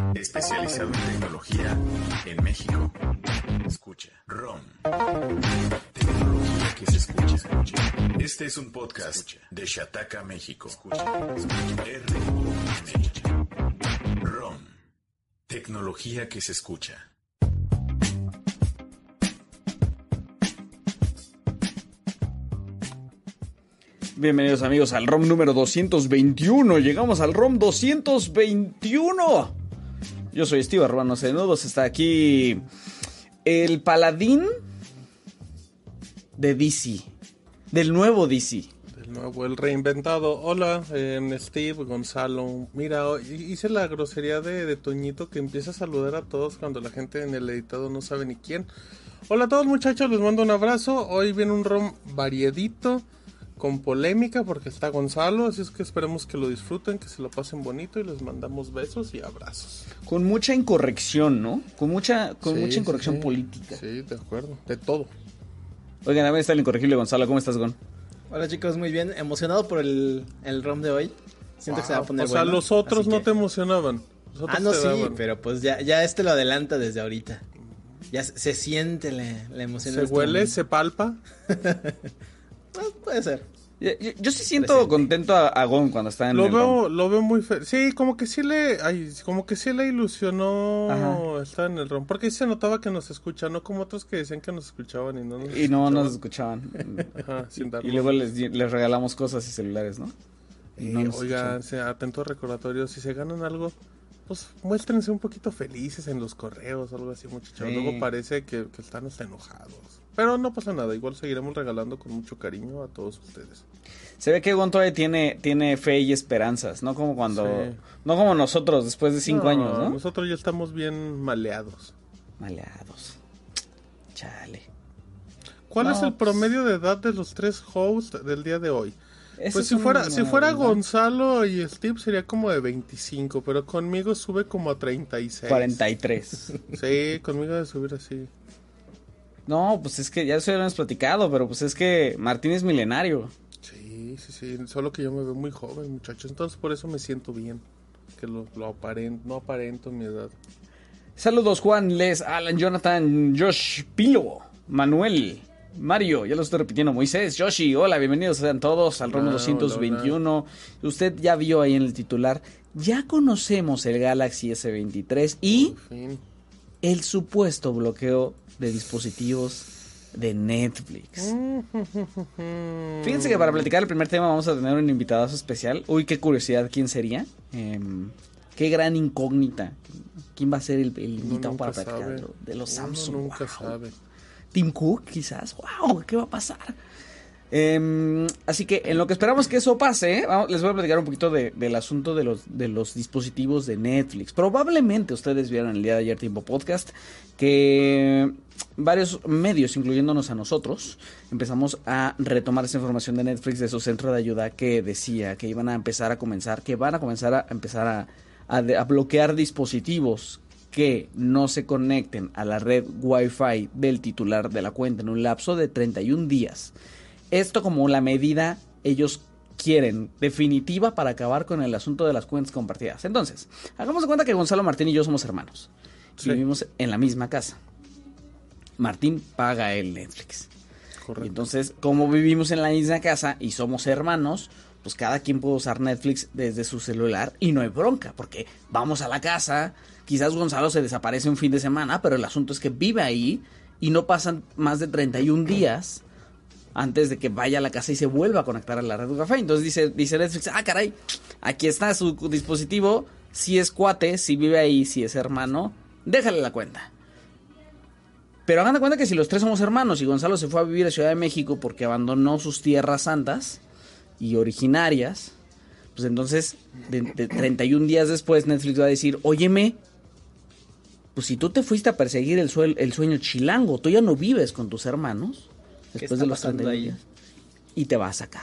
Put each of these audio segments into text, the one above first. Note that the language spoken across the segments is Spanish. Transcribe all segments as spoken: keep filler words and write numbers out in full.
especializado en tecnología en México. Escucha ROM. Tecnología que se escucha, escucha. Este es un podcast de Shataka, México. Escucha, escucha. R O M. ROM. Tecnología que se escucha. Bienvenidos amigos al ROM número doscientos veintiuno. Llegamos al ROM doscientos veintiuno. Yo soy Steve Arbano Cenudos. Está aquí el paladín de D C. Del nuevo D C. Del nuevo, el reinventado. Hola, eh, Steve, Gonzalo. Mira, hice la grosería de, de Toñito que empieza a saludar a todos cuando la gente en el editado no sabe ni quién. Hola a todos muchachos, les mando un abrazo. Hoy viene un ROM variadito, con polémica, porque está Gonzalo, así es que esperemos que lo disfruten, que se lo pasen bonito y les mandamos besos y abrazos. Con mucha incorrección, ¿no? Con mucha, con Sí, mucha incorrección sí, política. Sí, de acuerdo, de todo. Oigan, a ver, está el incorregible Gonzalo. ¿Cómo estás, Gon? Hola chicos, muy bien, emocionado por el, el ROM de hoy. Siento Wow. que se va a poner O sea, bueno, los otros así no que... te emocionaban. Los otros Ah, no, te sí, daban. pero pues ya, ya este lo adelanta desde ahorita. Ya se, se siente la, la emoción. Se en este huele, momento. se palpa. Ah, puede ser. Yo, yo- yo sí siento Presente. contento a, a Gon cuando está en Lo el ROM. veo, lo veo muy fe... Sí, como que sí le, ay, como que sí le ilusionó Ajá. estar en el ROM, porque sí se notaba que nos escucha, no como otros que decían que nos escuchaban y no nos Y no escuchaban. nos escuchaban. Ajá, sin darnos. Y luego les, di- les regalamos cosas y celulares, ¿no? Y no Eh, nos oigan, escuchaban. se- atento recordatorio, si se ganan algo, pues muéstrense un poquito felices en los correos, algo así, muchachos. Sí. Luego parece que, que están hasta enojados. Pero no pasa nada, igual seguiremos regalando con mucho cariño a todos ustedes. Se ve que Gon todavía tiene, tiene fe y esperanzas, no como cuando... Sí. No como nosotros después de cinco años, ¿no? Nosotros ya estamos bien maleados. Maleados. Chale. ¿Cuál No, es el pues- promedio de edad de los tres hosts del día de hoy? Eso Pues es si fuera, una si fuera verdad. Gonzalo y Steve sería como de veinticinco, pero conmigo sube como a treinta y seis. cuarenta y tres. Sí, conmigo debe subir así. No, pues es que ya eso ya lo hemos platicado, pero pues es que Martín es milenario. Sí, sí, sí, solo que yo me veo muy joven, muchachos, entonces por eso me siento bien, que lo, lo aparento, no aparento mi edad. Saludos Juan, Les, Alan, Jonathan, Josh, Pilo, Manuel, Mario, ya lo estoy repitiendo, Moisés, Yoshi, hola, bienvenidos sean todos al ROM Hola, doscientos veintiuno. Usted ya vio ahí en el titular, ya conocemos el Galaxy ese veintitrés y Por fin. el supuesto bloqueo de dispositivos de Netflix. Fíjense que para platicar el primer tema vamos a tener un invitadazo especial. Uy, qué curiosidad, ¿quién sería? Em, qué gran incógnita. ¿Quién va a ser el, el Uno invitado nunca para platicar sabe. de lo- de los Uno Samsung? nunca Wow. sabe. Tim Cook, quizás. ¡Wow! ¿Qué va a pasar? Em, así que en lo que esperamos que eso pase, vamos- les voy a platicar un poquito de- del asunto de los, de los dispositivos de Netflix. Probablemente ustedes vieron el día de ayer Tiempo Podcast que varios medios, incluyéndonos a nosotros, empezamos a retomar esa información de Netflix de su centro de ayuda que decía que iban a empezar a comenzar, que van a comenzar a empezar a, a de- a bloquear dispositivos que no se conecten a la red Wi-Fi del titular de la cuenta en un lapso de treinta y un días. Esto como la medida ellos quieren definitiva para acabar con el asunto de las cuentas compartidas. Entonces, hagamos de cuenta que Gonzalo Martín y yo somos hermanos. Sí. Vivimos en la misma casa. Martín paga el Netflix. Correcto. Y entonces, como vivimos en la misma casa y somos hermanos, pues cada quien puede usar Netflix desde su celular y no hay bronca, porque vamos a la casa, quizás Gonzalo se desaparece un fin de semana, pero el asunto es que vive ahí y no pasan más de treinta y un días antes de que vaya a la casa y se vuelva a conectar a la red Wi-Fi. Entonces dice, dice Netflix, ah caray, aquí está su dispositivo, si es cuate, si vive ahí, si es hermano, déjale la cuenta. Pero hagan de cuenta que si los tres somos hermanos y Gonzalo se fue a vivir a Ciudad de México porque abandonó sus tierras santas y originarias, pues entonces de, de treinta y un días después Netflix va a decir, óyeme, pues si tú te fuiste a perseguir el, suel, el sueño chilango, tú ya no vives con tus hermanos después de los treinta y un ahí? días y te va a sacar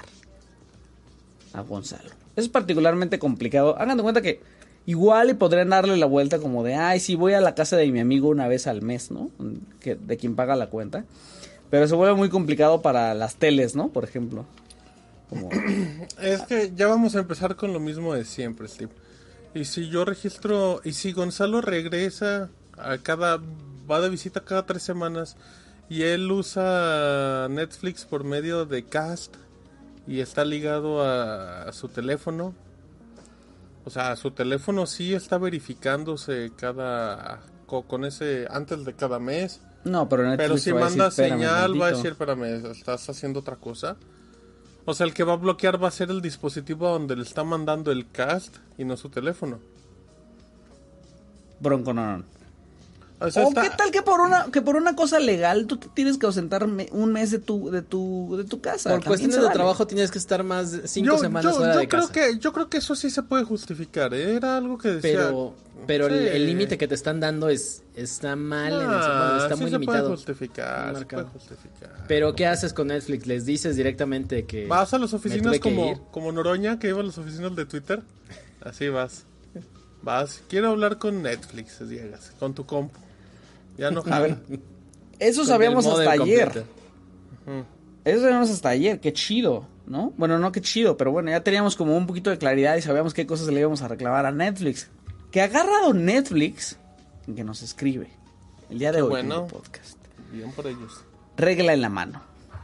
a Gonzalo. Eso es particularmente complicado. Hagan de cuenta que igual y podrían darle la vuelta como de, ay, sí, voy a la casa de mi amigo una vez al mes, ¿no? Que, de quien paga la cuenta. Pero se vuelve muy complicado para las teles, ¿no? Por ejemplo. Como... Es que ya vamos a empezar con lo mismo de siempre, Steve. Y si yo registro, y si Gonzalo regresa a cada, va de visita cada tres semanas y él usa Netflix por medio de Cast y está ligado a, a su teléfono, o sea, su teléfono sí está verificándose cada, con ese, antes de cada mes. No, pero Netflix Pero si va a manda decir, "Espérame señal, va a tantito". decir, espérame, estás haciendo otra cosa. O sea, el que va a bloquear va a ser el dispositivo donde le está mandando el cast y no su teléfono. Bronco, no, no. O sea, O está- qué tal que por una que por una cosa legal tú te tienes que ausentar me- un mes de tu de tu de tu casa. Por También cuestiones se de vale. trabajo tienes que estar más de cinco yo, semanas yo, fuera yo de creo casa. que yo creo que eso sí se puede justificar, ¿eh? Era algo que decía. Pero, pero el- Sí. el límite que te están dando es está mal, en el- Ah, bueno, está sí muy se limitado. puede justificar, se marcado. puede justificar. Pero ¿qué haces con Netflix? ¿Les dices directamente que Vas a las me oficinas tuve que como, ir? como Noroña, que iba a las oficinas de Twitter. Así vas. Vas, quiero hablar con Netflix, llegas, con tu compu. Ya no A ver, eso Con sabíamos el modem hasta ayer. completo. Eso sabíamos hasta ayer, qué chido, ¿no? Bueno, no qué chido, pero bueno, ya teníamos como un poquito de claridad y sabíamos qué cosas le íbamos a reclamar a Netflix. Que ha agarrado Netflix y que nos escribe el día de Qué hoy bueno. en el podcast. Bien por ellos. Regla en la mano.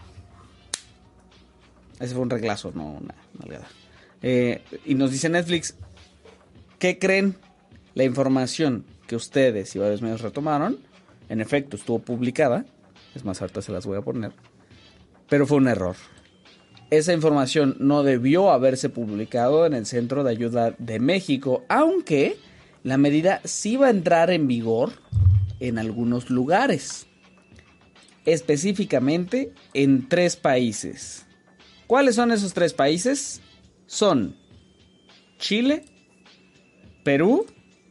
Ese fue un reglazo, no una nalgada. Eh, y nos dice Netflix, ¿qué creen? La información que ustedes y varios medios retomaron, en efecto estuvo publicada, es más, ahorita se las voy a poner, pero fue un error. Esa información no debió haberse publicado en el Centro de Ayuda de México, aunque la medida sí va a entrar en vigor en algunos lugares. Específicamente en tres países. ¿Cuáles son esos tres países? Son Chile, Perú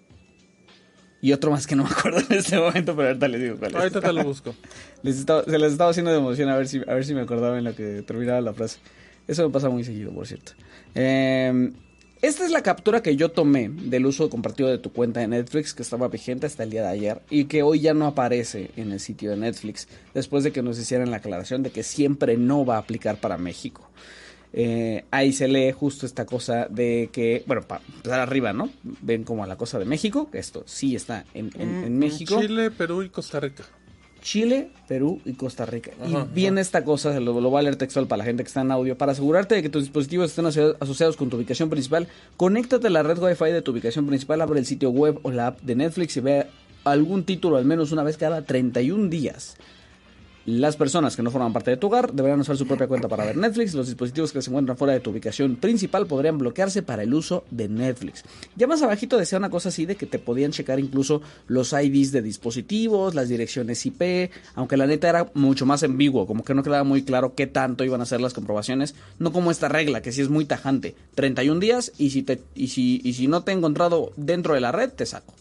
y otro más que no me acuerdo en este momento, pero ahorita les digo cuál es. Ahorita te lo busco. Les estaba- se les estaba haciendo de emoción a ver si, a ver si me acordaba en lo que terminaba la frase. Eso me pasa muy seguido, por cierto. Eh, esta es la captura que yo tomé del uso compartido de tu cuenta de Netflix, que estaba vigente hasta el día de ayer y que hoy ya no aparece en el sitio de Netflix, después de que nos hicieran la aclaración de que siempre no va a aplicar para México. Eh, ahí se lee justo esta cosa de que, bueno, para empezar arriba, ¿no? Ven como la cosa de México, que esto sí está en, en- en Mm, México. Chile, Perú y Costa Rica. Chile, Perú y Costa Rica. Y Ajá, viene esta cosa, se lo, lo voy a leer textual para la gente que está en audio. Para asegurarte de que tus dispositivos estén aso- asociados con tu ubicación principal, conéctate a la red Wi-Fi de tu ubicación principal, abre el sitio web o la app de Netflix y ve algún título al menos una vez cada treinta y un días. Las personas que no forman parte de tu hogar deberán usar su propia cuenta para ver Netflix. Los dispositivos que se encuentran fuera de tu ubicación principal podrían bloquearse para el uso de Netflix. Ya más abajito decía una cosa así de que te podían checar incluso los I Ds de dispositivos, las direcciones I P, aunque la neta era mucho más ambiguo, como que no quedaba muy claro qué tanto iban a ser las comprobaciones, no como esta regla que sí es muy tajante, treinta y un días y si te y si y si no te he encontrado dentro de la red te saco.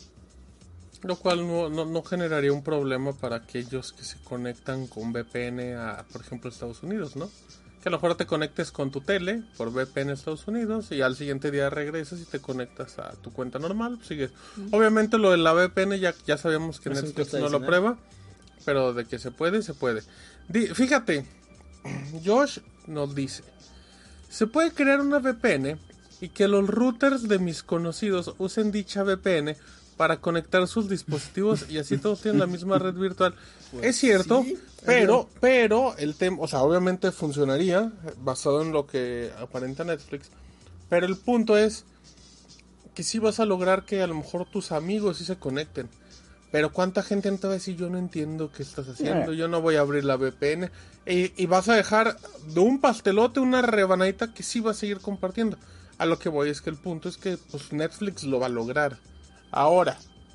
Lo cual no, no, no generaría un problema para aquellos que se conectan con V P N a, por ejemplo, Estados Unidos, ¿no? Que a lo mejor te conectes con tu tele por V P N a Estados Unidos y al siguiente día regresas y te conectas a tu cuenta normal. Pues sigues. Obviamente lo de la V P N ya, ya sabíamos que Es un Netflix costo no lo adicional. prueba, pero de que se puede, se puede. Di- fíjate, Josh nos dice, se puede crear una V P N y que los routers de mis conocidos usen dicha V P N para conectar sus dispositivos y así todos tienen la misma red virtual. Es cierto, sí, pero, pero el tema, o sea, obviamente funcionaría basado en lo que aparenta Netflix, pero el punto es que sí vas a lograr que a lo mejor tus amigos sí se conecten. Pero cuánta gente no te va a decir, yo no entiendo qué estás haciendo, Eh. yo no voy a abrir la V P N. Y, y vas a dejar de un pastelote una rebanadita que sí va a seguir compartiendo. A lo que voy es que el punto es que pues Netflix lo va a lograr. Ahora,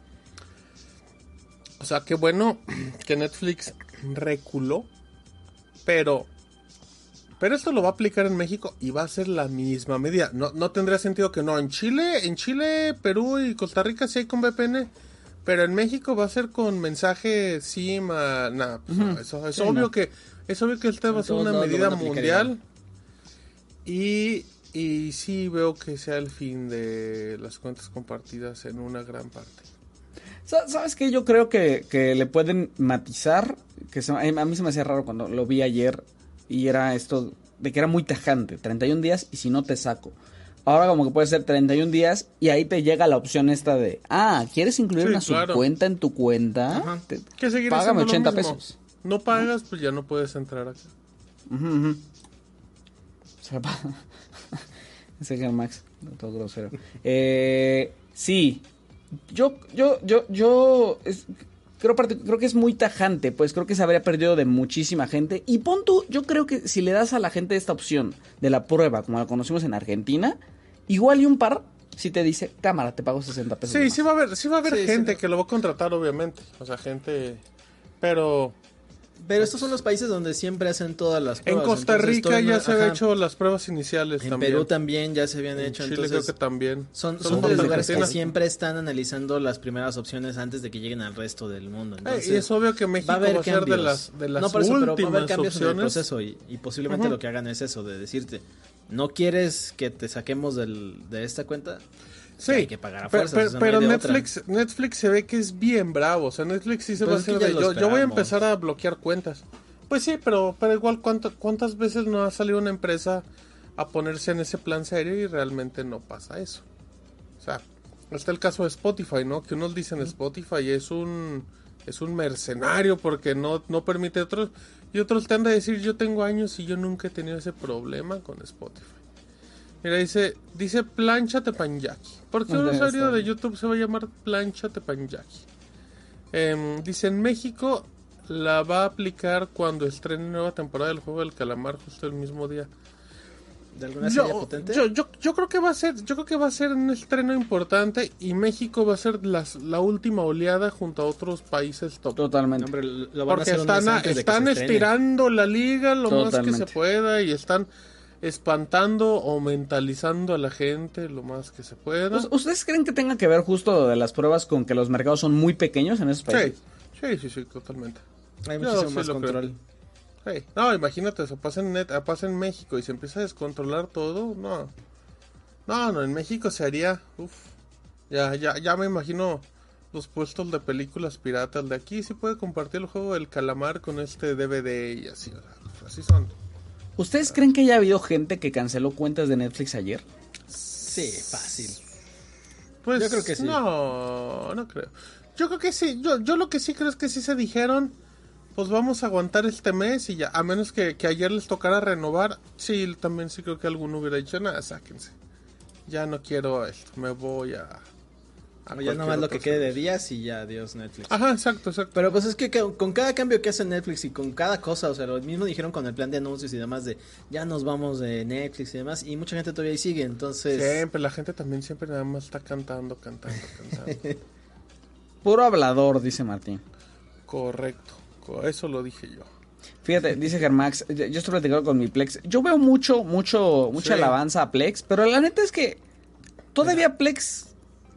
o sea, qué bueno que Netflix reculó, pero pero esto lo va a aplicar en México y va a ser la misma medida. No, no tendría sentido que no. En Chile, en Chile, Perú y Costa Rica sí hay con V P N, pero en México va a ser con mensaje SIM, a, nah, pues, Ujú. eso es Sí, obvio no. que es obvio que esta va a En ser todos una lados lo medida van a aplicar mundial. Y Y sí veo que sea el fin de las cuentas compartidas en una gran parte. Sa- ¿Sabes qué? Yo creo que, que le pueden matizar. Que se- a mí se me hacía raro cuando lo vi ayer. Y era esto de que era muy tajante. treinta y un días y si no te saco. ahora como que puede ser treinta y un días y ahí te llega la opción esta de, ah, ¿quieres incluir Sí, una claro. subcuenta en tu cuenta? Ajá. Te- Que seguir págame haciendo ochenta lo mismo. pesos. No pagas, pues ya no puedes entrar acá. Ujú, ujú. O sea, pa- ese es Max, no todo grosero. Eh, sí, yo, yo, yo, yo es- creo, parte- creo que es muy tajante, pues creo que se habría perdido de muchísima gente. Y pon tú, yo creo que si le das a la gente esta opción de la prueba, como la conocimos en Argentina, igual y un par, si te dice, cámara, te pago sesenta pesos. Sí, más. sí va a haber, sí va a haber Sí, gente sí. que lo va a contratar, obviamente. O sea, gente... Pero Pero estos son los países donde siempre hacen todas las en pruebas. Costa entonces, Rica todo el ya mu- se habían ajá. hecho las pruebas iniciales En también. Perú también ya se habían En hecho. Chile entonces, creo que también. Son, Solo son de por los lugares que Argentina. siempre están analizando las primeras opciones antes de que lleguen al resto del mundo. Eh, Entonces, y es obvio que México va a haber va a ser cambios. de las, de las no, por eso, pero va a haber últimas cambios en el opciones. proceso y, y posiblemente Ujú. lo que hagan es eso, de decirte, ¿no quieres que te saquemos del, de esta cuenta? Sí, Hay que pagar a pe- fuerzas, pe- o sea, no pero hay de Netflix, Netflix se ve que es bien bravo. O sea, Netflix sí se Pues va a es que hacer ya de lo yo, yo voy a esperamos. empezar a bloquear cuentas. Pues sí, pero, pero igual, ¿cuánto, ¿cuántas veces no ha salido una empresa a ponerse en ese plan serio y realmente no pasa eso? O sea, está el caso de Spotify, ¿no? Que unos dicen Spotify es un es un mercenario porque no, no permite otros. Y otros te han de decir, yo tengo años y yo nunca he tenido ese problema con Spotify. Mira, dice, dice Plancha Tepanyaki. ¿Por qué un Debe usuario estar. de YouTube se va a llamar Plancha Tepanyaki? Em, dice, en México la va a aplicar cuando estrene nueva temporada del Juego del Calamar justo el mismo día. ¿De alguna serie Yo, potente? yo, yo, yo creo que va a ser, yo creo que va a ser un estreno importante y México va a ser las, la última oleada junto a otros países top. Totalmente. Hombre, lo lo van a Porque hacer un mes están, a- antes de que están se estrene. estirando la liga lo más que Totalmente. se pueda y están espantando o mentalizando a la gente lo más que se pueda. ¿Us- ¿Ustedes creen que tenga que ver justo lo de las pruebas con que los mercados son muy pequeños en esos Sí, países? sí, sí, sí, totalmente. Hay Yo muchísimo sí más lo creo. control. Sí. No, imagínate eso, pasa en, net, pasa en México y se empieza a descontrolar todo, no. No, no, en México se haría, uf, ya, ya, ya me imagino los puestos de películas piratas de aquí, sí puede compartir el juego del calamar con este D V D y así, o sea, así son. ¿Ustedes creen que haya habido gente que canceló cuentas de Netflix ayer? Sí, fácil. Pues Yo creo que sí. No, no creo. Yo creo que sí, yo, yo lo que sí creo es que sí se dijeron, pues vamos a aguantar este mes y ya, a menos que, que ayer les tocara renovar, sí, también sí creo que alguno hubiera dicho, nada, sáquense. Ya no quiero esto, me voy a... a O ya cualquier pues, nomás lo otro que quede de servicio. días y ya, adiós Netflix. Ajá, exacto, exacto. Pero pues es que ca- con cada cambio que hace Netflix y con cada cosa, o sea, lo mismo dijeron con el plan de anuncios y demás de ya nos vamos de Netflix y demás, y mucha gente todavía ahí sigue, entonces... Siempre, la gente también siempre nada más está cantando, cantando, cantando. Puro hablador, dice Martín. Correcto, co- eso lo dije yo. Fíjate, dice Germax, yo yo estoy platicando con mi Plex. Yo veo mucho, mucho, mucha Sí. alabanza a Plex, pero la neta es que todavía Plex,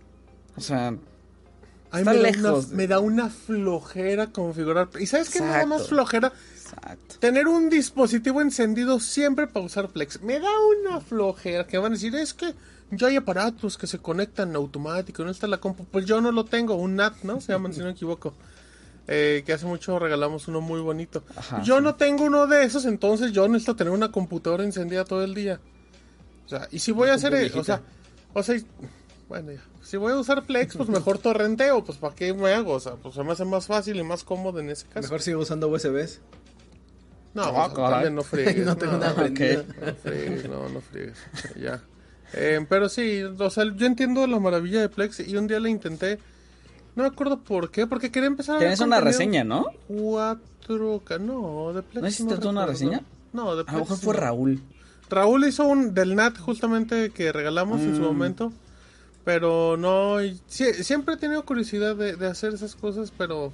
o sea, Ay, Está me, da lejos. una, me da una flojera configurar. ¿Y sabes qué me da más Exacto. flojera? exacto. Tener un dispositivo encendido siempre para usar Plex. Me da una flojera que van a decir, es que ya hay aparatos que se conectan automático, no está la compu. Pues yo no lo tengo, un N A T, ¿no? Se llama, si no me equivoco. Eh, que hace mucho regalamos uno muy bonito. Ajá, yo sí. no tengo uno de esos, entonces yo necesito tener una computadora encendida todo el día. O sea, y si voy Una a hacer, compu eh, o sea, viejita. o sea, y- bueno, ya. Si voy a usar Plex, pues mejor torrenteo, pues ¿para qué me hago? O sea, pues se me hace más fácil y más cómodo en ese caso. Mejor sigo usando U S Bs. No, Ah, o sea, caray. también no friegues. No tengo nada ok. prendido. No friegues, no, no friegues. Ya. Eh, pero sí, o sea, yo entiendo la maravilla de Plex y un día la intenté. No me acuerdo por qué, porque quería empezar a ver Tienes una contenido reseña, ¿no? cuatro K, no, de Plex. ¿No hiciste tú una recuerdo. reseña? No, de A Plex. lo mejor fue no. Raúl. Raúl hizo un del N A T justamente que regalamos en su Mm. momento. Pero no, y sie- siempre he tenido curiosidad de, de hacer esas cosas, pero...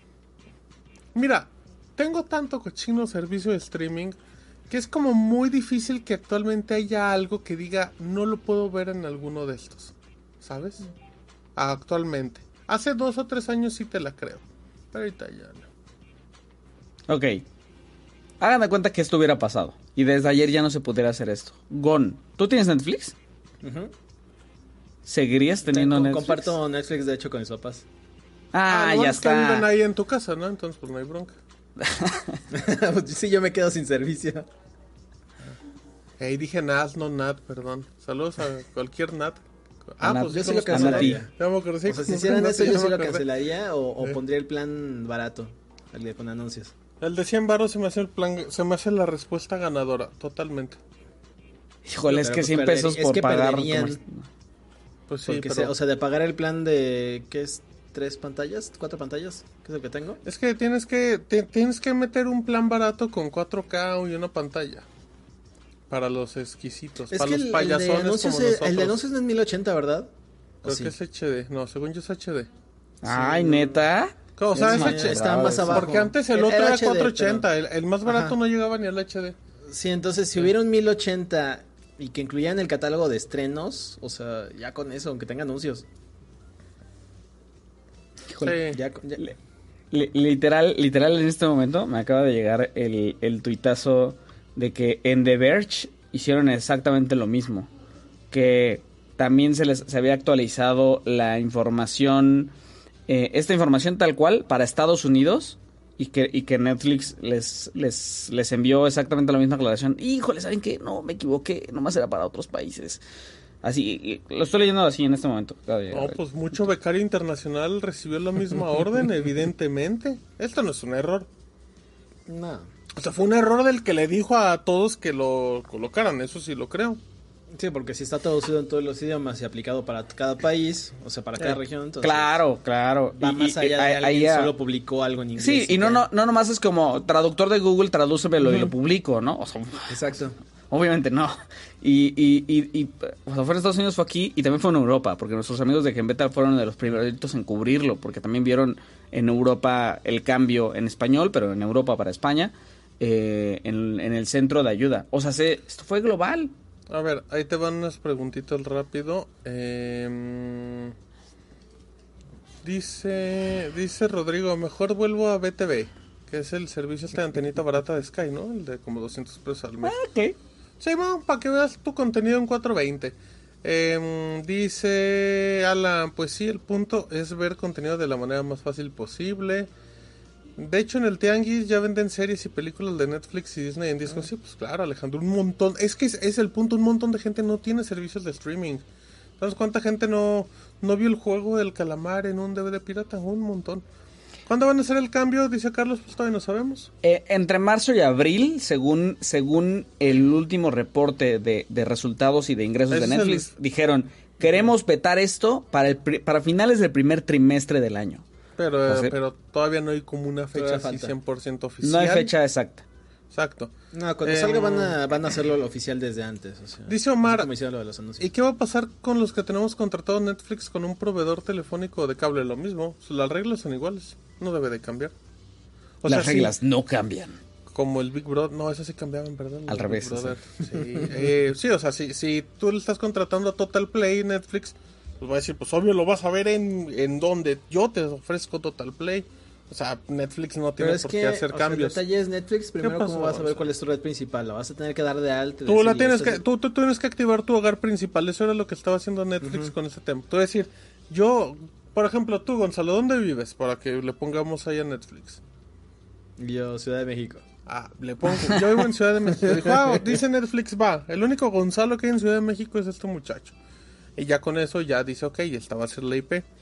Mira, tengo tanto cochino servicio de streaming que es como muy difícil que actualmente haya algo que diga no lo puedo ver en alguno de estos, ¿sabes? Actualmente. Hace dos o tres años sí te la creo, pero ahorita ya no. Ok. Hagan de cuenta que esto hubiera pasado. Y desde ayer ya no se pudiera hacer esto. Gon, ¿tú tienes Netflix? Ujú. ¿Seguirías teniendo Com- Netflix? Comparto Netflix, de hecho, con mis papás. Ah, lo bueno ya es que viven está. ahí en tu casa, ¿no? Entonces pues no hay bronca. Sí, yo me quedo sin servicio. Ahí dije Nat, no Nat, perdón. Saludos a cualquier Nat. Ah, Nat, pues yo sí, sí lo cancelaría. Ya me acordé, sí, O sea, si como hicieran que eso, Nat, yo ya sí me lo acordé. cancelaría o, o Eh. pondría el plan barato, el de con anuncios. El de cien baros se me hace el plan, se me hace la respuesta ganadora, totalmente. Híjole, es Pero, que pues, cien perder- pesos es por que pagar. perderían. comer- Pues sí, Porque, pero... se- o sea, de pagar el plan de, ¿qué es? ¿Tres pantallas? ¿Cuatro pantallas? ¿Qué es el que tengo? Es que tienes que ti- tienes que meter un plan barato con cuatro K y una pantalla. Para los exquisitos, Es para que los el, el payasones de anuncios, como es- nosotros. el de anuncios no es mil ochenta, ¿verdad? ¿O Creo sí? que es H D. No, según yo es H D. Ay, no. neta. O sea, Ya es no me H D. Está acordaba más de eso. abajo. Porque antes el Era otro era H D, cuatrocientos ochenta. pero- El, el más barato Ajá. no llegaba ni al H D. Sí, entonces si hubiera un mil ochenta y que incluyeran el catálogo de estrenos, o sea, ya con eso, aunque tenga anuncios. Híjole. Sí. Ya, con- ya- Li- literal, literal en este momento me acaba de llegar el, el tuitazo de que en The Verge hicieron exactamente lo mismo. Que también se les se había actualizado la información, eh, esta información tal cual para Estados Unidos y que, y que Netflix les, les, les envió exactamente la misma aclaración. Híjole, ¿saben qué? No, me equivoqué, nomás era para otros países. Así, y- lo estoy leyendo así en este momento. acaba de llegar. No, pues mucho becario internacional recibió la misma orden, evidentemente. Esto no es un error. no. O sea, fue un error del que le dijo a todos que lo colocaran, eso sí lo creo. Sí, porque si está traducido en todos los idiomas y aplicado para cada país, o sea, para cada Eh, región, entonces Claro, claro. va Y- más y- allá de ahí- alguien ahí que ya- solo publicó algo en inglés. Sí, y no, ya. no, no nomás es como traductor de Google, tradúcemelo y lo publico, ¿no? O sea, Exacto. obviamente no. Y, y, y, y o sea, fue en Estados Unidos, fue aquí y también fue en Europa, porque nuestros amigos de Gembeta fueron de los primeritos en cubrirlo, porque también vieron en Europa el cambio en español, pero en Europa para España, eh, en, en el centro de ayuda. O sea, se, esto fue global. A ver, ahí te van unas preguntitas rápido. Eh, dice dice Rodrigo, mejor vuelvo a B T V, que es el servicio este de antenita barata de Sky, ¿no? El de como doscientos pesos al mes. Ok. Sí, bueno, para que veas tu contenido en cuatrocientos veinte. Eh, dice Alan, pues sí, el punto es ver contenido de la manera más fácil posible. De hecho, en el Tianguis ya venden series y películas de Netflix y Disney en disco. Sí, pues claro, Alejandro, un montón. Es que es, es el punto, un montón de gente no tiene servicios de streaming. ¿Sabes cuánta gente no, no vio el juego del calamar en un D V D pirata? Un montón. ¿Cuándo van a hacer el cambio? Dice Carlos, pues todavía no sabemos. Eh, entre marzo y abril, según según el último reporte de, de resultados y de ingresos de Ese es el- Netflix, dijeron, queremos vetar esto para el pri- para finales del primer trimestre del año. Pero, O sea, pero todavía no hay como una fecha todavía así falta. cien por ciento oficial. No hay fecha exacta. Exacto. No, cuando Eh, salga van a, van a hacerlo lo oficial desde antes. O sea, Dice Omar, así como hicieron lo de los anuncios. ¿y qué va a pasar con los que tenemos contratado Netflix con un proveedor telefónico de cable? Lo mismo, las reglas son iguales, no debe de cambiar. O Las sea, reglas sí, no cambian. como el Big Brother, no, esas sí cambiaban, ¿verdad? Al El revés, Big Brother. Sí, eh, sí, o sea, si, si tú le estás contratando a Total Play Netflix, pues va a decir, pues obvio lo vas a ver en, en donde yo te ofrezco Total Play. O sea, Netflix no tiene Pero es por que qué hacer o sea, cambios. el detalle es Netflix, primero pasó? cómo vas a O ver sea, cuál es tu red principal, la vas a tener que dar de alta. Tú la decir, tienes esto que, es- tú, tú tienes que activar tu hogar principal. Eso era lo que estaba haciendo Netflix con ese tema. Tú decir, yo, por ejemplo, tú, Gonzalo, ¿dónde vives? Para que le pongamos ahí a Netflix. Yo, Ciudad de México. Ah, le pongo. Yo vivo en Ciudad de México. Dijo, ah, dice Netflix, va. El único Gonzalo que hay en Ciudad de México es este muchacho. Y ya con eso ya dice, ok, esta va a ser la I P.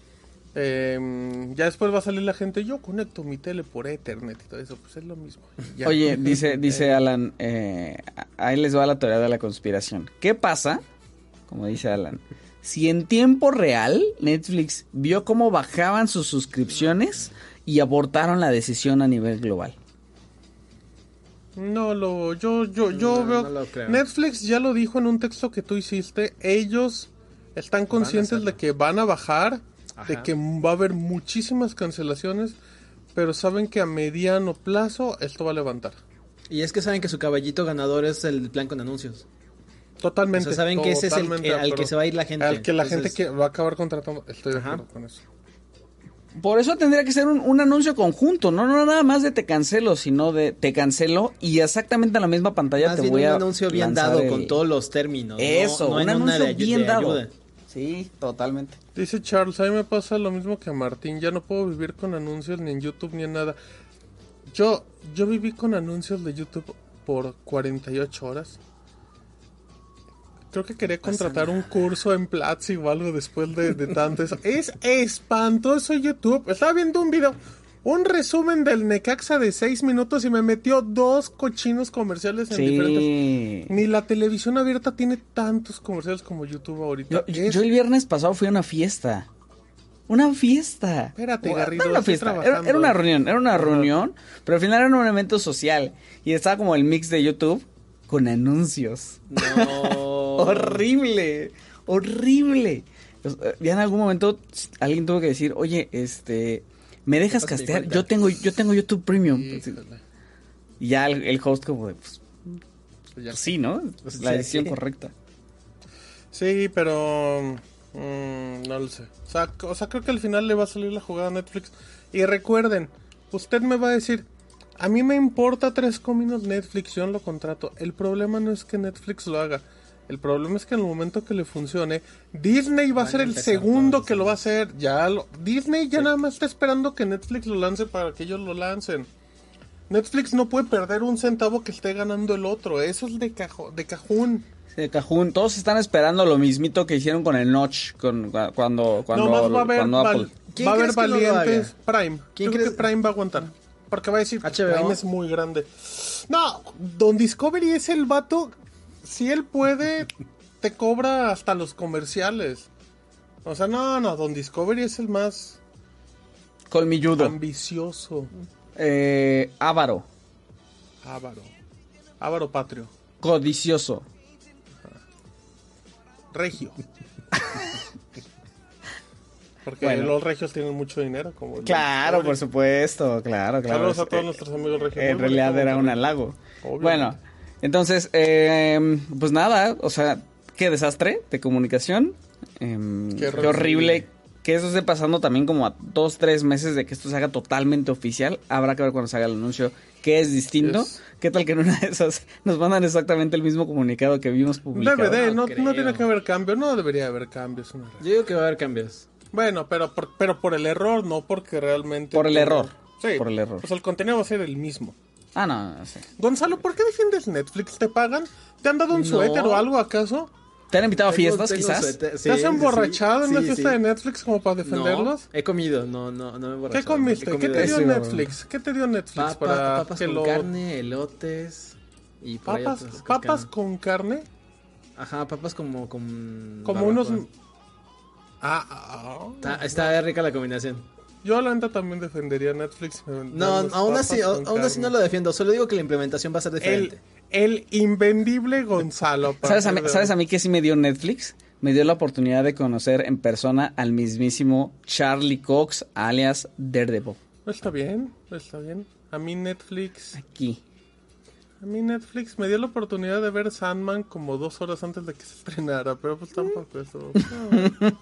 Eh, ya después va a salir la gente, yo conecto mi tele por Ethernet y todo eso, pues es lo mismo. Ya. Oye, dice dice Alan, eh, ahí les va la teoría de la conspiración. ¿Qué pasa, como dice Alan, si en tiempo real Netflix vio cómo bajaban sus suscripciones y abortaron la decisión a nivel global? No lo, yo, yo, yo No, veo. no lo creo. Netflix ya lo dijo en un texto que tú hiciste. Ellos están conscientes hacerlo. de que van a bajar, de Ajá. que va a haber muchísimas cancelaciones, pero saben que a mediano plazo esto va a levantar. Y es que saben que su caballito ganador es el plan con anuncios. Totalmente. O sea, saben que ese es el totalmente que- de al que acuerdo. se va a ir la gente. Al que la Entonces- gente que va a acabar contratando. Estoy de Ajá. acuerdo con eso. Por eso tendría que ser un, un anuncio conjunto, no, no nada más de te cancelo, sino de te cancelo y exactamente en la misma pantalla Más te bien voy un a anuncio bien lanzar dado el- con todos los términos. no- Eso, no un en una anuncio de ayu- bien de dado. ayuda. Sí, totalmente. Dice Charles, a mí me pasa lo mismo que a Martín. Ya no puedo vivir con anuncios ni en YouTube ni en nada. Yo, yo viví con anuncios de YouTube por cuarenta y ocho horas. Creo que quería contratar un curso en Platzi o algo después de, de tanto eso. Es espantoso YouTube. Estaba viendo un video, un resumen del Necaxa de seis minutos y me metió dos cochinos comerciales en Sí. diferentes... Ni la televisión abierta tiene tantos comerciales como YouTube ahorita. Yo, Es- yo el viernes pasado fui a una fiesta. Una fiesta. Espérate, Bueno, Garrido, no era una estoy fiesta. Era, trabajando. era una reunión, era una Ajá. reunión, pero al final era un evento social. Y estaba como el mix de YouTube con anuncios. No. Horrible, horrible. O sea, ya en algún momento alguien tuvo que decir, oye, este, ¿me dejas Pásame mi castear? cuenta. Yo tengo, yo tengo YouTube Premium. Híjole. Y ya el, el host como de, pues, Pues ya. pues sí, ¿no? Pues La sí. decisión correcta. Sí, pero mm, no lo sé. O sea, c- o sea, creo que al final le va a salir la jugada a Netflix. Y recuerden, usted me va a decir, a mí me importa tres cominos Netflix, yo lo contrato. El problema no es que Netflix lo haga. El problema es que en el momento que le funcione, Disney va a Van ser a el empezar segundo todos que lo va a los hacer. Ya lo- Disney ya Sí. nada más está esperando que Netflix lo lance para que ellos lo lancen. Netflix no puede perder un centavo que esté ganando el otro. Eso es de, cajo, de cajón. De cajún, todos están esperando lo mismito que hicieron con el Notch, con, cua- cuando, cuando, No más va a haber, cuando val- Apple. ¿Quién va a haber crees que no lo valientes Prime. ¿Quién Yo creo crees- que Prime va a aguantar. Porque va a decir, H B O. Prime es muy grande. No, Don Discovery es el vato. Si él puede, te cobra hasta los comerciales. O sea, no, no, Don Discovery es el más Colmilludo, ambicioso. eh, avaro, Ávaro. Ávaro Patrio. codicioso. Regio. Porque Bueno. los regios tienen mucho dinero. Como el Claro, Don por Discovery. supuesto, claro, claro. Saludos a Es- todos eh, nuestros amigos regios. En Muy realidad bonito era un Monterrey. halago. Obviamente. Bueno, entonces, eh, pues nada, o sea, qué desastre de comunicación. em, Qué qué, horrible que eso esté pasando también como a dos, tres meses de que esto se haga totalmente oficial. Habrá que ver cuando se haga el anuncio que es distinto. Yes. ¿Qué tal que en una de esas nos mandan exactamente el mismo comunicado que vimos publicado? D V D, No no, creo. no tiene que haber cambio, no debería haber cambios. una realidad. Yo digo que va a haber cambios. Bueno, pero por, pero por el error, no porque realmente... Por el todo- error, Sí, por el error. Pues el contenido va a ser el mismo. Ah, no, no sé. Gonzalo, ¿por qué defiendes Netflix? ¿Te pagan? ¿Te han dado un No. suéter o algo acaso? ¿Te han invitado a Tengo- fiestas, tengo quizás? suéter- sí, ¿Te has sí, emborrachado en sí, la sí, fiesta sí. de Netflix como para defenderlos? No, he comido, no, no, no me he emborrachado. ¿Qué comiste? He ¿Qué comido te dio eso. Netflix? ¿Qué te dio Netflix Papa- para papas que con lo... carne, elotes y por ahí Papas, otras cosas papas que con carne? no. Ajá, papas como con Como unos... barbacoa. Ah, ah, Está, está rica la combinación. Yo a la neta también defendería Netflix. me dan No, las aún papas así, con aún así no carne. lo defiendo. Solo digo que la implementación va a ser El, diferente. el invendible Gonzalo. ¿Sabes a, mí, partir de ¿Sabes hoy. a mí qué sí me dio Netflix? Me dio la oportunidad de conocer en persona al mismísimo Charlie Cox, alias Daredevil. Está bien, está bien. A mí Netflix... Aquí. A mí Netflix me dio la oportunidad de ver Sandman como dos horas antes de que se estrenara, pero pues tampoco eso. No,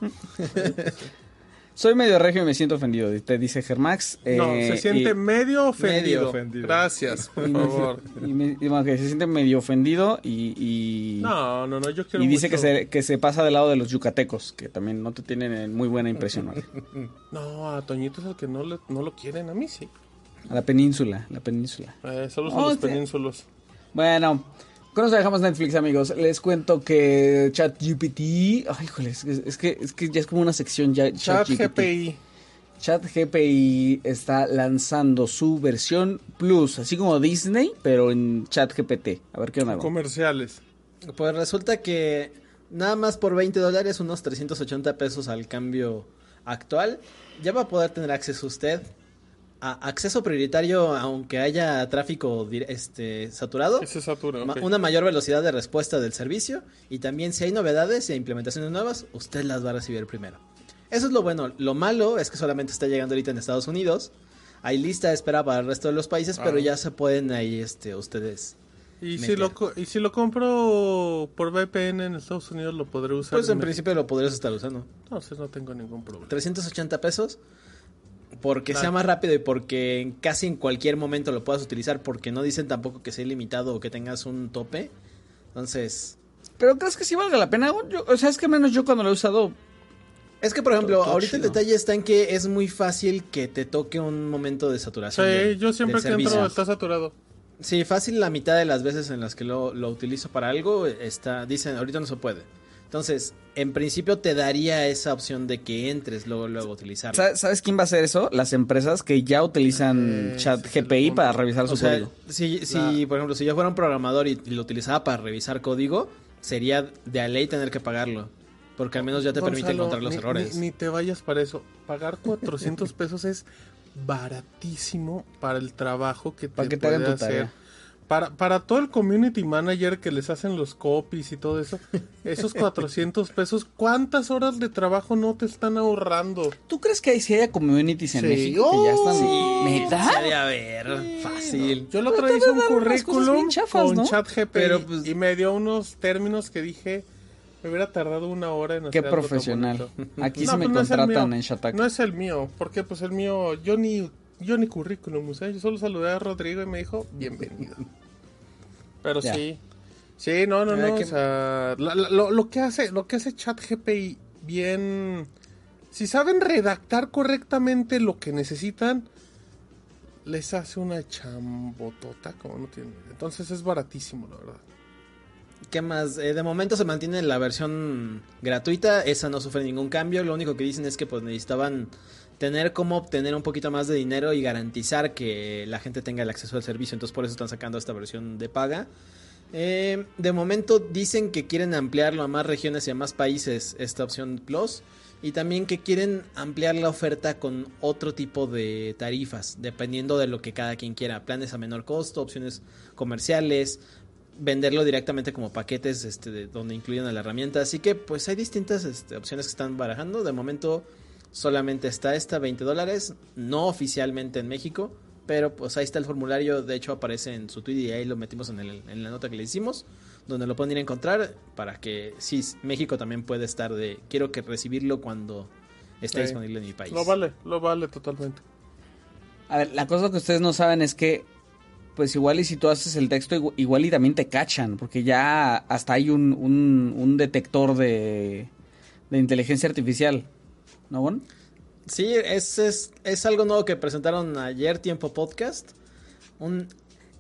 Soy medio regio y me siento ofendido, te dice Germax. No, eh, se siente y- medio ofendido. Medio ofendido. Gracias, por y me- favor. y me- y bueno, que se siente medio ofendido y... y... No, no, no, yo quiero Y dice mucho- que se, que se pasa del lado de los yucatecos, que también no te tienen en muy buena impresión. ¿no? No, a Toñito es el que no, le, no lo quieren, a mí sí. A la península, la península. Eh, solo Oh, son los sí. penínsulos. Bueno, con eso dejamos Netflix, amigos. Les cuento que ChatGPT... Ay, híjole, es, es que, es que ya es como una sección ya. Chat ChatGPT. G P I. ChatGPT está lanzando su versión Plus, así como Disney, pero en ChatGPT. A ver qué onda. Comerciales. Pues resulta que nada más por veinte dólares, unos trescientos ochenta pesos al cambio actual, ya va a poder tener acceso usted a acceso prioritario aunque haya tráfico dir- este saturado. Que se satura, Ma- ok. Una mayor velocidad de respuesta del servicio y también si hay novedades y implementaciones nuevas, usted las va a recibir primero. Eso es lo bueno. Lo malo es que solamente está llegando ahorita en Estados Unidos. Hay lista de espera para el resto de los países, Ah. pero ya se pueden ahí este ustedes. Y si, meter. lo, co- y si lo compro por V P N en Estados Unidos, ¿lo podré usar? Pues en México? principio lo podrías estar usando. Entonces no tengo ningún problema. trescientos ochenta pesos porque Claro. sea más rápido y porque en casi en cualquier momento lo puedas utilizar, porque no dicen tampoco que sea ilimitado o que tengas un tope. Entonces, Pero ¿crees que sí valga la pena? Yo, o sea, es que al menos yo cuando lo he usado... es que por ejemplo, Todo- todo ahorita el chido. detalle está en que es muy fácil que te toque un momento de saturación. Sí, del- yo siempre del que entro servicio. está saturado. Sí, fácil la mitad de las veces en las que lo, lo utilizo para algo, está, dicen, ahorita no se puede. Entonces, en principio te daría esa opción de que entres luego, luego a utilizarlo. ¿Sabes, ¿Sabes quién va a hacer eso? Las empresas que ya utilizan Eh, Chat ese es G P I el para punto. revisar O su sea, código. si, si por ejemplo, si yo fuera un programador y, y lo utilizaba para revisar código, sería de a ley tener que pagarlo. Porque al menos ya te permite Gonzalo, encontrar los ni, errores. Ni, ni te vayas para eso. Pagar cuatrocientos pesos es baratísimo para el trabajo que te, Para que te puede hagan tu hacer. tarea. Para, para todo el community manager que les hacen los copies y todo eso, esos cuatrocientos pesos, ¿cuántas horas de trabajo no te están ahorrando? ¿Tú crees que si haya communities en Sí. México que ya están... Oh, ¿Neta? Sí, a ver, fácil. Yo la Pero otra te hice debe un dar unas cosas currículum bien chafas, con ¿no? ChatGPT Pero, pues- y me dio unos términos que dije, me hubiera tardado una hora en hacer Qué algo tan profesional. bonito. Aquí No, sí me pues no es el contratan mío. en Shataka. No es el mío, porque pues el mío, yo ni, yo ni currículum, o sea, yo solo saludé a Rodrigo y me dijo, bienvenido. Pero Ya. sí, sí, no, no, Mira no, que- o sea, la- la- lo, lo que hace, lo que hace ChatGPT bien, si saben redactar correctamente lo que necesitan, les hace una chambotota, como no tienen. Entonces es baratísimo, la verdad. ¿Qué más? Eh, de momento se mantiene la versión gratuita, esa no sufre ningún cambio, lo único que dicen es que pues necesitaban tener cómo obtener un poquito más de dinero y garantizar que la gente tenga el acceso al servicio, entonces por eso están sacando esta versión de paga. Eh, de momento dicen que quieren ampliarlo a más regiones y a más países esta opción Plus, y también que quieren ampliar la oferta con otro tipo de tarifas, dependiendo de lo que cada quien quiera, planes a menor costo, opciones comerciales, venderlo directamente como paquetes este, de, donde incluyen a la herramienta. Así que pues hay distintas este, opciones que están barajando. De momento solamente está esta, veinte dólares, no oficialmente en México, pero pues ahí está el formulario. De hecho aparece en su tweet y ahí lo metimos en, el, en la nota que le hicimos, donde lo pueden ir a encontrar para que sí, México también puede estar de quiero que recibirlo cuando esté Sí. disponible en mi país. Lo vale, lo vale totalmente. A ver, la cosa que ustedes no saben es que, pues igual y si tú haces el texto, igu- igual y también te cachan, porque ya hasta hay un, un, un detector de, de inteligencia artificial, ¿no, Bon? Sí, es, es, es algo nuevo que presentaron ayer, Tiempo Podcast. Un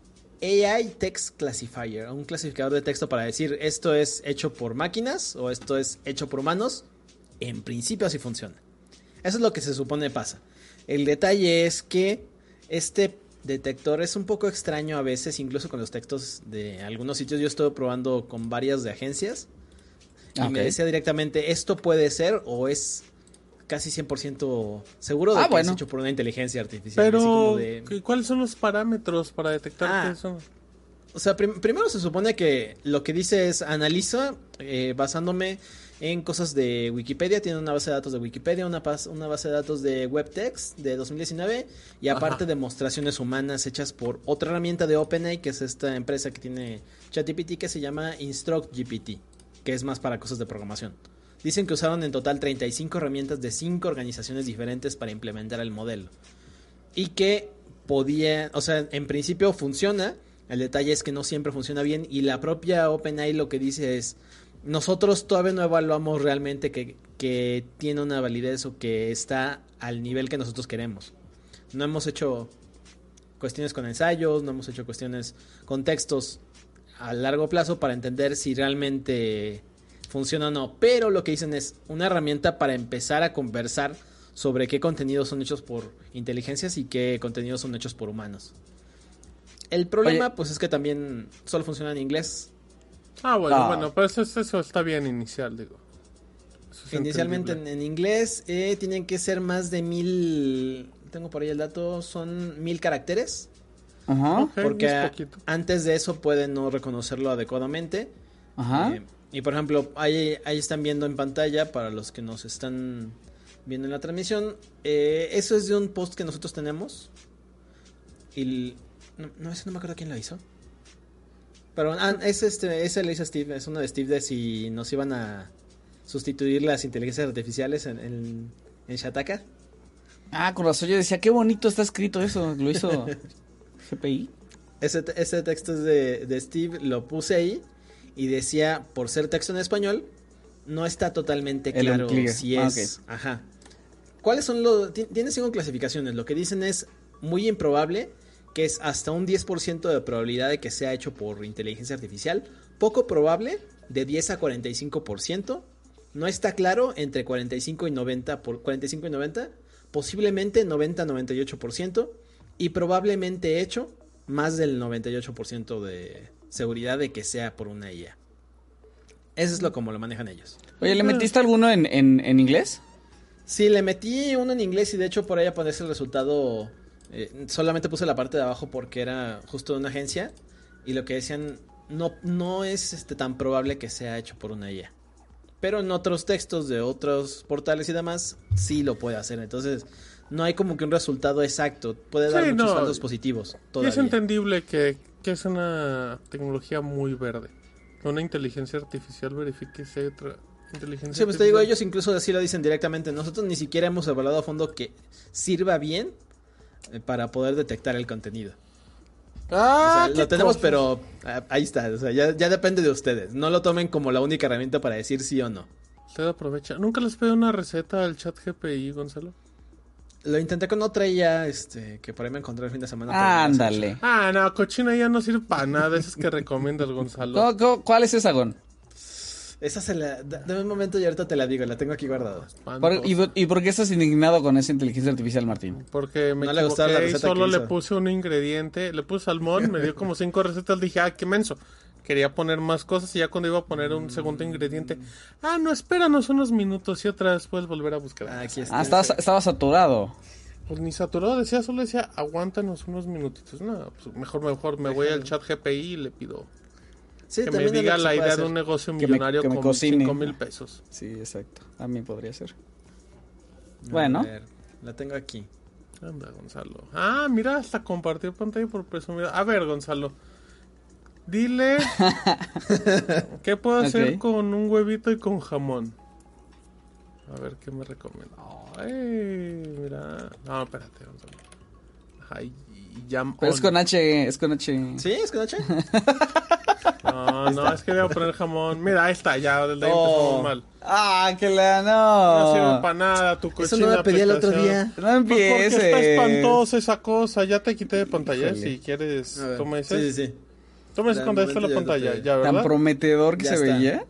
A I Text Classifier, un clasificador de texto para decir esto es hecho por máquinas o esto es hecho por humanos. En principio así funciona. Eso es lo que se supone pasa. El detalle es que este detector es un poco extraño a veces, incluso con los textos de algunos sitios. Yo estuve probando con varias de agencias y Ok. me decía directamente esto puede ser o es casi cien por ciento seguro de Ah, que bueno. es hecho por una inteligencia artificial. Así como Pero, de- ¿qué- ¿cuáles son los parámetros para detectar Ah. que eso? O sea, prim- primero se supone que lo que dice es analiza eh, basándome en cosas de Wikipedia. Tiene una base de datos de Wikipedia, una, pas- una base de datos de WebText de dos mil diecinueve y aparte Ajá. demostraciones humanas hechas por otra herramienta de OpenAI, que es esta empresa que tiene ChatGPT, que se llama InstructGPT, que es más para cosas de programación. Dicen que usaron en total treinta y cinco herramientas de cinco organizaciones diferentes para implementar el modelo. Y que podía, o sea, en principio funciona. El detalle es que no siempre funciona bien y la propia OpenAI lo que dice es, nosotros todavía no evaluamos realmente que, que tiene una validez o que está al nivel que nosotros queremos. No hemos hecho cuestiones con ensayos, no hemos hecho cuestiones con textos a largo plazo para entender si realmente funciona o no. Pero lo que dicen es una herramienta para empezar a conversar sobre qué contenidos son hechos por inteligencias y qué contenidos son hechos por humanos. El problema, Oye. pues, es que también solo funciona en inglés. Ah, bueno, Ah. bueno, pero eso, eso está bien inicial, digo. Eso es Inicialmente en, entendible. en inglés eh, tienen que ser más de mil. Tengo por ahí el dato, son mil caracteres. Ajá, Ok, Porque es a- poquito. antes de eso pueden no reconocerlo adecuadamente. ajá. Eh, y por ejemplo, ahí, ahí están viendo en pantalla, para los que nos están viendo en la transmisión, eh, eso es de un post que nosotros tenemos. Y el- no, no, ese no me acuerdo quién lo hizo. Pero ah, es este, ese lo hizo Steve, es uno de Steve de si nos iban a sustituir las inteligencias artificiales en, en, en Shataka. Ah, con razón yo decía, qué bonito está escrito eso, lo hizo G P I. Ese, te- ese texto es de, de Steve, lo puse ahí y decía, por ser texto en español, no está totalmente El claro unclear. si Ah, es... Ajá. ¿Cuáles son los...? ti- Tiene cinco clasificaciones. Lo que dicen es muy improbable que es hasta un diez por ciento de probabilidad de que sea hecho por inteligencia artificial, poco probable de diez a cuarenta y cinco por ciento, no está claro entre cuarenta y cinco y noventa por cuarenta y cinco y noventa, posiblemente noventa a noventa y ocho por ciento y probablemente hecho más del noventa y ocho por ciento de seguridad de que sea por una I A. Eso es lo como lo manejan ellos. Oye, ¿le metiste alguno en, en, en inglés? Sí, le metí uno en inglés y de hecho por ahí aparece el resultado. Eh, solamente puse la parte de abajo porque era justo de una agencia y lo que decían no, no es este tan probable que sea hecho por una I A. Pero en otros textos de otros portales y demás sí lo puede hacer. Entonces no hay como que un resultado exacto. Puede dar Sí, muchos no. falsos positivos Y todavía. es entendible que, que es una tecnología muy verde. Una inteligencia artificial verifique si hay otra inteligencia Sí, pues te digo, artificial. ellos incluso así lo dicen directamente. Nosotros ni siquiera hemos evaluado a fondo que sirva bien eh, para poder detectar el contenido. Ah, O sea, qué lo tenemos, cosas. pero ah, ahí está. O sea, ya, ya depende de ustedes. No lo tomen como la única herramienta para decir sí o no. Usted aprovecha. ¿Nunca les pedí una receta al chat G P I, Gonzalo? Lo intenté con otra I A, este, que por ahí me encontré el fin de semana. pero no lo sé. Ándale. Ah, no, cochina ya no sirve para nada. Esas que recomiendas, Gonzalo. ¿Cómo- cómo- ¿Cuál es esa, Gon? Esa se la... da- Dame un momento y ahorita te la digo. La tengo aquí guardada. ¿Por- y, ¿Y por qué estás indignado con esa inteligencia artificial, Martín? Porque me No le gustaba la equivoqué y receta solo que le hizo. puse un ingrediente. Le puse salmón, me dio como cinco recetas. Dije, ah, qué menso. Quería poner más cosas y ya cuando iba a poner un segundo ingrediente. Ah, no, espéranos unos minutos y otra vez puedes volver a buscar. Ah, aquí está. Ah, estaba, estaba saturado. Pues ni saturado decía, solo decía, aguántanos unos minutitos. No, pues mejor, mejor me voy al chat G P I y le pido Sí, que me también es lo diga se la puede idea de hacer. un negocio Que me- millonario que me con cocine. cinco mil pesos. Sí, exacto. También podría ser. A Bueno. ver, la tengo aquí. Anda, Gonzalo. Ah, mira, hasta compartir pantalla por presumir. A ver, Gonzalo. Dile qué puedo hacer Ok. con un huevito y con jamón. A ver, ¿qué me recomienda? Ay, mira. No, espérate, Gonzalo. Ay, jam Pero es on. con H, es con H. ¿Sí? ¿Es con H? No, no, es que voy a poner jamón. Mira, ahí está, ya, desde ahí Oh. empezamos mal. Ah, que la No sirve no. para nada tu cochina Eso no me pedí el otro aplicación. día. No Pues porque empieces. está espantosa esa cosa. Ya te quité de pantalla. Híjole. Si quieres, A ver, tú me dices. Sí, sí, sí. Tú me dices Da, cuando un está la momento, ya pantalla. te- Ya, Tan ¿verdad? prometedor que Ya se está. veía.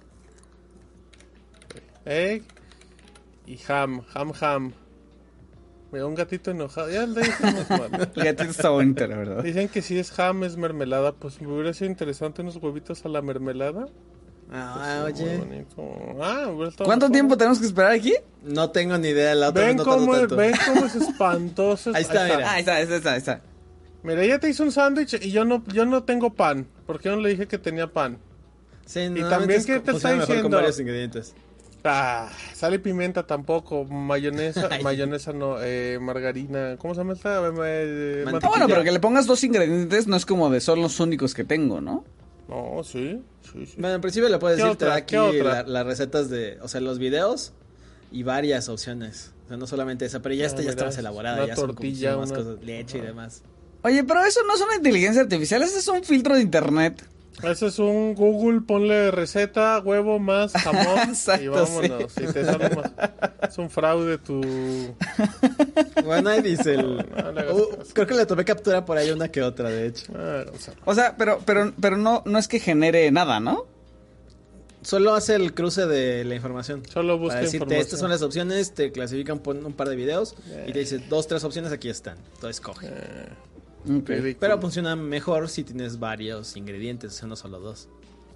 Egg y ham, ham, ham. Mira, un gatito enojado. Ya el de ahí estamos mal. El gatito está bonito, la verdad. Dicen que si es ham es mermelada. Pues me hubiera sido interesante unos huevitos a la mermelada. Ah, Muy oye. bonito. Ah, hubiera estado ¿Cuánto mejor. tiempo tenemos que esperar aquí? No tengo ni idea. La otra vez Ven no tardó cómo, es, tanto. ven cómo es espantoso. Ahí está, mira. Ah, ahí está, ahí está, ahí está, ahí está. Mira, ella te hizo un sándwich y yo no, yo no tengo pan. ¿Por qué no le dije que tenía pan? Sí, Y normalmente también, es- ¿qué te funciona está mejor diciendo? con varios ingredientes. Ah, sal y pimienta tampoco. Mayonesa, Ay. mayonesa no, eh, margarina. ¿Cómo se llama esta? Eh, eh, Mantequilla. Ah, bueno, pero que le pongas dos ingredientes no es como de son los únicos que tengo, ¿no? No, sí, sí, sí. Bueno, en principio le puedes ¿Qué decir, te otra? da aquí ¿Qué otra? la- las recetas de, o sea, los videos y varias opciones. O sea, no solamente esa, pero ya Ah, esta ya mira, está más elaborada, una ya son tortilla, como más una- cosas, leche y demás. Oye, pero eso no es una inteligencia artificial, ese es un filtro de internet. Ese es un Google, ponle receta, huevo más jamón Exacto, y vámonos. Y te sale más. Es un fraude tu... Bueno, ahí dice el... No, no hagas Uh, caso. creo que le tomé captura por ahí una que otra, de hecho. Ah, o sea, O sea, pero, pero, pero no, no es que genere nada, ¿no? Solo hace el cruce de la información. solo busca Para decirte, información. estas son las opciones, te clasifican por un par de videos y te dice, dos, tres opciones aquí están. Entonces coge. Eh, Ok. ridículo. Pero funciona mejor si tienes varios ingredientes, o sea, no solo dos.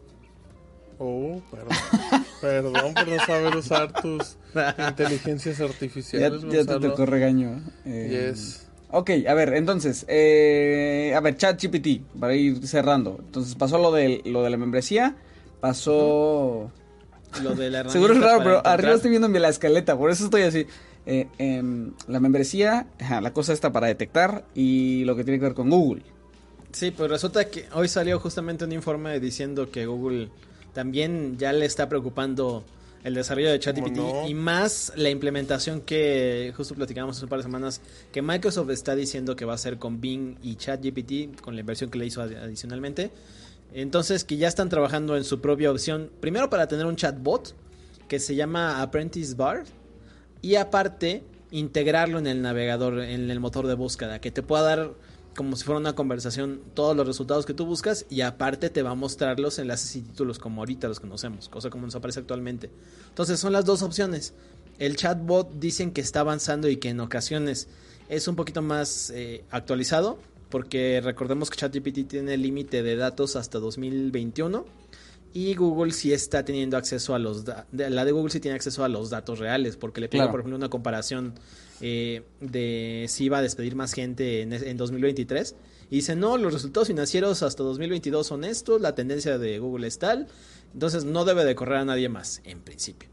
Oh, perdón. Perdón por no saber usar tus inteligencias Ya, artificiales, ya te Gonzalo. tocó regaño. Eh, Yes. Ok, a ver, entonces, eh, a ver, ChatGPT, para ir cerrando. Entonces pasó lo de, lo de la membresía, pasó... Lo de la herramienta Seguro es raro, para pero encontrar- arriba estoy viendo la escaleta, por eso estoy así. Eh, em, la membresía, ajá, la cosa está para detectar y lo que tiene que ver con Google. Sí, pues resulta que hoy salió justamente un informe diciendo que Google también ya le está preocupando el desarrollo de ChatGPT ¿Cómo no? y más la implementación que justo platicamos hace un par de semanas que Microsoft está diciendo que va a hacer con Bing y ChatGPT con la inversión que le hizo ad- adicionalmente. Entonces que ya están trabajando en su propia opción, primero para tener un chatbot que se llama Apprentice Bard y aparte integrarlo en el navegador, en el motor de búsqueda, que te pueda dar como si fuera una conversación, todos los resultados que tú buscas, y aparte te va a mostrar los enlaces y títulos como ahorita los conocemos, cosa como nos aparece actualmente. Entonces son las dos opciones. El chatbot dicen que está avanzando y que en ocasiones es un poquito más eh, actualizado, porque recordemos que ChatGPT tiene límite de datos hasta dos mil veintiuno, y Google sí está teniendo acceso a los da- de, la de Google sí tiene acceso a los datos reales, porque le pidió, Claro. por ejemplo, una comparación eh, de si iba a despedir más gente en, en dos mil veintitrés, y dice, no, los resultados financieros hasta dos mil veintidós son estos, la tendencia de Google es tal, entonces no debe de correr a nadie más, en principio.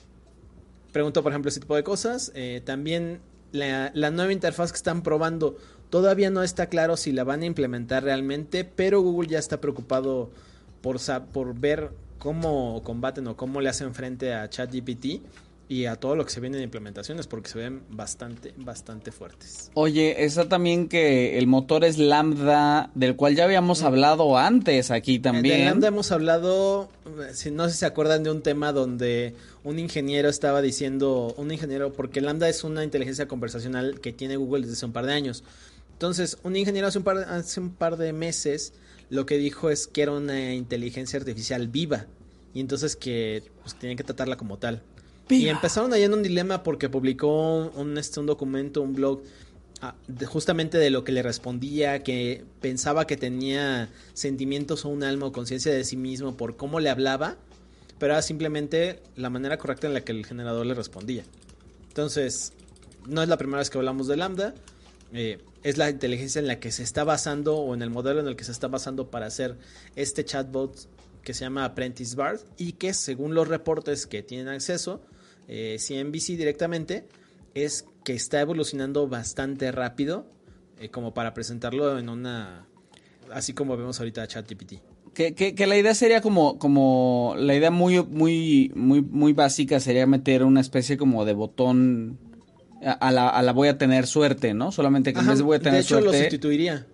Pregunto, por ejemplo, ese tipo de cosas. Eh, también la, la nueva interfaz que están probando, todavía no está claro si la van a implementar realmente, pero Google ya está preocupado por, por ver cómo combaten o cómo le hacen frente a ChatGPT y a todo lo que se viene de implementaciones, porque se ven bastante, bastante fuertes. Oye, está también que el motor es Lambda, del cual ya habíamos hablado antes aquí también. De Lambda hemos hablado, si no sé si se acuerdan de un tema donde un ingeniero estaba diciendo, un ingeniero, porque Lambda es una inteligencia conversacional que tiene Google desde hace un par de años. Entonces, un ingeniero hace un par, hace un par de meses lo que dijo es que era una inteligencia artificial viva, y entonces que pues, tenían que tratarla como tal. Viva. Y empezaron ahí en un dilema porque publicó un, este, un documento, un blog, ah, de, justamente de lo que le respondía, que pensaba que tenía sentimientos o un alma o conciencia de sí mismo por cómo le hablaba, pero era simplemente la manera correcta en la que el generador le respondía. Entonces, no es la primera vez que hablamos de Lambda, eh, es la inteligencia en la que se está basando, o en el modelo en el que se está basando para hacer este chatbot que se llama Apprentice Bard, y que según los reportes que tienen acceso, eh, C N B C directamente, es que está evolucionando bastante rápido, eh, como para presentarlo en una, así como vemos ahorita a ChatGPT. Que, que, que la idea sería como, como, la idea muy, muy, muy, muy básica sería meter una especie como de botón a, a la, a la voy a tener suerte, ¿no? Solamente que Ajá, en vez de voy a tener de hecho suerte. lo sustituiría.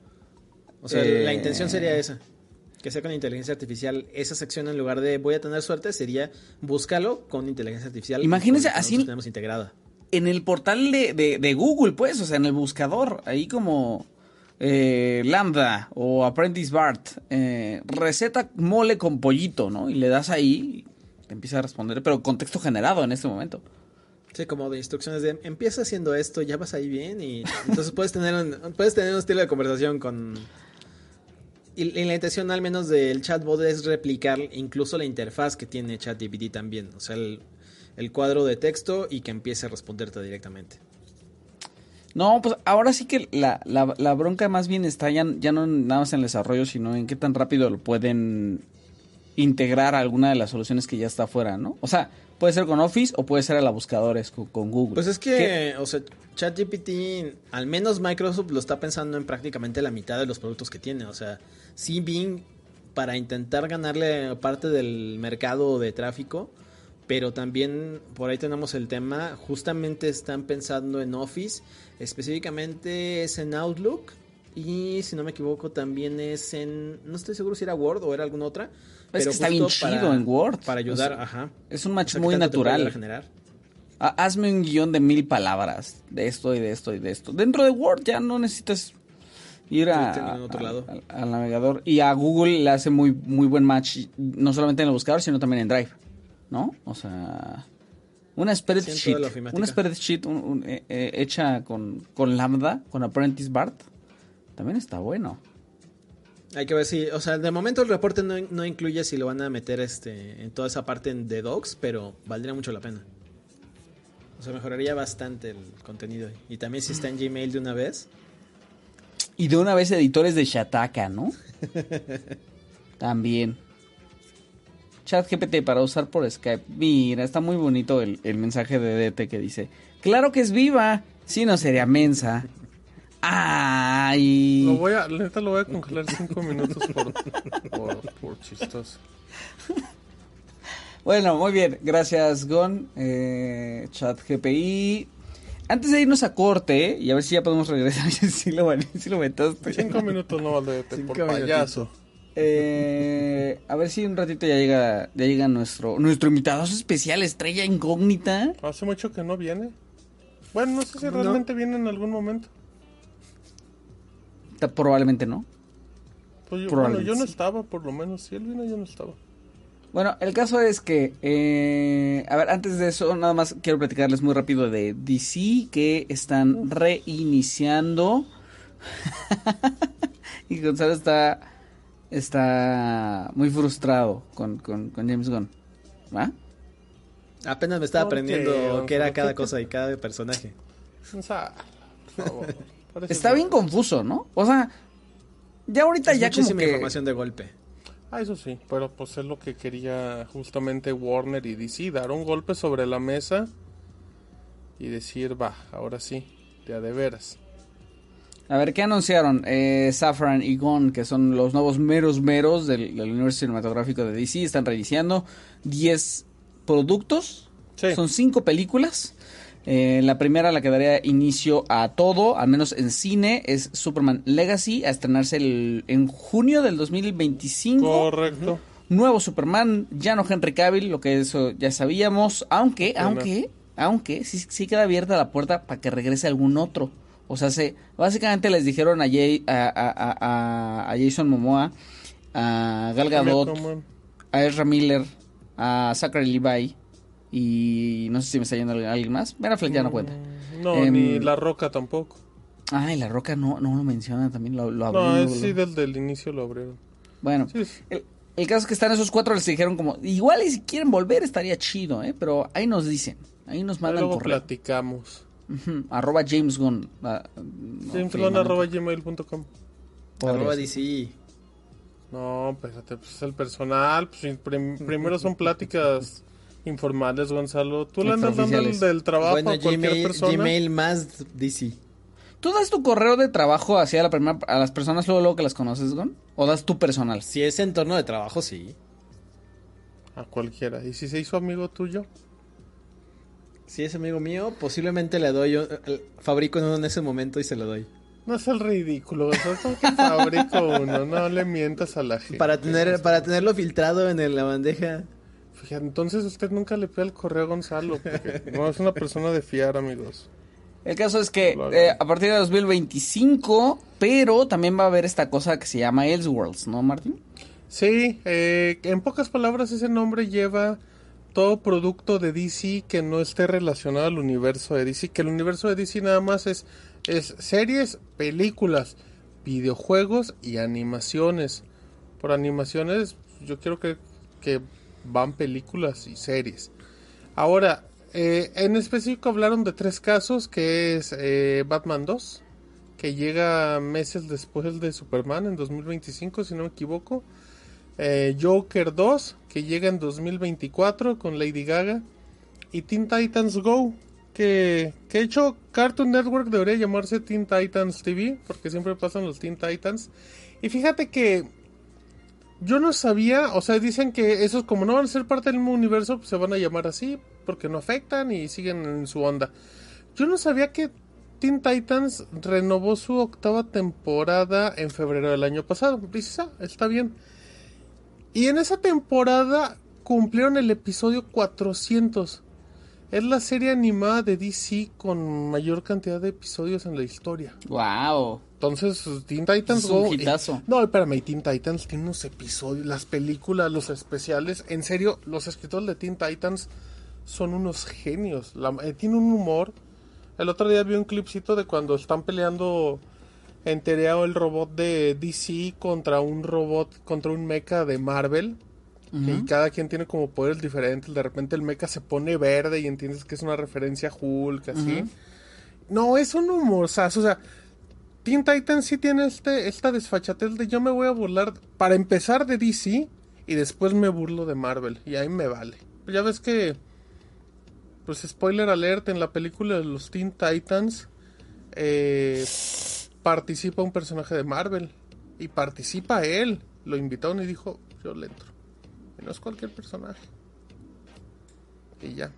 O sea, eh... la intención sería esa. Que sea con inteligencia artificial, esa sección en lugar de voy a tener suerte sería búscalo con inteligencia artificial. Imagínense así así tenemos integrada. En el portal de, de, de Google, pues, o sea, en el buscador, ahí como eh, Lambda o Apprentice Bard, eh, receta mole con pollito, ¿no? Y le das ahí y te empieza a responder, pero con texto generado en este momento. Sí, como de instrucciones de empieza haciendo esto, ya vas ahí bien, y entonces puedes tener un, puedes tener un estilo de conversación con... Y, y la intención al menos del chatbot es replicar incluso la interfaz que tiene ChatGPT también. O sea, el, el cuadro de texto y que empiece a responderte directamente. No, pues ahora sí que la, la, la bronca más bien está ya, ya no nada más en el desarrollo, sino en qué tan rápido lo pueden integrar a alguna de las soluciones que ya está afuera, ¿no? O sea, puede ser con Office o puede ser a la buscadores con, con Google. Pues es que, ¿Qué? o sea, ChatGPT, al menos Microsoft lo está pensando en prácticamente la mitad de los productos que tiene. O sea, sí, Bing, para intentar ganarle parte del mercado de tráfico, pero también por ahí tenemos el tema, justamente están pensando en Office, específicamente es en Outlook, y si no me equivoco también es en, no estoy seguro si era Word o era alguna otra. Es pero que está bien chido para, en Word. Para ayudar, o sea, ajá. Es un match o sea, muy natural. Generar. Hazme un guión de mil palabras de esto y de esto y de esto. Dentro de Word ya no necesitas ir a, a, otro lado. a, a, al navegador. Y a Google le hace muy, muy buen match, no solamente en el buscador, sino también en Drive, ¿no? O sea, una spreadsheet, una spreadsheet un, un, eh, eh, hecha con, con Lambda, con Apprentice Bard, también está bueno. Hay que ver si, o sea, de momento el reporte no, no incluye si lo van a meter este en toda esa parte de docs, pero valdría mucho la pena. O sea, mejoraría bastante el contenido. Y también si está en Gmail de una vez. Y de una vez editores de Shataka, ¿no? También. ChatGPT para usar por Skype. Mira, está muy bonito el, el mensaje de D T que dice: claro que es viva, si no sería mensa. Ay. Lo voy a, la neta lo voy a congelar cinco minutos por, por, por chistoso. Bueno, muy bien, gracias Gon, eh, ChatGPI. Antes de irnos a corte, y a ver si ya podemos regresar, si lo, si lo metaste. Cinco minutos no vale, por payaso. Eh, a ver si un ratito ya llega, ya llega nuestro, nuestro invitado especial, estrella incógnita. Hace mucho que no viene. Bueno, no sé si realmente no. viene en algún momento. Ta- Probablemente no. Pues yo, bueno, Probablemente yo no sí. estaba, por lo menos. Si él vino, yo no estaba. Bueno, el caso es que, eh, a ver, antes de eso, nada más quiero platicarles muy rápido de D C, que están reiniciando. Y Gonzalo está, está muy frustrado con, con, con James Gunn. ¿Va? Apenas me estaba ¿Por qué, aprendiendo Gonzalo? qué era ¿Qué cada te- cosa y cada personaje. O sea, por favor. Parece Está ser- bien confuso, ¿no? O sea, ya ahorita Es ya como muchísima que... información de golpe. Ah, eso sí, pero pues es lo que quería justamente Warner y D C, dar un golpe sobre la mesa y decir, va, ahora sí, de a de veras. A ver, ¿qué anunciaron? Eh, Safran y Gunn, que son los nuevos meros meros del, del universo cinematográfico de D C, están reiniciando diez productos. Sí. Son cinco películas. Eh, la primera, la que daría inicio a todo, al menos en cine, es Superman Legacy, a estrenarse el- en junio del dos mil veinticinco. Correcto. Nuevo Superman, ya no Henry Cavill, lo que eso ya sabíamos, aunque, Pena. aunque, aunque, sí, sí queda abierta la puerta para que regrese algún otro. O sea, se, básicamente les dijeron a, Jay, a, a, a, a- a Jason Momoa, a Gal Gadot, Como- a Ezra Miller, a Zachary Levi y no sé si me está yendo alguien más. Ben Affleck ya no cuenta. No, Em, ni La Roca tampoco. Ay, La Roca no, no lo menciona también, lo, lo abrió, No, lo- es sí, lo- desde el inicio lo abrieron. Bueno, Sí, sí. el, el caso es que están esos cuatro, les dijeron como, igual y si quieren volver estaría chido, ¿eh? Pero ahí nos dicen, ahí nos Ahí mandan luego correo. platicamos. Ujú, arroba James Gunn. ah, no, James sí, Gunn mandan arroba gmail punto com. por Arroba eso. D C. No, espérate, pues es el personal. Pues, prim- primero son pláticas informales, Gonzalo. Tú le andas dando el Extraoficiales. del trabajo Bueno, a cualquier Gmail, persona. Gmail más D C. ¿Tú das tu correo de trabajo hacia la primera, a las personas luego, luego que las conoces, Gon? ¿O das tu personal? Si es entorno de trabajo, sí. A cualquiera. ¿Y si se hizo amigo tuyo? Si es amigo mío, posiblemente le doy, un- el- fabrico uno en ese momento y se lo doy. No es el ridículo, Gonzalo. ¿Cómo que fabrico uno? No le mientas a la gente. Para tener, para tenerlo filtrado en el- la bandeja. Fíjate, entonces usted nunca le pide el correo a Gonzalo. Porque no es una persona de fiar, amigos. El caso es que Lo hagan. eh, a partir de dos mil veinticinco, pero también va a haber esta cosa que se llama Elseworlds, ¿no, Martín? Sí, eh, en pocas palabras ese nombre lleva todo producto de D C que no esté relacionado al universo de D C, que el universo de D C nada más es, es series, películas, videojuegos y animaciones. Por animaciones yo quiero que, que van películas y series. Ahora, eh, en específico hablaron de tres casos, que es eh, Batman dos, que llega meses después de Superman en dos mil veinticinco, si no me equivoco. Eh, Joker dos, que llega en dos mil veinticuatro con Lady Gaga. Y Teen Titans Go, que, que de hecho Cartoon Network debería llamarse Teen Titans T V, porque siempre pasan los Teen Titans. Y fíjate que yo no sabía, o sea, dicen que esos como no van a ser parte del mismo universo, pues se van a llamar así, porque no afectan y siguen en su onda. Yo no sabía que Teen Titans renovó su octava temporada en febrero del año pasado. Dices, ah, está bien. Y en esa temporada cumplieron el episodio cuatrocientos. Es la serie animada de D C con mayor cantidad de episodios en la historia. ¡Wow! Entonces, Teen Titans Es un Go. hitazo. eh, no, espérame, Teen Titans tiene unos episodios, las películas, los especiales. En serio, los escritores de Teen Titans son unos genios. La, eh, tiene un humor. El otro día vi un clipcito de cuando están peleando en teoría el robot de D C contra un robot, contra un mecha de Marvel. Ujú. Y cada quien tiene como poderes diferentes. De repente el mecha se pone verde y entiendes que es una referencia a Hulk, así. Ujú. No, es un humorzazo, o sea, Teen Titans sí tiene este, esta desfachatez de yo me voy a burlar, para empezar, de D C, y después me burlo de Marvel, y ahí me vale. Ya ves que, pues spoiler alert, en la película de los Teen Titans, eh, participa un personaje de Marvel, y participa él, lo invitaron y dijo, yo le entro, y no es cualquier personaje. Y ya.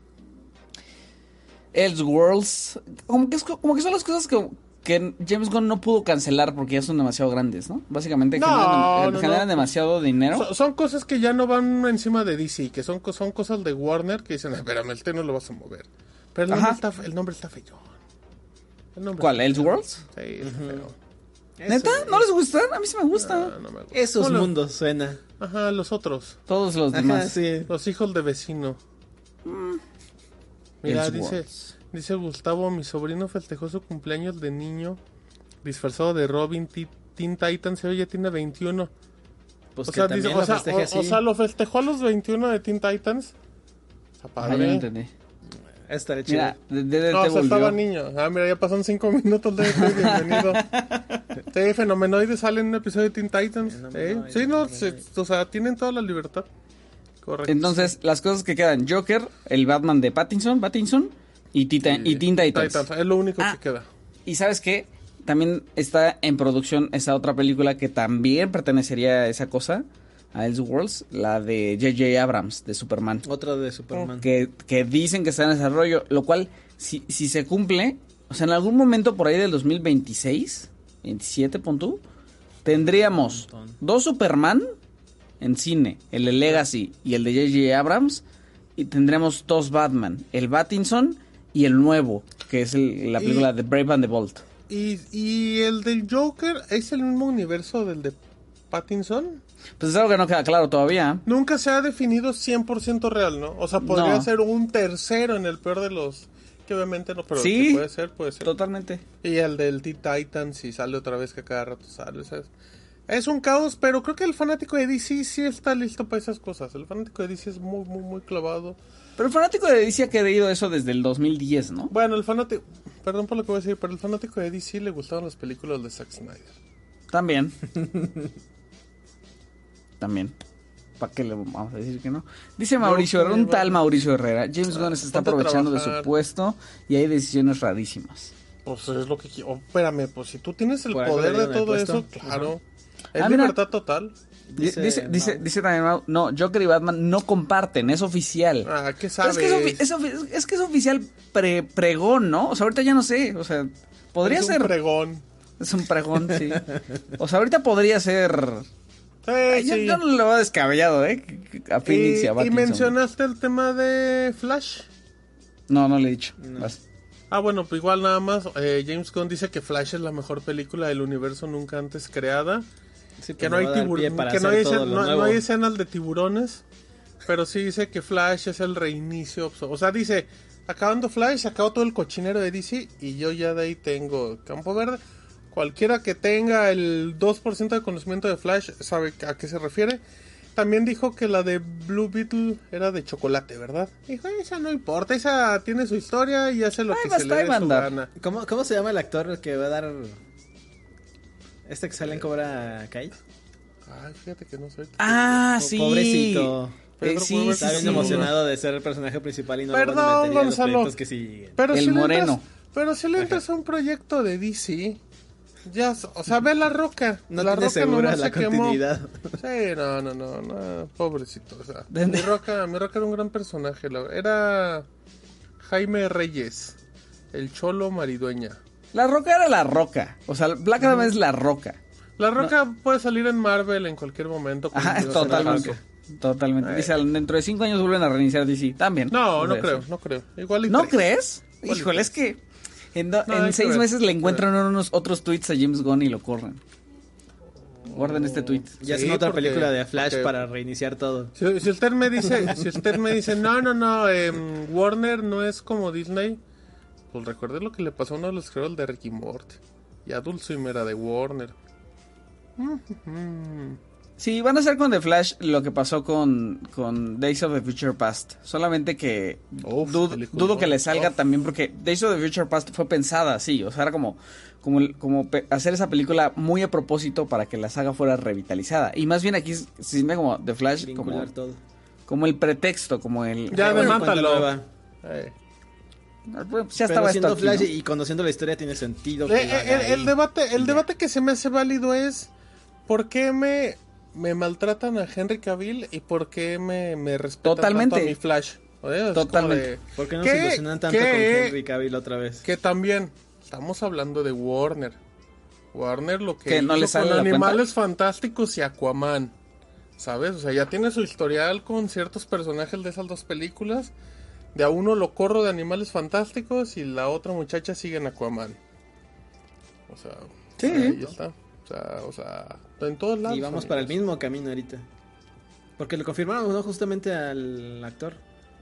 Elseworlds, como que, es, como que son las cosas que, que James Gunn no pudo cancelar porque ya son demasiado grandes, ¿no? Básicamente No, generan, no, generan no. demasiado dinero. Son, son cosas que ya no van encima de D C, que son, co- son cosas de Warner que dicen, espérame, este no lo vas a mover. Pero el Ajá. nombre está, el nombre está feo. El nombre ¿Cuál? está feo. ¿Elseworlds? Sí, está feo. ¿Neta? Eso, ¿No les gustan? A mí sí me gusta. Ah, no me gusta. Esos Hola. mundos suena. Ajá, los otros. Todos los Ajá, demás. sí. Los hijos de vecino. Mira, Elseworlds. dice, dice Gustavo, mi sobrino festejó su cumpleaños de niño disfrazado de Robin T- Teen Titans y hoy ya tiene veintiuno. Pues O que sea, también dice, lo o, sea, festeje o- así. o sea, lo festejó a los veintiuno de Teen Titans. Está Ah, yo no padre. entendí. Estaré chido. Mira, de- de- No, te o sea, volvió. estaba niño. Ah, mira, ya pasaron cinco minutos de este, bienvenido. Sí, Fenomenoide sale en un episodio de Teen Titans. ¿eh? Fenomenoide, Sí, no, Fenomenoide. se- o sea, tienen toda la libertad. Correcto. Entonces, las cosas que quedan: Joker, el Batman de Pattinson, Pattinson y, Tita- y Teen Titans. Es lo único Ah. que queda. Y ¿sabes qué? También está en producción esa otra película que también pertenecería a esa cosa, a Elseworlds, la de J J Abrams, de Superman. Otra de Superman. Que, que dicen que está en desarrollo, lo cual, si, si se cumple, o sea, en algún momento por ahí del dos mil veintiséis, veintisiete, pon tú, tendríamos Un montón. dos Superman en cine, el de Legacy y el de J J Abrams, y tendremos dos Batman, el Pattinson y el nuevo, que es el- la Y- película de Brave and the Bold. ¿Y, y el del Joker es el mismo universo del de Pattinson? Pues es algo que no queda claro todavía. Nunca se ha definido cien por ciento real, ¿no? O sea, podría No. ser un tercero en el peor de los... Que obviamente no, pero Sí. que puede ser, puede ser. Totalmente. Y el del Teen Titans, si sale otra vez que cada rato sale, ¿sabes? Es un caos, pero creo que el fanático de D C sí está listo para esas cosas. El fanático de D C es muy, muy, muy clavado. Pero el fanático de D C ha querido eso desde el dos mil diez, ¿no? Bueno, el fanático... Perdón por lo que voy a decir, pero el fanático de D C le gustaban las películas de Zack Snyder. También. También. ¿Para qué le vamos a decir que no? Dice Mauricio, creo un que tal va- Mauricio Herrera. James Gunn se está ponte a aprovechando de su trabajar. puesto y hay decisiones rarísimas. Pues es lo que quiero. Oh, espérame, pues si tú tienes el Por algo poder le de dieron el todo eso, puesto. claro. Es Ah, mira. libertad total. Di- Dice Dice, dice, Mau. dice también Mau, no, Joker y Batman no comparten, es oficial. Ah, ¿qué Pero sabes? es, que es, ofi- es ofi- es que es oficial pre- pregón, ¿no? O sea, ahorita ya no sé, o sea, podría Es un ser... pregón. Es un pregón, sí. O sea, ahorita podría ser... Sí, Ay, yo, sí. yo no lo veo descabellado, ¿eh? A Phoenix y, y, a y Pattinson. mencionaste el tema de Flash. No, no le he dicho. No. Vas. Ah, bueno, pues igual nada más. eh, James Gunn dice que Flash es la mejor película del universo nunca antes creada. Sí, Que pues no le hay, va a dar tibur- pie para que no hacer hay, todo escen- lo no- no nuevo. hay escenas de tiburones. Pero sí dice que Flash es el reinicio. O sea, dice, acabando Flash, acabo todo el cochinero de D C y yo ya de ahí tengo campo verde. Cualquiera que tenga el dos por ciento de conocimiento de Flash sabe a qué se refiere. También dijo que la de Blue Beetle era de chocolate, ¿verdad? Dijo, esa no importa, esa tiene su historia y hace lo Ay, que va a se le estar dé su mandar. gana. ¿Cómo, ¿Cómo se llama el actor que va a dar... Este que sale en Cobra Kai? Ay, fíjate que no soy... Ah, Po- sí. pobrecito. Eh, Pedro sí, Weber sí, Está bien sí. emocionado de ser el personaje principal y no Perdón, lo van a meter ya en los Gonzalo. proyectos que siguen. Pero El si le moreno. entras- pero si le entras a un proyecto de D C, ya, o sea, ve La Roca. No la tiene Roca segura nomás la se quemó. continuidad. Sí, no, no, no, no, pobrecito, o sea, ¿De- mi Roca, mi Roca era un gran personaje, la- era Jaime Reyes, el cholo maridueña. La Roca era la Roca. O sea, Black Adam es la Roca. La Roca puede salir en Marvel en cualquier momento. con Ajá, un personaje. totalmente. Totalmente. Ay. Dice, dentro de cinco años vuelven a reiniciar D C. También. No, no Puede creo, ser. no creo. Igual y ¿No tres. crees? Igual y Híjole, es que en, do- No, en hay que seis ver, meses le hay que encuentran unos otros tweets a James Gunn y lo corren. Guarden este tweet. Ya Sí, hacen otra porque- película de Flash porque- para reiniciar todo. Si, si usted me dice, si usted me dice, no, no, no, em, Warner no es como Disney, pues recuerde lo que le pasó a uno de los creadores de Ricky Morty. Y Adult Swim era de Warner. Mm. Sí, van a hacer con The Flash lo que pasó con, con Days of the Future Past. Solamente que Uf, dud- película. dudo que le salga Uf. también porque Days of the Future Past fue pensada así. O sea, era como, como, el- como pe- hacer esa película muy a propósito para que la saga fuera revitalizada. Y más bien aquí se siente como The Flash como, Vincular todo. como el pretexto, como el... Ya, Ay, bueno, demátalo. cuenta nueva. Eh. Pues ya Pero estaba esto siendo aquí, Flash ¿no? y conociendo la historia tiene sentido. que Eh, lo eh, haga el, el ahí. debate, el Ya. debate que se me hace válido es ¿por qué me, me maltratan a Henry Cavill y por qué me, me respetan Totalmente. tanto a mi Flash? ¿Eh? Es como Totalmente. de- ¿Por qué no ¿Qué? se ilusionan tanto ¿Qué? con Henry Cavill otra vez? Que también estamos hablando de Warner. Warner lo que, Que no hizo le sale con la cuenta. Animales Fantásticos y Aquaman. ¿Sabes? O sea, ya tiene su historial con ciertos personajes de esas dos películas. De a uno lo corro de Animales Fantásticos y la otra muchacha sigue en Aquaman. O sea, Sí. ahí está. sea, o sea, en todos lados. Y vamos amigos. para el mismo camino ahorita. Porque le confirmaron, ¿no? Justamente al actor.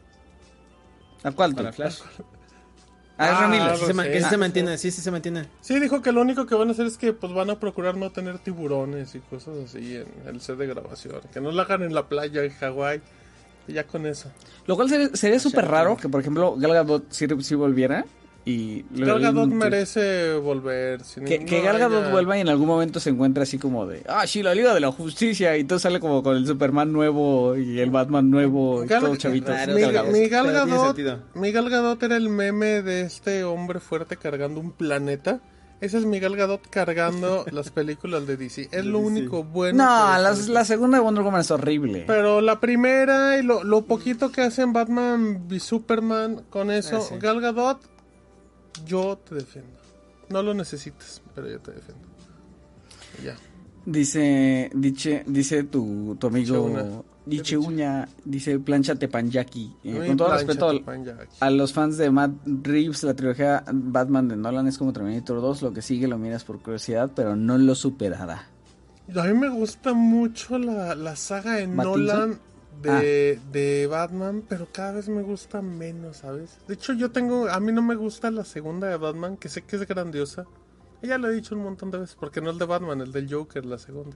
¿A cuál? Para tú? Flash. Ah, es Ah, Ramírez. Sí se ma- sí, que sí sí, se sí. mantiene, sí, sí se mantiene. Sí, dijo que lo único que van a hacer es que pues van a procurar no tener tiburones y cosas así en el set de grabación. Que no lo hagan en la playa en Hawái. Y ya con eso. Lo cual sería, sería súper raro que, por ejemplo, Gal Gadot sí, sí volviera y... Gal Gadot merece volver. Sin Que, que no Gal Gadot haya- vuelva y en algún momento se encuentre así como de... Ah, sí, la Liga de la Justicia. Y todo sale como con el Superman nuevo y el Batman nuevo y Gal- todos chavitos. Claro, Mi, Gal Gadot. mi Gal Pero tiene Gadot, sentido. mi Gal Gadot era el meme de este hombre fuerte cargando un planeta. Ese es mi Gal Gadot cargando las películas de D C. Es lo único bueno. No, que la, es- la segunda de Wonder Woman es horrible. Pero la primera y lo, lo poquito que hacen Batman y Superman con eso, Ah, sí. Gal Gadot, yo te defiendo. No lo necesitas, pero yo te defiendo. Y ya. Dice, dice, dice tu, tu amigo, Cheuna. dice Uña, dice plancha Tepanyaki. Eh, Muy con todo plancha, respeto al- Tepanyaki. a los fans de Matt Reeves, la trilogía Batman de Nolan es como Terminator dos, lo que sigue lo miras por curiosidad, pero no lo superará. A mí me gusta mucho la, la saga de ¿Pattinson? Nolan de, de Batman, pero cada vez me gusta menos, ¿sabes? De hecho, yo tengo, a mí no me gusta la segunda de Batman, que sé que es grandiosa. Ya lo he dicho un montón de veces, porque no es de Batman, el del Joker, la segunda.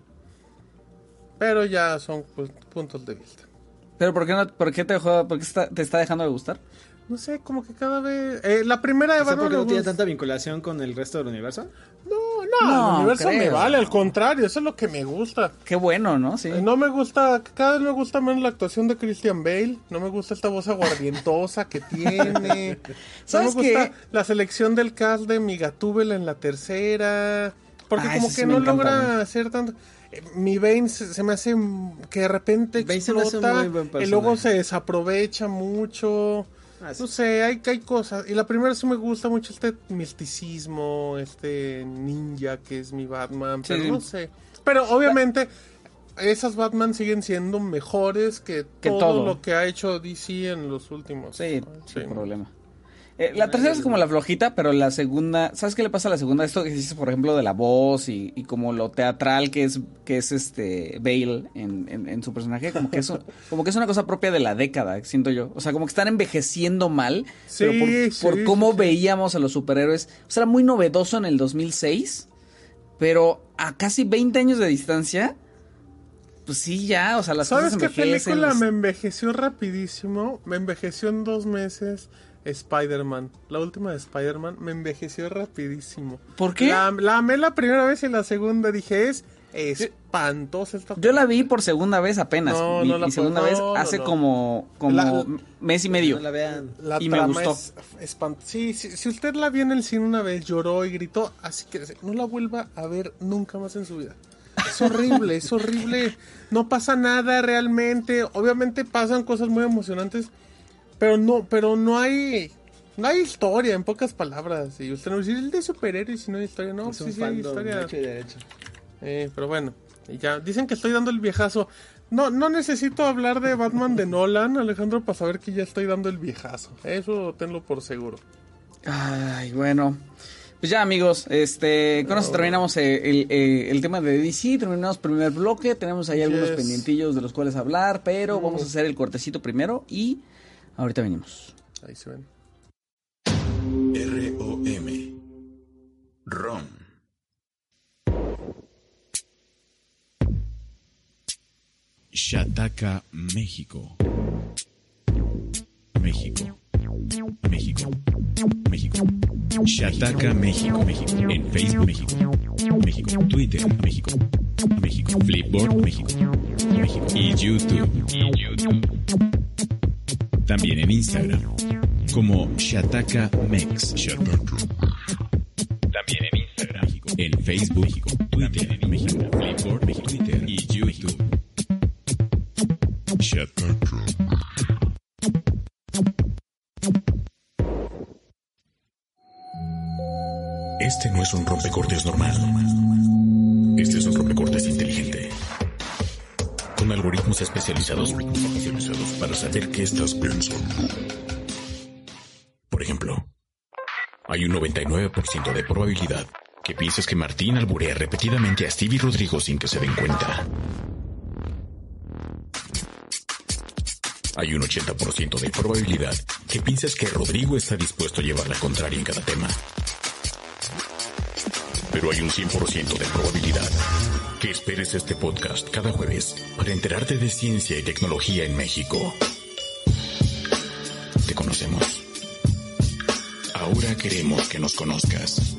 Pero ya son pues, puntos de vista. Pero ¿por qué, no, por qué te, dejó, por qué está- te está dejando de gustar? No sé, como que cada vez... Eh, la primera de ¿Quizá Batman... porque no me tiene gusta- tanta vinculación con el resto del universo? No, no, No, el universo me creo. vale, al contrario, eso es lo que me gusta. Qué bueno, ¿no? Sí. Eh, No me gusta, cada vez me gusta menos la actuación de Christian Bale, no me gusta esta voz aguardientosa que tiene, no me ¿Sabes gusta qué? la selección del cast de mi Gatúbela en la tercera, porque Ah, como ese que sí me no encanta, logra ¿no? hacer tanto... eh, Mi Bane se, se me hace mm, que de repente Bane se me hace un explota muy buen y luego personaje. se desaprovecha mucho. Ah, sí. No sé, hay, hay cosas. Y la primera sí me gusta mucho este misticismo, este ninja que es mi Batman, pero Sí. no sé. Pero obviamente esas Batman siguen siendo mejores que, Que todo, todo. lo que ha hecho D C en los últimos. Sí, Sí. sin problema. Eh, la tercera es como la flojita, pero la segunda, ¿sabes qué le pasa a la segunda? Esto que dices, por ejemplo, de la voz y, y como lo teatral que es que es este Bale en, en, en su personaje, como que eso, como que es una cosa propia de la década, siento yo. O sea, como que están envejeciendo mal, Sí, pero por, sí, por cómo sí, sí. veíamos a los superhéroes. O sea, era muy novedoso en el dos mil seis, pero a casi veinte años de distancia, pues sí, ya, o sea, las ¿Sabes cosas qué envejecen. película las- me envejeció rapidísimo? Me envejeció en dos meses. Spider-Man, la última de Spider-Man, me envejeció rapidísimo. ¿Por qué? La, la amé la primera vez y la segunda dije, es espantosa esta Yo la vi por segunda vez apenas. No, mi, no la mi puedo- segunda no, vez no, hace no. como, como La- mes y medio. No la vean. La y me trama gustó. es espant- sí, sí, si usted la vio en el cine una vez, lloró y gritó, así que no la vuelva a ver nunca más en su vida. Es horrible, es horrible. No pasa nada realmente. Obviamente pasan cosas muy emocionantes, pero no, pero no hay, no hay historia, en pocas palabras. Y usted no dice, el de superhéroes y no hay historia. No, Es sí, un sí hay fandom historia. hecho y derecho. Eh, pero bueno, y ya dicen que estoy dando el viejazo. No, no necesito hablar de Batman de Nolan, Alejandro, para saber que ya estoy dando el viejazo. Eso tenlo por seguro. Ay, bueno. Pues ya, amigos, este, con eso terminamos eh, el, eh, el tema de D C, terminamos el primer bloque, tenemos ahí algunos Yes. pendientillos de los cuales hablar, pero Mm. vamos a hacer el cortecito primero y ahorita venimos. Ahí se ven. R O M. ROM. Shataka, México. México. México. México. Shataka, México. México. En Facebook, México. México. Twitter, México. México. Flipboard, México. México. Y YouTube. Y YouTube. También en Instagram. Como Shataka Mex. Shataka. También en Instagram. México. En Facebook, México. Twitter, México. Flipboard, México. Twitter y YouTube. Shataka. Este no es un rompecortes normal. Este es un rompecortes inteligente. Con algoritmos especializados para saber qué estás pensando. Por ejemplo, hay un noventa y nueve por ciento de probabilidad ¿Que piensas que Martín alburea repetidamente a Steve y Rodrigo sin que se den cuenta? Hay un ochenta por ciento de probabilidad que pienses que Rodrigo está dispuesto a llevar la contraria en cada tema. Pero hay un cien por ciento de probabilidad que esperes este podcast cada jueves para enterarte de ciencia y tecnología en México. Te conocemos. Ahora queremos que nos conozcas.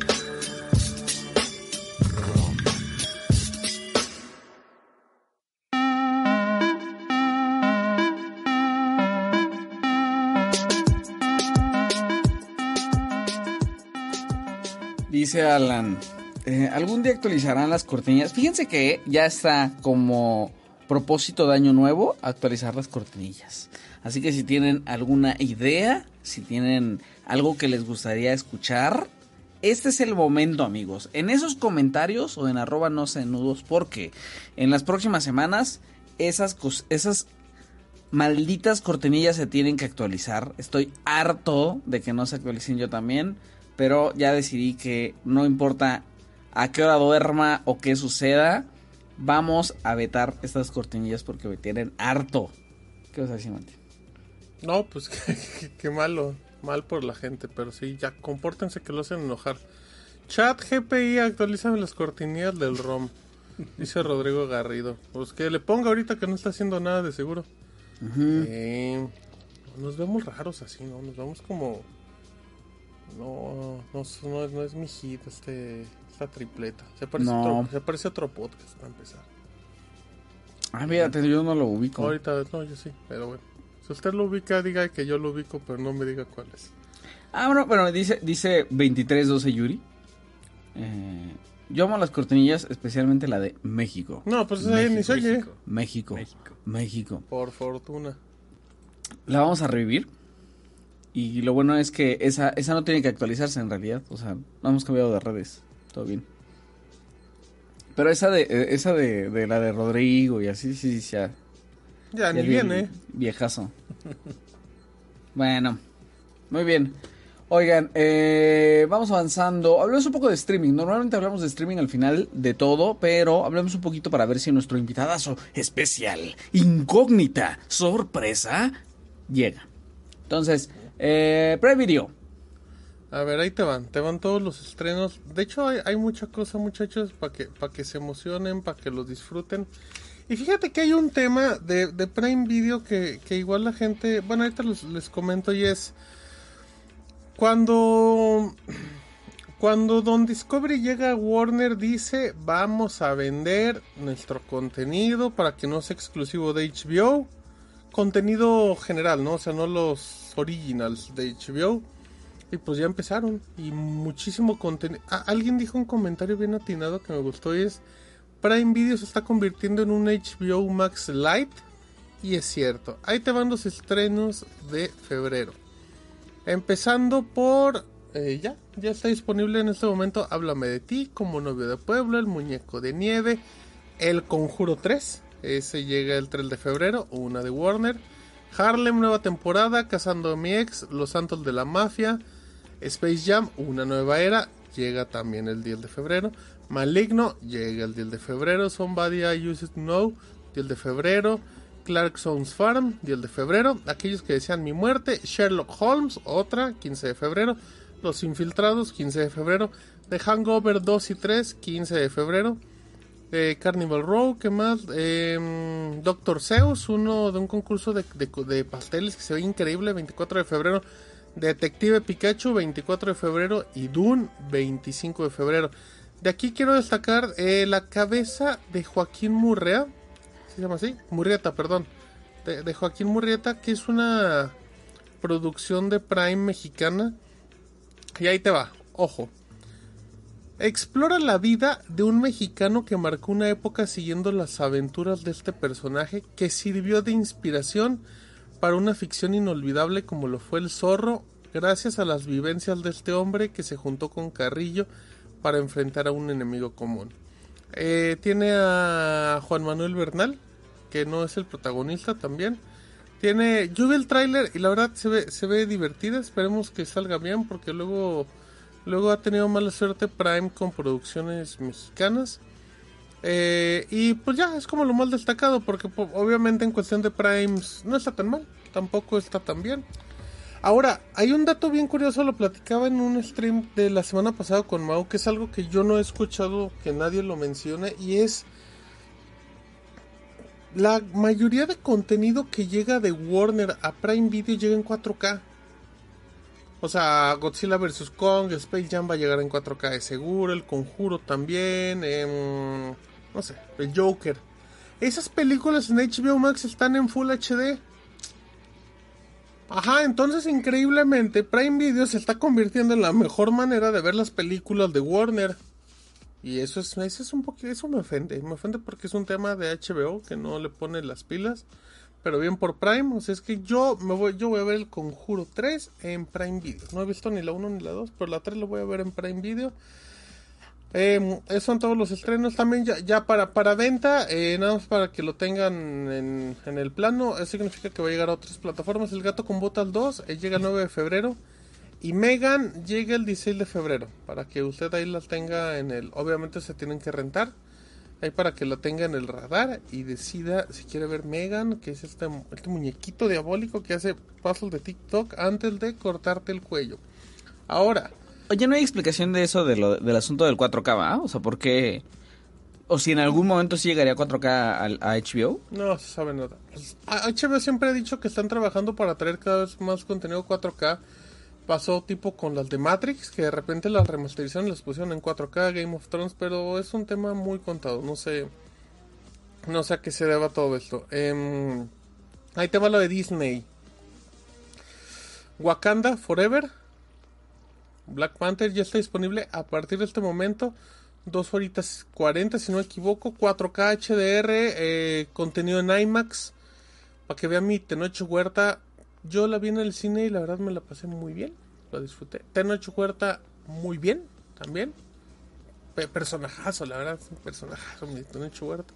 Dice Alan, eh, ¿algún día actualizarán las cortinillas? Fíjense que ya está como propósito de año nuevo actualizar las cortinillas. Así que si tienen alguna idea, si tienen algo que les gustaría escuchar, este es el momento, amigos. En esos comentarios o en arroba no sé nudos, porque en las próximas semanas esas, esas malditas cortinillas se tienen que actualizar. Estoy harto de que no se actualicen yo también. Pero ya decidí que no importa a qué hora duerma o qué suceda, vamos a vetar estas cortinillas porque me tienen harto. ¿Qué vas a decir, Martín? No, pues qué, qué malo, mal por la gente, pero sí, ya compórtense que lo hacen enojar. Chat G P I, actualízame las cortinillas del ROM, dice Rodrigo Garrido. Pues que le ponga ahorita que no está haciendo nada de seguro. Uh-huh. eh, Nos vemos raros así, ¿no? Nos vemos como... No, no, no, no es mi hit este, esta tripleta. Se parece, no. otro, se parece otro podcast para empezar. Ah, fíjate, yo no lo ubico. Ahorita, no, yo sí, pero bueno. Si usted lo ubica, diga que yo lo ubico, pero no me diga cuál es. Ah, bueno, pero dice, dice veintitrés doce Yuri. Eh, yo amo las cortinillas, especialmente la de México. No, pues ahí ni se oye. México, México, México. Por fortuna. La vamos a revivir. Y lo bueno es que esa esa no tiene que actualizarse en realidad. O sea, no hemos cambiado de redes. Todo bien. Pero esa de esa de, de la de Rodrigo y así, sí, sí, ya. Ya, ya ni viene. Viejazo. Bueno, muy bien. Oigan, eh, vamos avanzando. Hablemos un poco de streaming. Normalmente hablamos de streaming al final de todo, pero hablemos un poquito para ver si nuestro invitadazo especial, incógnita, sorpresa, llega. Entonces... Eh, Pre-Video. A ver, ahí te van, te van todos los estrenos. De hecho, hay, hay mucha cosa, muchachos, para que, para que se emocionen, para que los disfruten. Y fíjate que hay un tema de, de Prime Video que, que igual la gente... Bueno, ahorita los, les comento y es... Cuando... Cuando Don Discovery llega a Warner, dice, vamos a vender nuestro contenido para que no sea exclusivo de H B O. Contenido general, ¿no? O sea, no los originals de H B O. Y pues ya empezaron. Y muchísimo contenido. Ah, alguien dijo un comentario bien atinado que me gustó y es... Prime Video se está convirtiendo en un H B O Max Lite. Y es cierto. Ahí te van los estrenos de febrero. Empezando por... Eh, ya, ya está disponible en este momento Háblame de ti, Como novio de pueblo, El muñeco de nieve, El Conjuro tres. Ese llega el tres de febrero, una de Warner. Harlem, nueva temporada, Cazando a mi ex, Los Santos de la Mafia, Space Jam, una nueva era, llega también el diez de febrero. Maligno, llega el diez de febrero. Somebody I Used to Know, diez de febrero. Clarkson's Farm, diez de febrero. Aquellos que desean mi muerte. Sherlock Holmes, otra, quince de febrero. Los Infiltrados, quince de febrero. The Hangover dos y tres, quince de febrero. Eh, Carnival Row, ¿qué más? Eh, Doctor Seuss, uno de un concurso de, de, de pasteles que se ve increíble, veinticuatro de febrero. Detective Pikachu, veinticuatro de febrero. Y Dune, veinticinco de febrero. De aquí quiero destacar eh, la cabeza de Joaquín Murrea. ¿Se llama así? Murrieta, perdón. De, de Joaquín Murrieta, que es una producción de Prime mexicana. Y ahí te va, ojo. Explora la vida de un mexicano que marcó una época siguiendo las aventuras de este personaje que sirvió de inspiración para una ficción inolvidable como lo fue El Zorro, gracias a las vivencias de este hombre que se juntó con Carrillo para enfrentar a un enemigo común. Eh, tiene a Juan Manuel Bernal, que no es el protagonista también. Tiene, yo vi el tráiler y la verdad se ve, se ve divertida, esperemos que salga bien porque luego Luego ha tenido mala suerte Prime con producciones mexicanas. Eh, y pues ya, es como lo más destacado, porque po- obviamente en cuestión de Primes no está tan mal, tampoco está tan bien. Ahora, hay un dato bien curioso, lo platicaba en un stream de la semana pasada con Mau, que es algo que yo no he escuchado que nadie lo mencione, y es la mayoría de contenido que llega de Warner a Prime Video llega en cuatro K. O sea, Godzilla versus. Kong, Space Jam va a llegar en cuatro K de seguro, El Conjuro también, eh, no sé, el Joker. Esas películas en H B O Max están en Full H D. Ajá, entonces increíblemente Prime Video se está convirtiendo en la mejor manera de ver las películas de Warner. Y eso es, eso es un poquito, eso me ofende, me ofende porque es un tema de H B O que no le pone las pilas. Pero bien por Prime, o sea, es que yo me voy, yo voy a ver El Conjuro tres en Prime Video. No he visto ni la uno ni la dos, pero la tres la voy a ver en Prime Video. Eh, esos son todos los estrenos. También ya, ya para, para venta, eh, nada más para que lo tengan en, en el plano. Eso significa que va a llegar a otras plataformas. El Gato con Botas dos eh, llega el nueve de febrero. Y Megan llega el dieciséis de febrero. Para que usted ahí la tenga en el... Obviamente se tienen que rentar. Ahí para que la tenga en el radar y decida si quiere ver Megan, que es este, este muñequito diabólico que hace puzzles de TikTok antes de cortarte el cuello. Ahora... Oye, ¿no hay explicación de eso, de lo, del asunto del cuatro K, ¿va? O sea, ¿por qué? O si en algún momento sí llegaría cuatro K a, a H B O. No se sabe nada. Pues, H B O siempre ha dicho que están trabajando para traer cada vez más contenido cuatro K. Pasó tipo con las de Matrix, que de repente las remasterizaron y las pusieron en cuatro K, Game of Thrones, pero es un tema muy contado, no sé, no sé a qué se deba todo esto. Eh, ahí te va lo de Disney. Wakanda Forever, Black Panther ya está disponible a partir de este momento, dos horitas cuarenta si no me equivoco, cuatro K H D R, eh, contenido en IMAX, para que vean mi Tenoch Huerta. Yo la vi en el cine y la verdad me la pasé muy bien. Lo disfruté. Tenoch Huerta muy bien también. Pe- personajazo, la verdad. Un personajazo, mi Tenoch Huerta.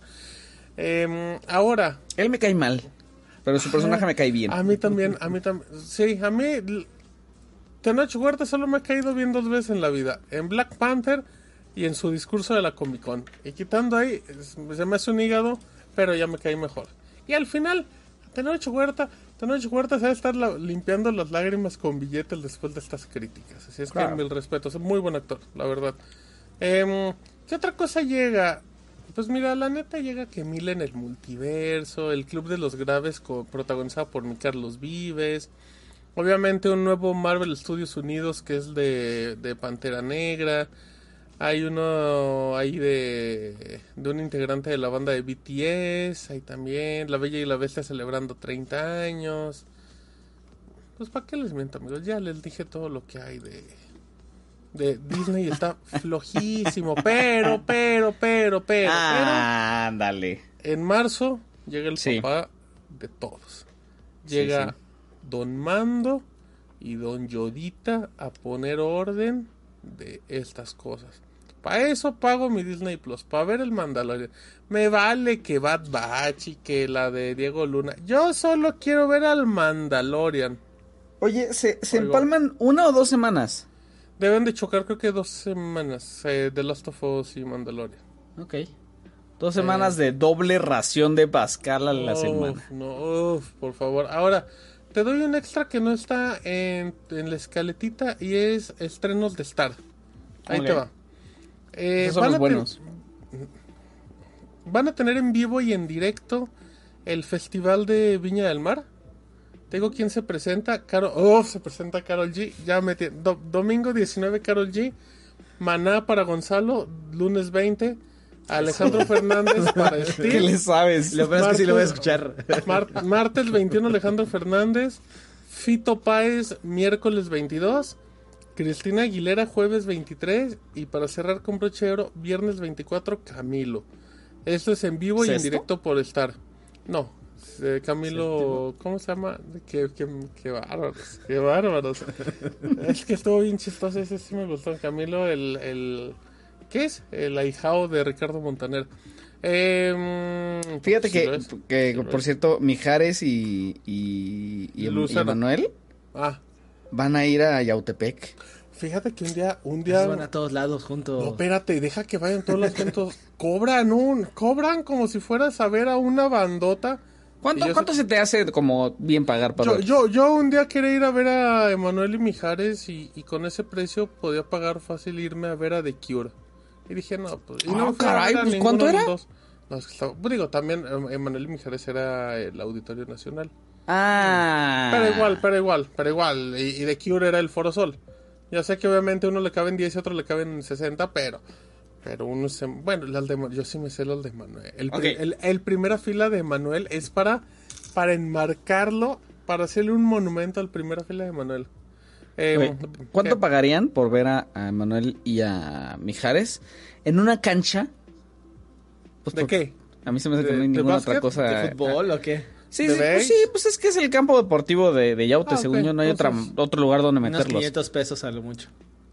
Eh, ahora. Él me cae mal, pero su personaje me cae bien. A mí también, a mí también. Sí, a mí Tenoch Huerta solo me ha caído bien dos veces en la vida. En Black Panther y en su discurso de la Comic Con. Y quitando ahí, se me hace un hígado, pero ya me caí mejor. Y al final, Tenoch Huerta... Tenoch Huerta se va a estar la, limpiando las lágrimas con billetes después de estas críticas. Así es claro. Que mil respetos. Es muy buen actor, la verdad. Eh, ¿Qué otra cosa llega? Pues mira, la neta llega que Mil en el multiverso, el Club de los Graves co- protagonizado por mi Carlos Vives. Obviamente un nuevo Marvel Studios Unidos que es de, de Pantera Negra. Hay uno ahí de, de un integrante de la banda de B T S. Ahí también. La Bella y la Bestia celebrando treinta años. Pues para qué les miento, amigos. Ya les dije todo lo que hay de, de Disney. Está flojísimo. Pero, pero, pero, pero. Ah, ándale. En marzo llega el sí. papá de todos. Llega sí, sí. Don Mando y Don Yodita a poner orden de estas cosas. Para eso pago mi Disney Plus, para ver el Mandalorian. Me vale que Bad Batch y que la de Diego Luna. Yo solo quiero ver al Mandalorian. Oye, ¿se, se empalman una o dos semanas? Deben de chocar creo que dos semanas. Eh, The Last of Us y Mandalorian. Ok. Dos semanas eh, de doble ración de Pascal a la uf, semana. No, uf, por favor. Ahora, te doy un extra que no está en, en la escaletita y es estrenos de Star. Ahí okay. te va. Eh, Esos son van los a buenos. Te... Van a tener en vivo y en directo el Festival de Viña del Mar. Te digo quién se presenta. Carol... Oh, se presenta Karol G. Ya me t... Do... Domingo diecinueve Karol G. Maná para Gonzalo. Lunes veinte. Alejandro Fernández para Steve. ¿Qué le sabes? Lo peor es que sí lo voy a escuchar. Mar... Martes veintiuno Alejandro Fernández. Fito Páez miércoles veintidós. Cristina Aguilera jueves veintitrés. Y para cerrar con broche de oro viernes veinticuatro Camilo. Esto es en vivo y en directo por Star. No, eh, Camilo, ¿cómo se llama? Qué, qué, qué bárbaros, qué bárbaros. Es que estuvo bien chistoso, ese sí me gustó. Camilo, el, el ¿qué es? El ahijado de Ricardo Montaner. Eh, Fíjate sí que, que sí por cierto, Mijares y, y, y, y Emanuel ah. van a ir a Yautepec. Fíjate que un día, un día... Van a todos lados juntos. No, espérate, deja que vayan todos los juntos. Cobran un, cobran como si fueras a ver a una bandota. ¿Cuánto, ¿cuánto se... se te hace como bien pagar para yo, yo, yo un día quería ir a ver a Emanuel y Mijares y, y con ese precio podía pagar fácil irme a ver a The Cure. Y dije, no, pues... Y no oh, caray, pues, ¿cuánto era? No, es que estaba, digo, también Emanuel y Mijares era el Auditorio Nacional. Ah. Pero igual, pero igual, pero igual. Y, y The Cure era el Foro Sol. Ya sé que obviamente uno le caben diez y otro le caben sesenta, pero... Pero uno se... Bueno, el de, yo sí me sé el de Manuel. El, okay. el, el primera fila de Manuel es para, para enmarcarlo, para hacerle un monumento al primera fila de Manuel. Eh, Oye, ¿cuánto ¿qué? pagarían por ver a, a Manuel y a Mijares en una cancha? Pues ¿De por, qué? A mí se me hace que no hay ninguna básquet? otra cosa. ¿De fútbol o qué? Sí, sí, pues sí, pues es que es el campo deportivo de, de Yaute, ah, según okay. yo, no hay Entonces, otra, otro lugar donde meterlos. Unos quinientos pesos a lo mucho.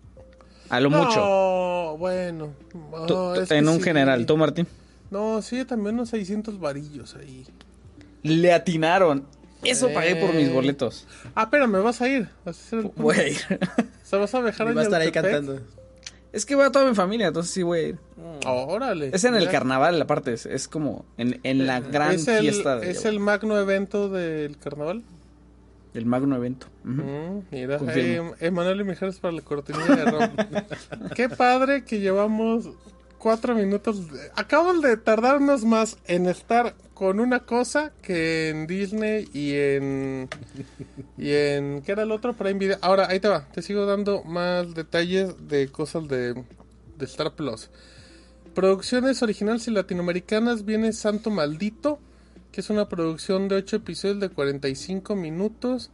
A lo no, mucho. bueno. Oh, tú, es en un sí. general, ¿tú, Martín? No, sí, también unos seiscientos varillos ahí. Le atinaron. Eso eh... pagué por mis boletos. Ah, espérame, vas a ir. Vas a hacer el... Voy a ir. O sea, vas a dejar ahí. Va a estar ahí cantando. Es que va toda mi familia, entonces sí voy a ir. Oh, órale. Es en el carnaval, aparte, es, es como en, en la gran ¿Es el, fiesta. De ¿Es el magno evento del carnaval? El magno evento. Uh-huh. Mm, mira, eh, Emanuel y Mijares para la cortinilla de Ron. Qué padre que llevamos cuatro minutos. De... Acabamos de tardarnos más en estar con una cosa que en Disney y en... y en... ¿Qué era el otro? Prime Video. Ahora, ahí te va. Te sigo dando más detalles de cosas de, de Star Plus. Producciones originales y latinoamericanas. Viene Santo Maldito, que es una producción de ocho episodios de cuarenta y cinco minutos,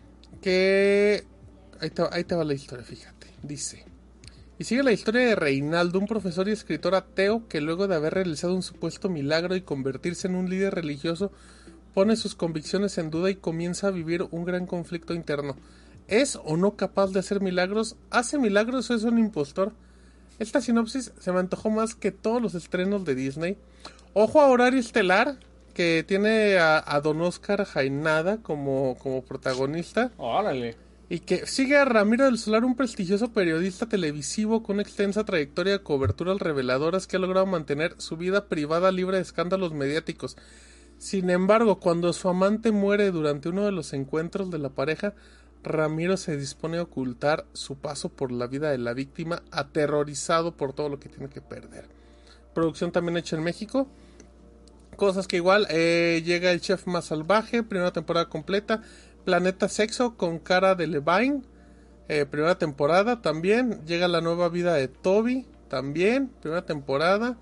que... Ahí te, ahí te va la historia, fíjate. Dice... Y sigue la historia de Reinaldo, un profesor y escritor ateo que luego de haber realizado un supuesto milagro y convertirse en un líder religioso, pone sus convicciones en duda y comienza a vivir un gran conflicto interno. ¿Es o no capaz de hacer milagros? ¿Hace milagros o es un impostor? Esta sinopsis se me antojó más que todos los estrenos de Disney. Ojo a Horario Estelar, que tiene a, a Don Oscar Jaenada como, como protagonista. ¡Órale! Y que sigue a Ramiro del Solar, un prestigioso periodista televisivo con una extensa trayectoria de coberturas reveladoras que ha logrado mantener su vida privada libre de escándalos mediáticos. Sin embargo, cuando su amante muere durante uno de los encuentros de la pareja, Ramiro se dispone a ocultar su paso por la vida de la víctima, aterrorizado por todo lo que tiene que perder. Producción también hecha en México. Cosas que igual, eh, llega El Chef Más Salvaje, primera temporada completa. Planeta Sexo con Cara Delevingne, eh, primera temporada también. Llega La Nueva Vida de Toby, también, primera temporada.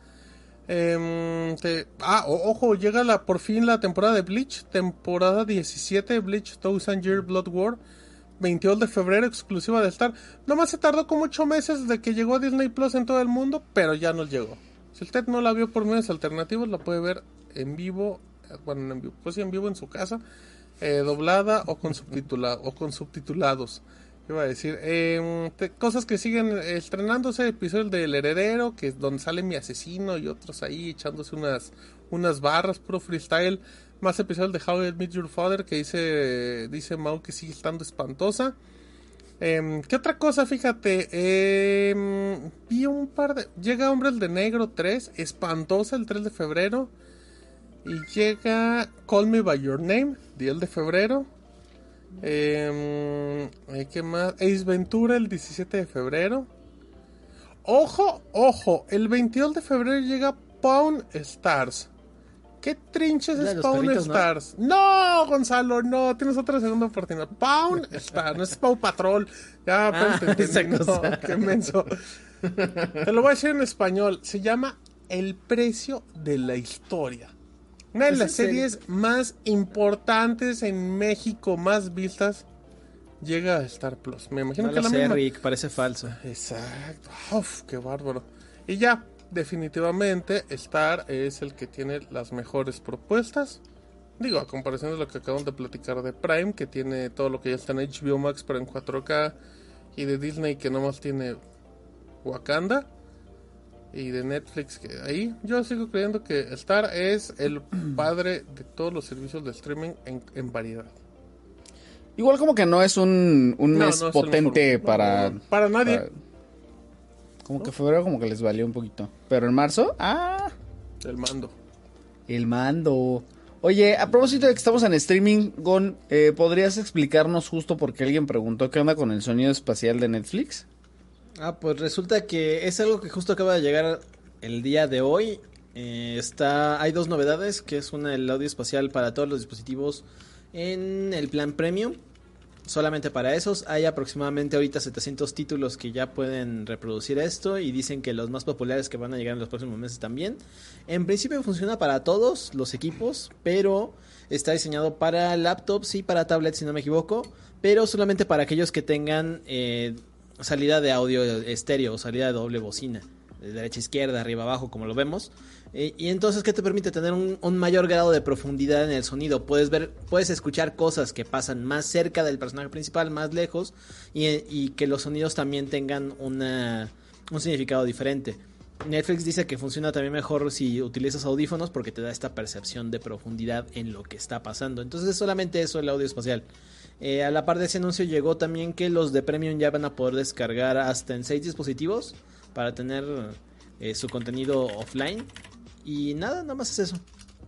Eh, te, ah, o, ojo, llega la, por fin la temporada de Bleach, temporada diecisiete, Bleach Thousand Year Blood War, veintidós de febrero, exclusiva de Star. Nomás se tardó como ocho meses de que llegó a Disney Plus en todo el mundo, pero ya nos llegó. Si usted no la vio por medios alternativos, la puede ver en vivo, bueno, en vivo, pues sí, en vivo en su casa. Eh, doblada o con subtitula o con subtitulados. ¿Qué iba a decir? Eh, te, cosas que siguen estrenándose, episodios del Heredero, que es donde sale Mi Asesino y otros ahí echándose unas unas barras, puro freestyle. Más episodios de How I Met Your Father, que dice dice Mau que sigue estando espantosa. Eh, ¿Qué otra cosa? Fíjate, eh, vi un par de... Llega Hombres de Negro tres, espantosa, el tres de febrero. Y llega Call Me By Your Name, diez de febrero. Eh, ¿Qué más? Ace Ventura, el diecisiete de febrero. Ojo, ojo, el veintidós de febrero llega Pawn Stars. ¿Qué trinches es Pawn Stars? ¿No? no, Gonzalo, no, tienes otra segunda oportunidad. Pawn Stars, no es Paw Patrol. Ya, ah, pero te entendí. No, qué menso. Te lo voy a decir en español. Se llama El Precio de la Historia. Una de las series el... más importantes en México, más vistas, llega a Star Plus. Me imagino no que lo la sé, misma. Rick, parece falso. Exacto. Uf, qué bárbaro. Y ya, definitivamente, Star es el que tiene las mejores propuestas. Digo, a comparación de lo que acabamos de platicar de Prime, que tiene todo lo que ya está en H B O Max, pero en cuatro K, y de Disney, que nomás tiene Wakanda. Y de Netflix, que ahí yo sigo creyendo que Star es el padre de todos los servicios de streaming en, en variedad. Igual como que no es un, un No, mes no es el potente mejor. para... No, no, para nadie. para- como que febrero como que les valió un poquito. Pero en marzo, ah, El mando. el mando. Oye, a propósito de que estamos en streaming, Gon, eh, ¿podrías explicarnos justo porque alguien preguntó qué onda con el sonido espacial de Netflix? Ah, pues resulta que es algo que justo acaba de llegar el día de hoy. Eh, está, hay dos novedades, que es una el audio espacial para todos los dispositivos en el plan premium. Solamente para esos hay aproximadamente ahorita setecientos títulos que ya pueden reproducir esto y dicen que los más populares que van a llegar en los próximos meses también. En principio funciona para todos los equipos, pero está diseñado para laptops y para tablets si no me equivoco, pero solamente para aquellos que tengan eh, salida de audio estéreo o salida de doble bocina, de derecha a izquierda, arriba abajo, como lo vemos. Eh, y entonces, ¿qué te permite? Tener un, un mayor grado de profundidad en el sonido. Puedes ver, puedes escuchar cosas que pasan más cerca del personaje principal, más lejos, y, y que los sonidos también tengan una, un significado diferente. Netflix dice que funciona también mejor si utilizas audífonos porque te da esta percepción de profundidad en lo que está pasando. Entonces es solamente eso el audio espacial. Eh, a la par de ese anuncio llegó también que los de Premium ya van a poder descargar hasta en seis dispositivos para tener eh, su contenido offline. Y nada, nada más es eso.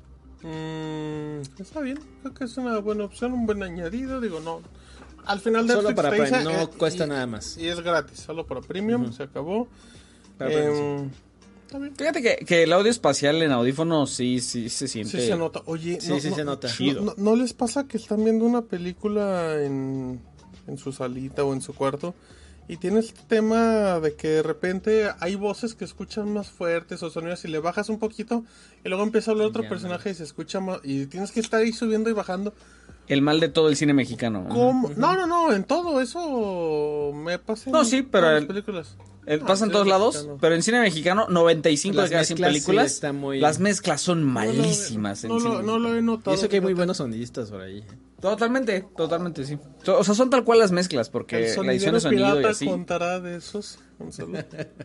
Mm, está bien, creo que es una buena opción, un buen añadido. Digo, no. Al final de Solo para Prime, no cuesta y, nada más. Y es gratis, solo para Premium, Uh-huh. se acabó. Para Eh, Premium, está bien. Fíjate que, que el audio espacial en audífonos sí, sí se siente... Sí se nota. Oye, Sí, no, sí no, se nota. No, no- ¿no les pasa que están viendo una película en, en su salita o en su cuarto y tienes este tema de que de repente hay voces que escuchan más fuertes o sonidos y le bajas un poquito y luego empieza a hablar otro Ya, personaje y se escucha más y tienes que estar ahí subiendo y bajando? El mal de todo el cine mexicano. ¿Cómo? No, no, no, en todo eso me pasa en No, sí, pero todas el- las películas. Eh, No, pasa en cine todos lados, mexicano. pero en cine mexicano noventa y cinco Las de cada cien mezclas sí películas, está muy- las mezclas son malísimas. No, en lo, cine no lo he mexicano. Y notado. eso que hay muy fíjate. buenos sonidistas por ahí. Totalmente, totalmente, sí. So- O sea, son tal cual las mezclas, porque El la edición sonidero de sonido y pirata así. contará de esos. Un saludo.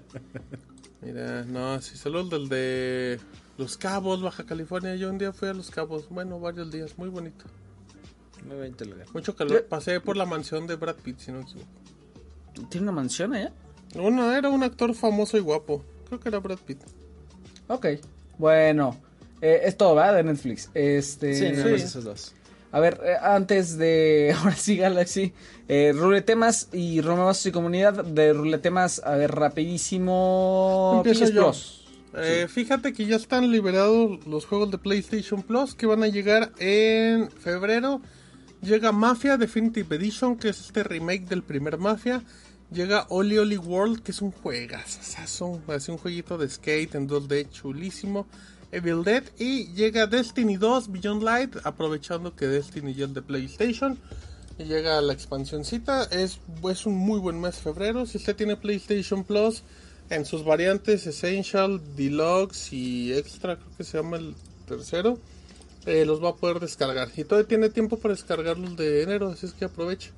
Mira, no, sí, solo el del de Los Cabos, Baja California. Yo un día fui a Los Cabos, bueno, varios días, muy bonito. Muy bonito el lugar. Mucho calor. Pasé por la mansión de Brad Pitt, si no me equivoco. ¿Tiene una mansión allá? Uno era un actor famoso y guapo. Creo que era Brad Pitt. Ok, bueno, eh, es todo, ¿verdad? De Netflix. Este... Sí, nada sí. más esos dos. A ver, eh, antes de, ahora sí, Galaxy, eh, Ruletemas y Romabazos y Comunidad de Ruletemas, a ver, rapidísimo. Empiezo P S yo. Plus. Eh, Fíjate que ya están liberados los juegos de PlayStation Plus que van a llegar en febrero. Llega Mafia Definitive Edition, que es este remake del primer Mafia. Llega Oli Oli World, que es un juegazo, es un jueguito de skate en dos D chulísimo. Evil Dead, y llega Destiny dos Beyond Light, aprovechando que Destiny ya es de PlayStation. Y llega la expansioncita. Es, es un muy buen mes febrero. Si usted tiene PlayStation Plus en sus variantes Essential, Deluxe y Extra, creo que se llama el tercero, eh, los va a poder descargar. Y todavía tiene tiempo para descargarlos de enero, así es que aproveche.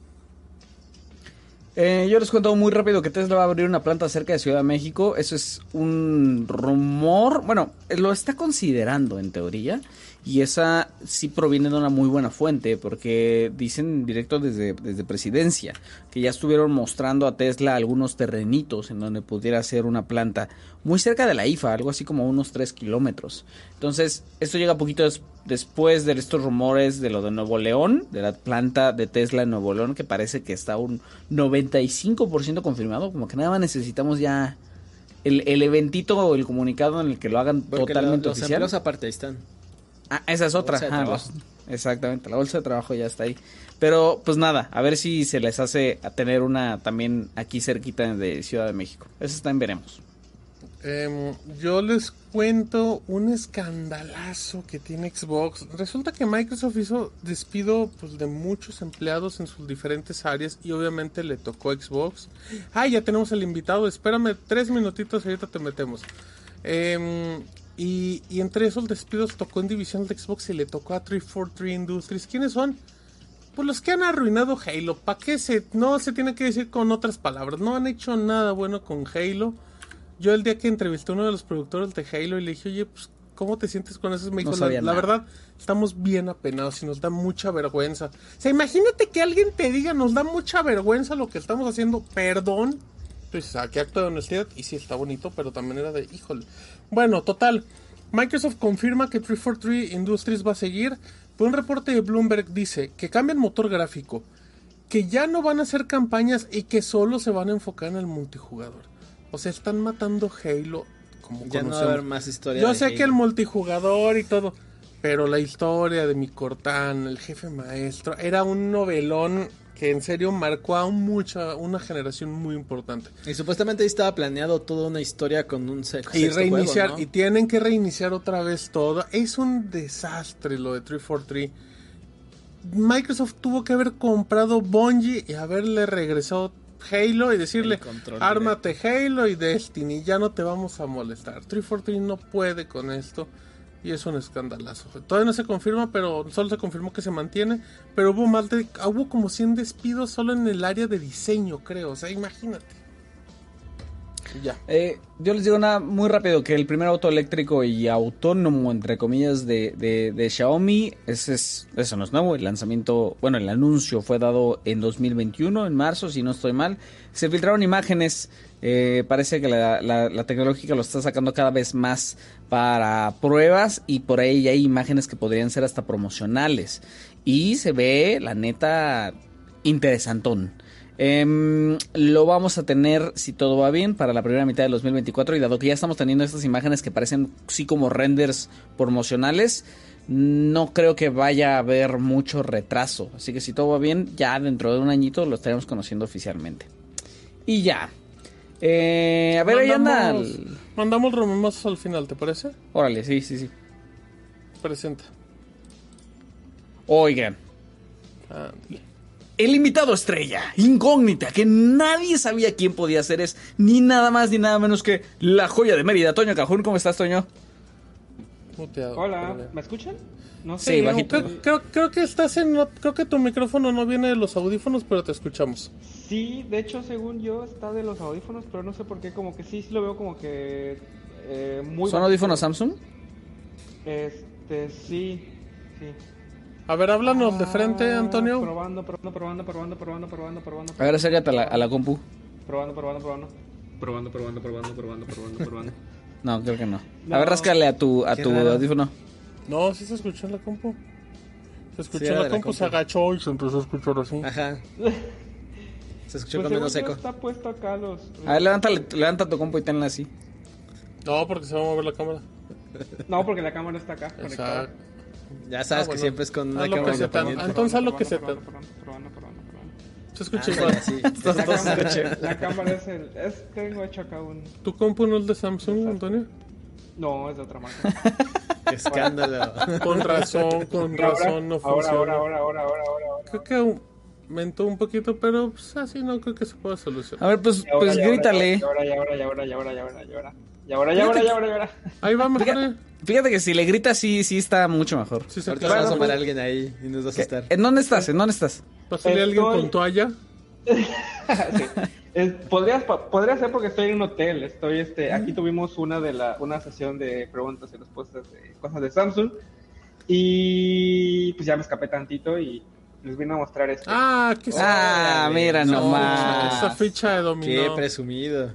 Eh, yo les cuento muy rápido que Tesla va a abrir una planta cerca de Ciudad de México. Eso es un rumor. Bueno, lo está considerando en teoría. Y esa sí proviene de una muy buena fuente. Porque dicen directo desde, desde Presidencia que ya estuvieron mostrando a Tesla algunos terrenitos en donde pudiera hacer una planta muy cerca de la I F A, algo así como unos tres kilómetros. Entonces, esto llega poquito des- después de estos rumores de lo de Nuevo León, de la planta de Tesla en Nuevo León, que parece que está un noventa y cinco por ciento confirmado. Como que nada más necesitamos ya el, el eventito o el comunicado en el que lo hagan Porque totalmente lo- los oficial. empleos aparte ahí están. Ah, esa es otra. bolsa de Ah, trabajo. los- exactamente, la bolsa de trabajo ya está ahí. Pero pues nada, a ver si se les hace a tener una también aquí cerquita de Ciudad de México. Eso está en veremos. Eh, yo les cuento un escandalazo que tiene Xbox. Resulta que Microsoft hizo despido pues, de muchos empleados en sus diferentes áreas y obviamente le tocó a Xbox. Ah, ya tenemos el invitado. Espérame tres minutitos y ahorita te metemos. Eh, y, y entre esos despidos tocó en división de Xbox y le tocó a trescientos cuarenta y tres Industries. ¿Quiénes son? Pues los que han arruinado Halo. ¿Para qué se...? No se tiene que decir con otras palabras. No han hecho nada bueno con Halo. Yo el día que entrevisté a uno de los productores de Halo y le dije, oye, pues, ¿cómo te sientes con eso? Me No dijo, sabía la, la nada. verdad, estamos bien apenados y nos da mucha vergüenza. O sea, imagínate que alguien te diga, nos da mucha vergüenza lo que estamos haciendo, perdón. Entonces, ¿a qué acto de honestidad? Y sí, está bonito, pero también era de, híjole. Bueno, total, Microsoft confirma que trescientos cuarenta y tres Industries va a seguir. Pero un reporte de Bloomberg dice que cambia el motor gráfico, que ya no van a hacer campañas y que solo se van a enfocar en el multijugador. O sea, están matando Halo como Ya no va a conocemos. haber más historia. Yo de sé Halo. que el multijugador y todo, pero la historia de mi Cortana, el jefe maestro, era un novelón que en serio marcó a un mucha, una generación muy importante. Y supuestamente ahí estaba planeado toda una historia con un sexto Y reiniciar, juego, ¿no? y tienen que reiniciar otra vez todo. Es un desastre lo de trescientos cuarenta y tres. Microsoft tuvo que haber comprado Bungie y haberle regresado Halo y decirle, El control ármate Halo y Destiny, ya no te vamos a molestar. trescientos cuarenta y tres no puede con esto y es un escandalazo. Todavía no se confirma, pero solo se confirmó que se mantiene, pero hubo más de, hubo como cien despidos solo en el área de diseño, creo, o sea, imagínate. Ya. Eh, yo les digo nada muy rápido, que el primer auto eléctrico y autónomo, entre comillas, de, de, de Xiaomi, ese es, eso no es nuevo, el lanzamiento, bueno, el anuncio fue dado en dos mil veintiuno, en marzo, si no estoy mal. Se filtraron imágenes, eh, parece que la, la, la tecnológica lo está sacando cada vez más para pruebas y por ahí hay imágenes que podrían ser hasta promocionales. Y se ve, la neta, interesantón. Um, lo vamos a tener, si todo va bien, para la primera mitad del dos mil veinticuatro. Y dado que ya estamos teniendo estas imágenes que parecen sí como renders promocionales, no creo que vaya a haber mucho retraso. Así que si todo va bien, ya dentro de un añito lo estaremos conociendo oficialmente. Y ya. Eh, a ver, ahí anda. Mandamos, el- mandamos romemos al final, ¿te parece? Órale, sí, sí, sí. Presenta. Oigan. Ándale. El invitado estrella, incógnita, que nadie sabía quién podía ser, es ni nada más ni nada menos que la joya de Mérida, Toño Cajún. ¿Cómo estás, Toño? Muteado, Hola, pero bien. ¿me escuchan? No Sí, sé. bajito. Creo, creo, creo que estás en, creo que tu micrófono no viene de los audífonos, pero te escuchamos. Sí, de hecho, según yo, está de los audífonos, pero no sé por qué, como que sí, sí lo veo como que eh, muy... ¿Son bajito. audífonos Samsung? Este, sí, sí. A ver, háblanos de frente, Ah, Antonio. Probando, probando, probando, probando, probando, probando, probando. A ver, acércate a la, a la compu. Probando, probando, probando. Probando, probando, probando, probando, probando, probando. No, creo que no. A No. ver, ráscale a tu, a Qué tu raro. audífono. No, sí se escuchó en la compu. Se escuchó Sí, en era la de la compu, se compu. agachó y se empezó a escuchar así. Ajá. Se escuchó Pues con menos según yo eco. está puesto acá los... A ver, levántale, levanta tu compu y tenla así. No, porque se va a mover la cámara. No, porque la cámara está acá conectada. Exacto. Ya sabes Ah, bueno. que siempre es con una Haz lo cámara que se te- independiente. Entonces haz lo que se te... Probando, probando, probando, probando, probando. Se escucha Ándale, igual. así. La cámara, la cámara es el... Es, tengo hecho acá un... ¿Tu compu no es de Samsung, Antonio? No, es de otra marca. Qué escándalo. Con razón, con Ahora, razón no ahora, funciona. ahora, ahora, ahora, ahora, ahora, ahora. Creo que aumentó un poquito, pero pues, así no creo que se pueda solucionar. A ver, pues, Y ahora, pues y ahora, grítale. Y ahora, y ahora, y ahora, y ahora, y ahora, y ahora. Y ahora, y ahora, y ahora, y ahora. Ahí va mejor. Fíjate, eh. fíjate que si le gritas, sí, sí está mucho mejor. Sí, se Ahorita se va a aclara. asomar alguien ahí y nos va a ¿Qué? asustar. ¿En dónde estás? ¿En dónde estás? Pásale a alguien Estoy- con toalla. Sí. Es- podría, podría ser porque estoy en un hotel. Estoy, este, aquí tuvimos una de la, una sesión de preguntas y respuestas de cosas de Samsung. Y pues ya me escapé tantito y les vine a mostrar esto. Ah, qué Ah, Órale, mira esa nomás. ficha- Esa ficha de Qué dominó. presumido.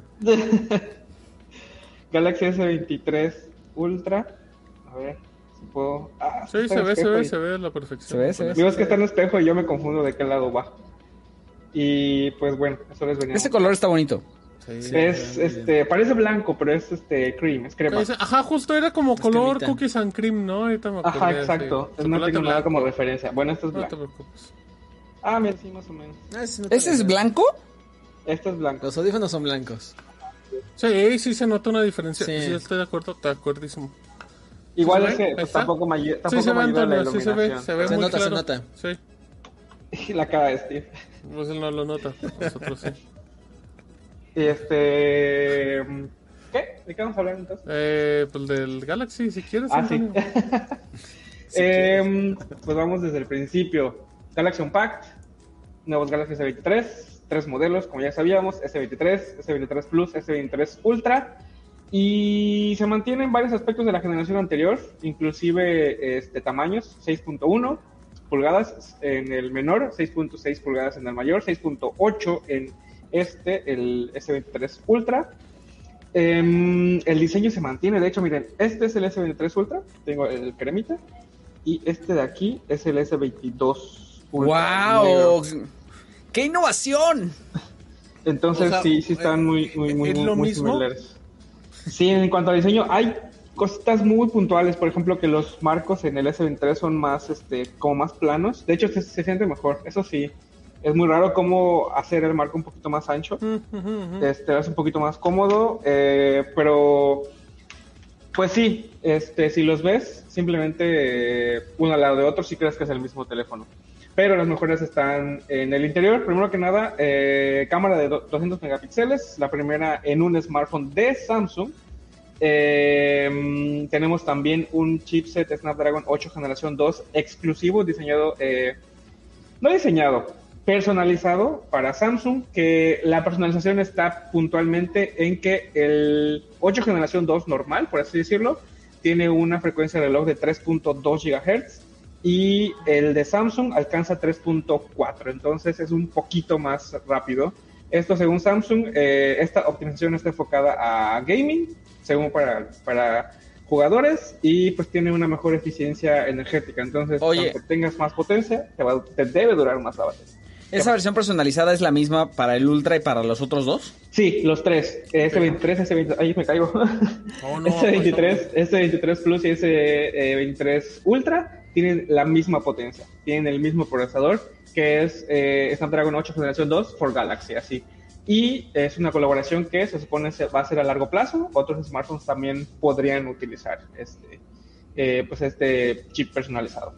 Galaxy S veintitrés Ultra. A ver si puedo. Ah, Sí, está se en ve, se espejo ve, y- se ve a la perfección. Se ve, se ve. Digo, es que está en espejo y yo me confundo de qué lado va. Y pues bueno, eso les venía. a Ese mostrar. color está bonito. Sí. Sí. Es, este, parece blanco, pero es este cream, es crema. Dice, Ajá, justo era como color cremita. cookies and cream, ¿no? Ahorita me acordé, Ajá, sí. exacto. No Chocolate tengo nada blanco. como referencia. Bueno, esto es No te blanco. preocupes. Ah, mira, sí, más o menos. Ah, ese no te ¿Ese es lo- blanco? Esto es blanco. Los audífonos son blancos. Sí, sí se nota una diferencia. Sí. Sí, estoy de acuerdo, te acuerdísimo. Igual ¿Se es ve? que Ahí pues, está. tampoco me, ayu- Sí tampoco se me ve, ayuda la Antonio, sí se ve, iluminación. se ve Se muy nota, se claro. nota. Sí, Y la cara de Steve. pues él no lo nota, nosotros sí. Y este... ¿Qué? ¿De qué vamos a hablar entonces? Eh, pues del Galaxy, si quieres, Ah, sí. Antonio. Em, pues vamos desde el principio. Galaxy Unpacked, nuevos Galaxy S veintitrés, tres modelos, como ya sabíamos, S veintitrés, S veintitrés Plus, S veintitrés Ultra. Y se mantienen varios aspectos de la generación anterior, inclusive este, tamaños, seis punto uno pulgadas en el menor, seis punto seis pulgadas en el mayor, seis punto ocho en este, el ese veintitrés Ultra. Um, el diseño se mantiene, de hecho, miren, este es el ese veintitrés Ultra, tengo el cremita, y este de aquí es el ese veintidós Ultra. ¡Wow! Negro. ¡Qué innovación! Entonces, o sea, sí, sí están muy, muy, muy, muy, muy similares. Sí, en cuanto al diseño, hay cositas muy puntuales, por ejemplo, que los marcos en el ese veintitrés son más, este, como más planos. De hecho, se, se siente mejor, eso sí. Es muy raro cómo hacer el marco un poquito más ancho. Uh-huh, uh-huh. Este, es un poquito más cómodo, eh, pero pues sí, este, si los ves, simplemente eh, uno al lado de otro, sí crees que es el mismo teléfono. Pero las mejores están en el interior. Primero que nada, eh, cámara de doscientos megapíxeles, la primera en un smartphone de Samsung. Eh, tenemos también un chipset Snapdragon ocho generación dos exclusivo, diseñado, eh, no diseñado, personalizado para Samsung, que la personalización está puntualmente en que el ocho generación dos normal, por así decirlo, tiene una frecuencia de reloj de tres punto dos gigahertz. Y el de Samsung alcanza tres punto cuatro, entonces es un poquito más rápido. Esto según Samsung, eh, esta optimización está enfocada a gaming, según para, para jugadores, y pues tiene una mejor eficiencia energética. Entonces, Oye, aunque tengas más potencia, te, va, te debe durar más la batería. ¿Esa versión personalizada es la misma para el Ultra y para los otros dos? Sí, los tres. ese veintitrés, ese veintitrés, ahí me caigo. Oh, no, ese veintitrés, no. ese veintitrés Plus y ese eh, veintitrés Ultra tienen la misma potencia, tienen el mismo procesador, que es eh, Snapdragon ocho generación dos for Galaxy, así. Y es una colaboración que se supone se va a ser a largo plazo. Otros smartphones también podrían utilizar este, eh, pues este chip personalizado.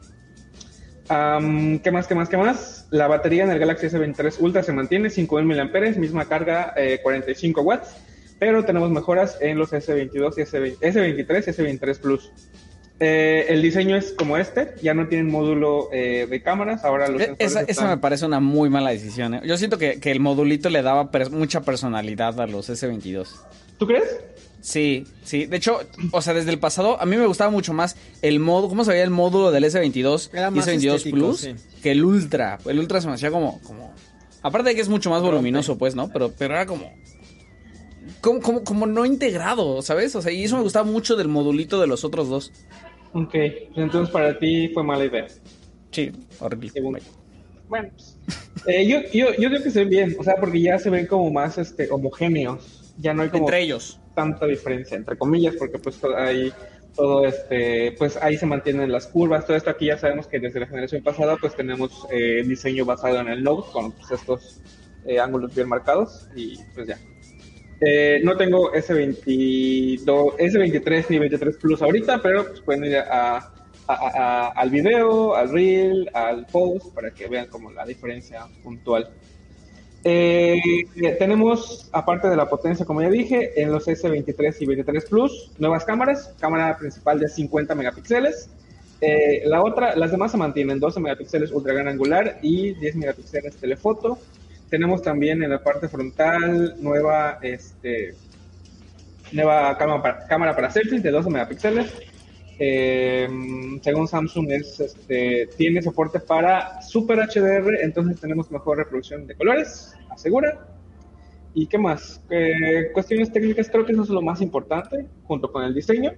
Um, ¿Qué más, qué más, qué más? La batería en el Galaxy ese veintitrés Ultra se mantiene, cinco mil miliamperios hora, misma carga, eh, cuarenta y cinco watts, pero tenemos mejoras en los ese veintidós y ese veintitrés y ese veintitrés Plus. Eh, el diseño es como este, ya no tienen módulo eh, de cámaras, ahora los sensores esa, están... esa me parece una muy mala decisión, ¿eh? Yo siento que, que el modulito le daba per- mucha personalidad a los ese veintidós. ¿Tú crees? Sí, sí. De hecho, o sea, desde el pasado, a mí me gustaba mucho más el modo, ¿cómo se veía el módulo del ese veintidós y ese veintidós Plus? Sí. Que el Ultra. El Ultra se me hacía como, como... Aparte de que es mucho más voluminoso, pues, ¿no? Pero, pero era como... Como, como, como no integrado, ¿sabes? O sea, y eso me gustaba mucho del modulito de los otros dos. Ok, entonces para ti fue mala idea. Sí, horrible. Según... Bueno, pues, eh, yo, yo, yo creo que se ven bien, o sea, porque ya se ven como más este, homogéneos. Ya no hay como entre ellos tanta diferencia, entre comillas, porque pues hay todo este, pues ahí se mantienen las curvas, todo esto aquí ya sabemos que desde la generación pasada pues tenemos eh, diseño basado en el Note con pues, estos eh, ángulos bien marcados y pues ya. Eh, no tengo ese veintidós, ese veintitrés ni veintitrés Plus ahorita, pero pues pueden ir a, a, a, a, al video, al reel, al post para que vean como la diferencia puntual. Eh, tenemos, aparte de la potencia, como ya dije, en los ese veintitrés y veintitrés Plus, nuevas cámaras, cámara principal de cincuenta megapíxeles, eh, la otra, las demás se mantienen, doce megapíxeles ultra gran angular y diez megapíxeles telefoto. Tenemos también en la parte frontal nueva, este, nueva cámara para, cámara para selfies de doce megapíxeles. Eh, según Samsung es, este, tiene soporte para Super H D R, entonces tenemos mejor reproducción de colores, asegura. ¿Y qué más? Eh, cuestiones técnicas, creo que eso es lo más importante, junto con el diseño.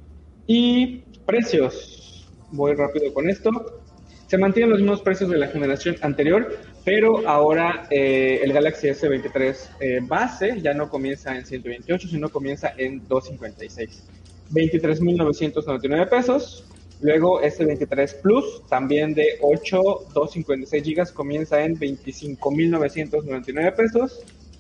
Y precios, voy rápido con esto. Se mantienen los mismos precios de la generación anterior, pero ahora eh, el Galaxy ese veintitrés eh, base ya no comienza en ciento veintiocho, sino comienza en doscientos cincuenta y seis. veintitrés mil novecientos noventa y nueve pesos. Luego ese veintitrés Plus, también de ocho, doscientos cincuenta y seis gigas, comienza en veinticinco mil novecientos noventa y nueve pesos.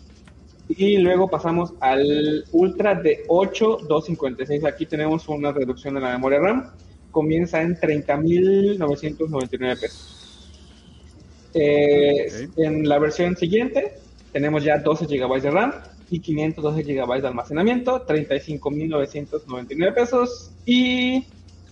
Y luego pasamos al Ultra de ocho, doscientos cincuenta y seis. Aquí tenemos una reducción de la memoria RAM. Comienza en treinta mil novecientos noventa y nueve pesos. Eh, okay. En la versión siguiente tenemos ya doce gigabytes de RAM y quinientos doce gigabytes de almacenamiento, treinta y cinco mil novecientos noventa y nueve pesos. Y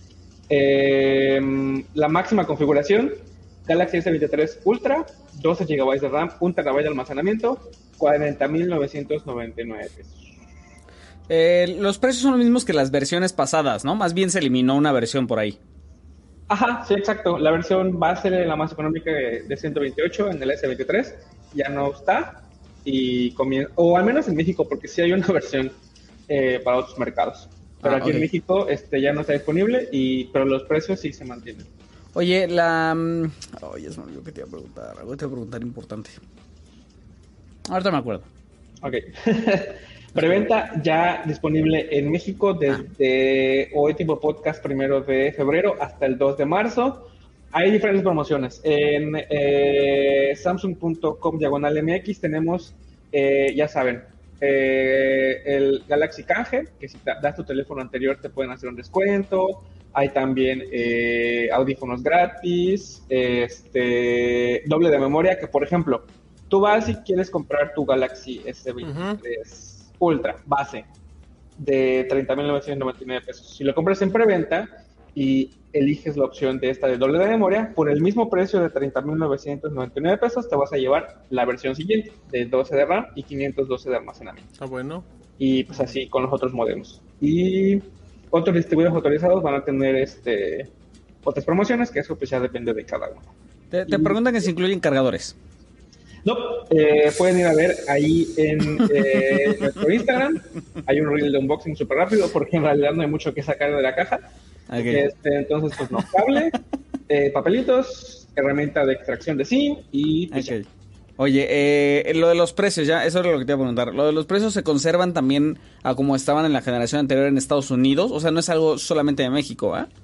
eh, la máxima configuración, Galaxy ese veintitrés Ultra, doce gigabytes de RAM, un terabyte de almacenamiento, cuarenta mil novecientos noventa y nueve pesos. Eh, los precios son los mismos que las versiones pasadas, ¿no? Más bien se eliminó una versión por ahí. Ajá, sí, exacto. La versión base, la más económica de, de ciento veintiocho en el ese veintitrés, ya no está. Y comien- o al menos en México, porque sí hay una versión eh, para otros mercados. Pero Ah, aquí ok. en México este, ya no está disponible, y pero los precios sí se mantienen. Oye, la... mm, Oye, es lo que te iba a preguntar. Algo te iba a preguntar importante. Ahorita me acuerdo. Ok. Preventa ya disponible en México desde hoy, tipo podcast, primero de febrero hasta el dos de marzo. Hay diferentes promociones. En eh, samsung punto com diagonal M X tenemos, eh, ya saben, eh, el Galaxy Canje, que si te das tu teléfono anterior te pueden hacer un descuento. Hay también eh, audífonos gratis, este, doble de memoria, que por ejemplo, tú vas y quieres comprar tu Galaxy ese veintitrés Ultra base de treinta mil novecientos noventa y nueve pesos. Si lo compras en preventa y eliges la opción de esta de doble de memoria, por el mismo precio de treinta mil novecientos noventa y nueve pesos te vas a llevar la versión siguiente de doce de RAM y quinientos doce de almacenamiento. Ah, bueno. Y pues así con los otros modelos. Y otros distribuidores autorizados van a tener este otras promociones, que eso pues ya depende de cada uno. Te, te preguntan que si incluyen cargadores. No, eh, pueden ir a ver ahí en eh, nuestro Instagram. Hay un reel de unboxing súper rápido, porque en realidad no hay mucho que sacar de la caja. Ok. Este, entonces, pues no, cable, eh, papelitos, herramienta de extracción de SIM y pues, Ok. Oye, eh, lo de los precios, ya, eso es lo que te iba a preguntar. ¿Lo de los precios se conservan también a como estaban en la generación anterior en Estados Unidos? O sea, no es algo solamente de México, ¿ah?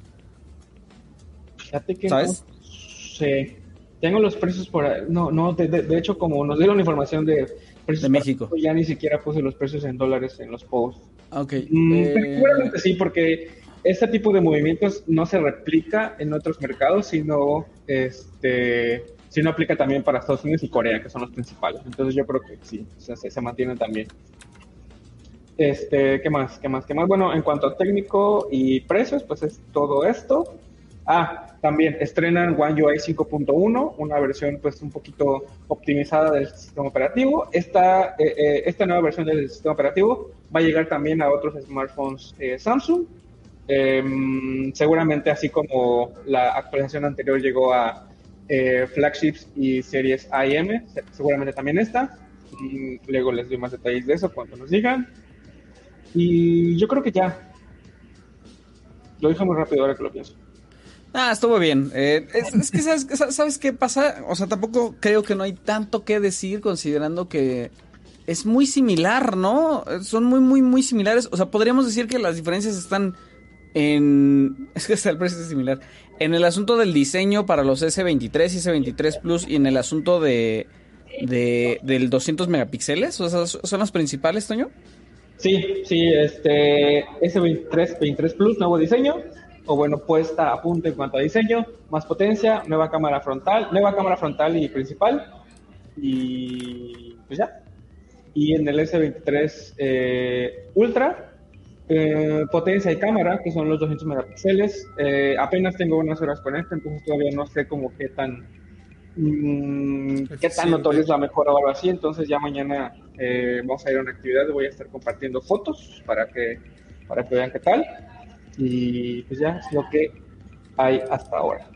fíjate que ¿Sabes? no sé. Tengo los precios por ahí. No, no, de, de, de hecho, como nos dieron información de precios De México. para- ya ni siquiera puse los precios en dólares en los posts. Ok. Mm, eh, Seguramente sí, porque este tipo de movimientos no se replica en otros mercados, sino este sino aplica también para Estados Unidos y Corea, que son los principales. Entonces yo creo que sí, o sea, se, se mantienen también. Este, ¿qué más? ¿Qué más? ¿Qué más? Bueno, en cuanto a técnico y precios, pues es todo esto. Ah, también estrenan One U I cinco punto uno, una versión pues un poquito optimizada del sistema operativo. Esta, eh, eh, esta nueva versión del sistema operativo va a llegar también a otros smartphones eh, Samsung. Eh, seguramente así como la actualización anterior llegó a eh, flagships y series A y M, se- seguramente también esta. Y luego les doy más detalles de eso cuando nos digan. Y yo creo que ya. Lo dije muy rápido ahora que lo pienso. Ah, estuvo bien. Eh, es, es que ¿sabes, ¿sabes qué pasa? O sea, tampoco creo que no hay tanto que decir considerando que es muy similar, ¿no? Son muy, muy, muy similares. O sea, podríamos decir que las diferencias están en... Es que hasta el precio es similar. En el asunto del diseño para los ese veintitrés y ese veintitrés Plus y en el asunto de, de del doscientos megapíxeles. O sea, ¿son los principales, Toño? Sí, sí, este ese veintitrés, veintitrés Plus, nuevo diseño, o bueno, puesta a punto en cuanto a diseño, más potencia, nueva cámara frontal, nueva cámara frontal y principal, y pues ya. Y en el ese veintitrés eh, Ultra, eh, potencia y cámara, que son los doscientos megapíxeles, eh, apenas tengo unas horas con este, entonces todavía no sé como qué tan mm, qué tan notoria es la mejora o algo así. Entonces ya mañana eh, vamos a ir a una actividad y voy a estar compartiendo fotos para que para que vean qué tal, y pues ya es lo que hay hasta ahora.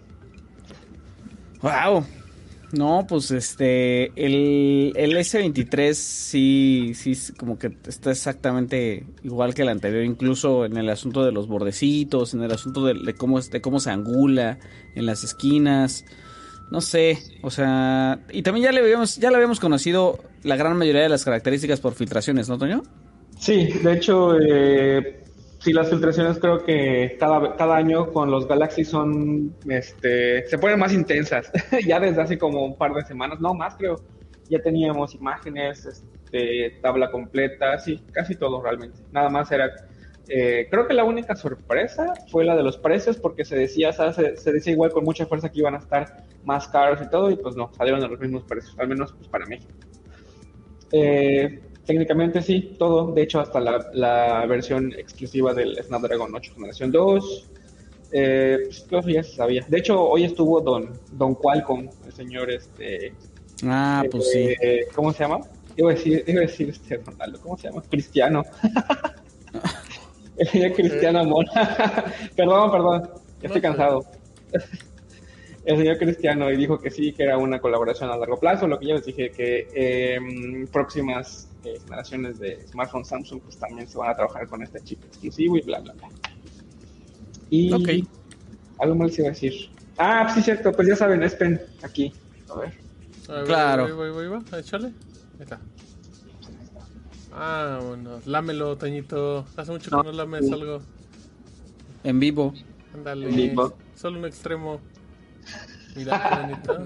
Wow. No, pues este, el, el ese veintitrés sí, sí, como que está exactamente igual que el anterior, incluso en el asunto de los bordecitos, en el asunto de, de cómo, de cómo se angula en las esquinas, no sé, o sea, y también ya le habíamos, ya le habíamos conocido la gran mayoría de las características por filtraciones, ¿no, Toño? Sí, de hecho, eh, sí, las filtraciones creo que cada, cada año con los Galaxy son, este, se ponen más intensas. Ya desde hace como un par de semanas, no más creo, ya teníamos imágenes, este, tabla completa, sí, casi todo realmente. Nada más era, eh, creo que la única sorpresa fue la de los precios, porque se decía, ¿sabes? Se, se decía igual con mucha fuerza que iban a estar más caros y todo, y pues no, salieron a los mismos precios, al menos pues para México. Eh, Técnicamente sí, todo. De hecho, hasta la, la versión exclusiva del Snapdragon ocho generación dos. Eh, pues, todo eso ya se sabía. De hecho, hoy estuvo Don, Don Qualcomm, el señor, este... Ah, pues eh, sí. ¿cómo se llama? Iba a decir, iba a decir este Ronaldo, ¿cómo se llama? Cristiano. El señor Cristiano Mora. Perdón, perdón. Ya estoy cansado. El señor Cristiano y dijo que sí, que era una colaboración a largo plazo. Lo que yo les dije, que eh, próximas eh, generaciones de smartphones Samsung pues también se van a trabajar con este chip exclusivo y bla, bla, bla. Y Ok. algo más les iba a decir. Ah, sí, cierto. Pues ya saben, es Pen aquí. A ver. A ver, Claro. Voy, voy, voy, voy, voy. Échale. Ahí está. Vámonos. Lámelo, Toñito. Hace mucho que No. no lames algo. En vivo. Ándale. En vivo. Solo un extremo. Mira qué bonito.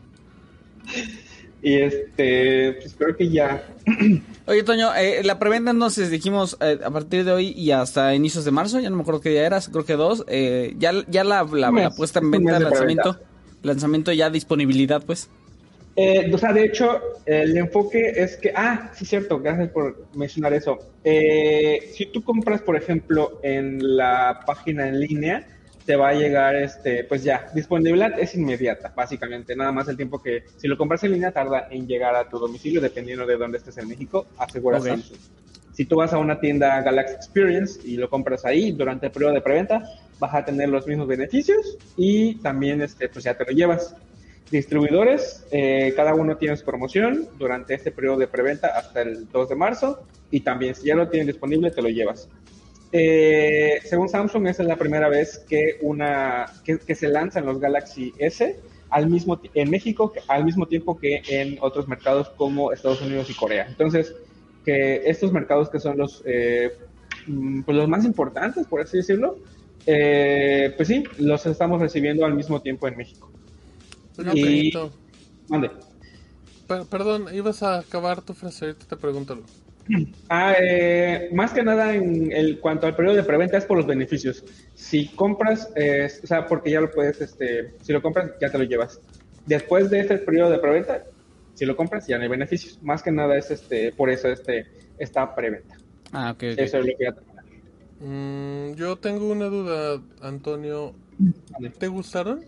Y este, pues creo que ya. Oye, Toño, eh, la preventa entonces dijimos eh, a partir de hoy y hasta inicios de marzo, ya no me acuerdo qué día era, creo que dos. Eh, ya ya la, la, Un mes, la puesta en un venta, mes de lanzamiento, preventa. lanzamiento ya disponibilidad, pues. Eh, o sea, de hecho, el enfoque es que, ah, sí, cierto, gracias por mencionar eso. Eh, si tú compras, por ejemplo, en la página en línea, te va a llegar, este, pues ya, disponibilidad es inmediata, básicamente. Nada más el tiempo que, si lo compras en línea, tarda en llegar a tu domicilio, dependiendo de dónde estés en México, asegura Ok. Samsung. Si tú vas a una tienda Galaxy Experience y lo compras ahí durante el periodo de preventa, vas a tener los mismos beneficios y también, este, pues ya te lo llevas. Distribuidores, eh, cada uno tiene su promoción durante este periodo de preventa hasta el dos de marzo y también si ya lo tienen disponible te lo llevas. Eh, según Samsung, esa es la primera vez que una que, que se lanzan los Galaxy S al mismo en México al mismo tiempo que en otros mercados como Estados Unidos y Corea. Entonces, que estos mercados que son los eh, pues los más importantes, por así decirlo, eh, pues sí, los estamos recibiendo al mismo tiempo en México. Oye, Y- Toñito, Mande. per- perdón, ibas a acabar tu frase, ahorita te pregunto. Ah, eh, más que nada en el cuanto al periodo de preventa es por los beneficios. Si compras, eh, o sea, porque ya lo puedes, este, si lo compras ya te lo llevas. Después de este periodo de preventa, si lo compras ya no hay beneficios. Más que nada es este, por eso este, esta preventa. Ah, ok, ok. Eso es lo que ya te Mm, yo tengo una duda, Antonio. ¿Te gustaron?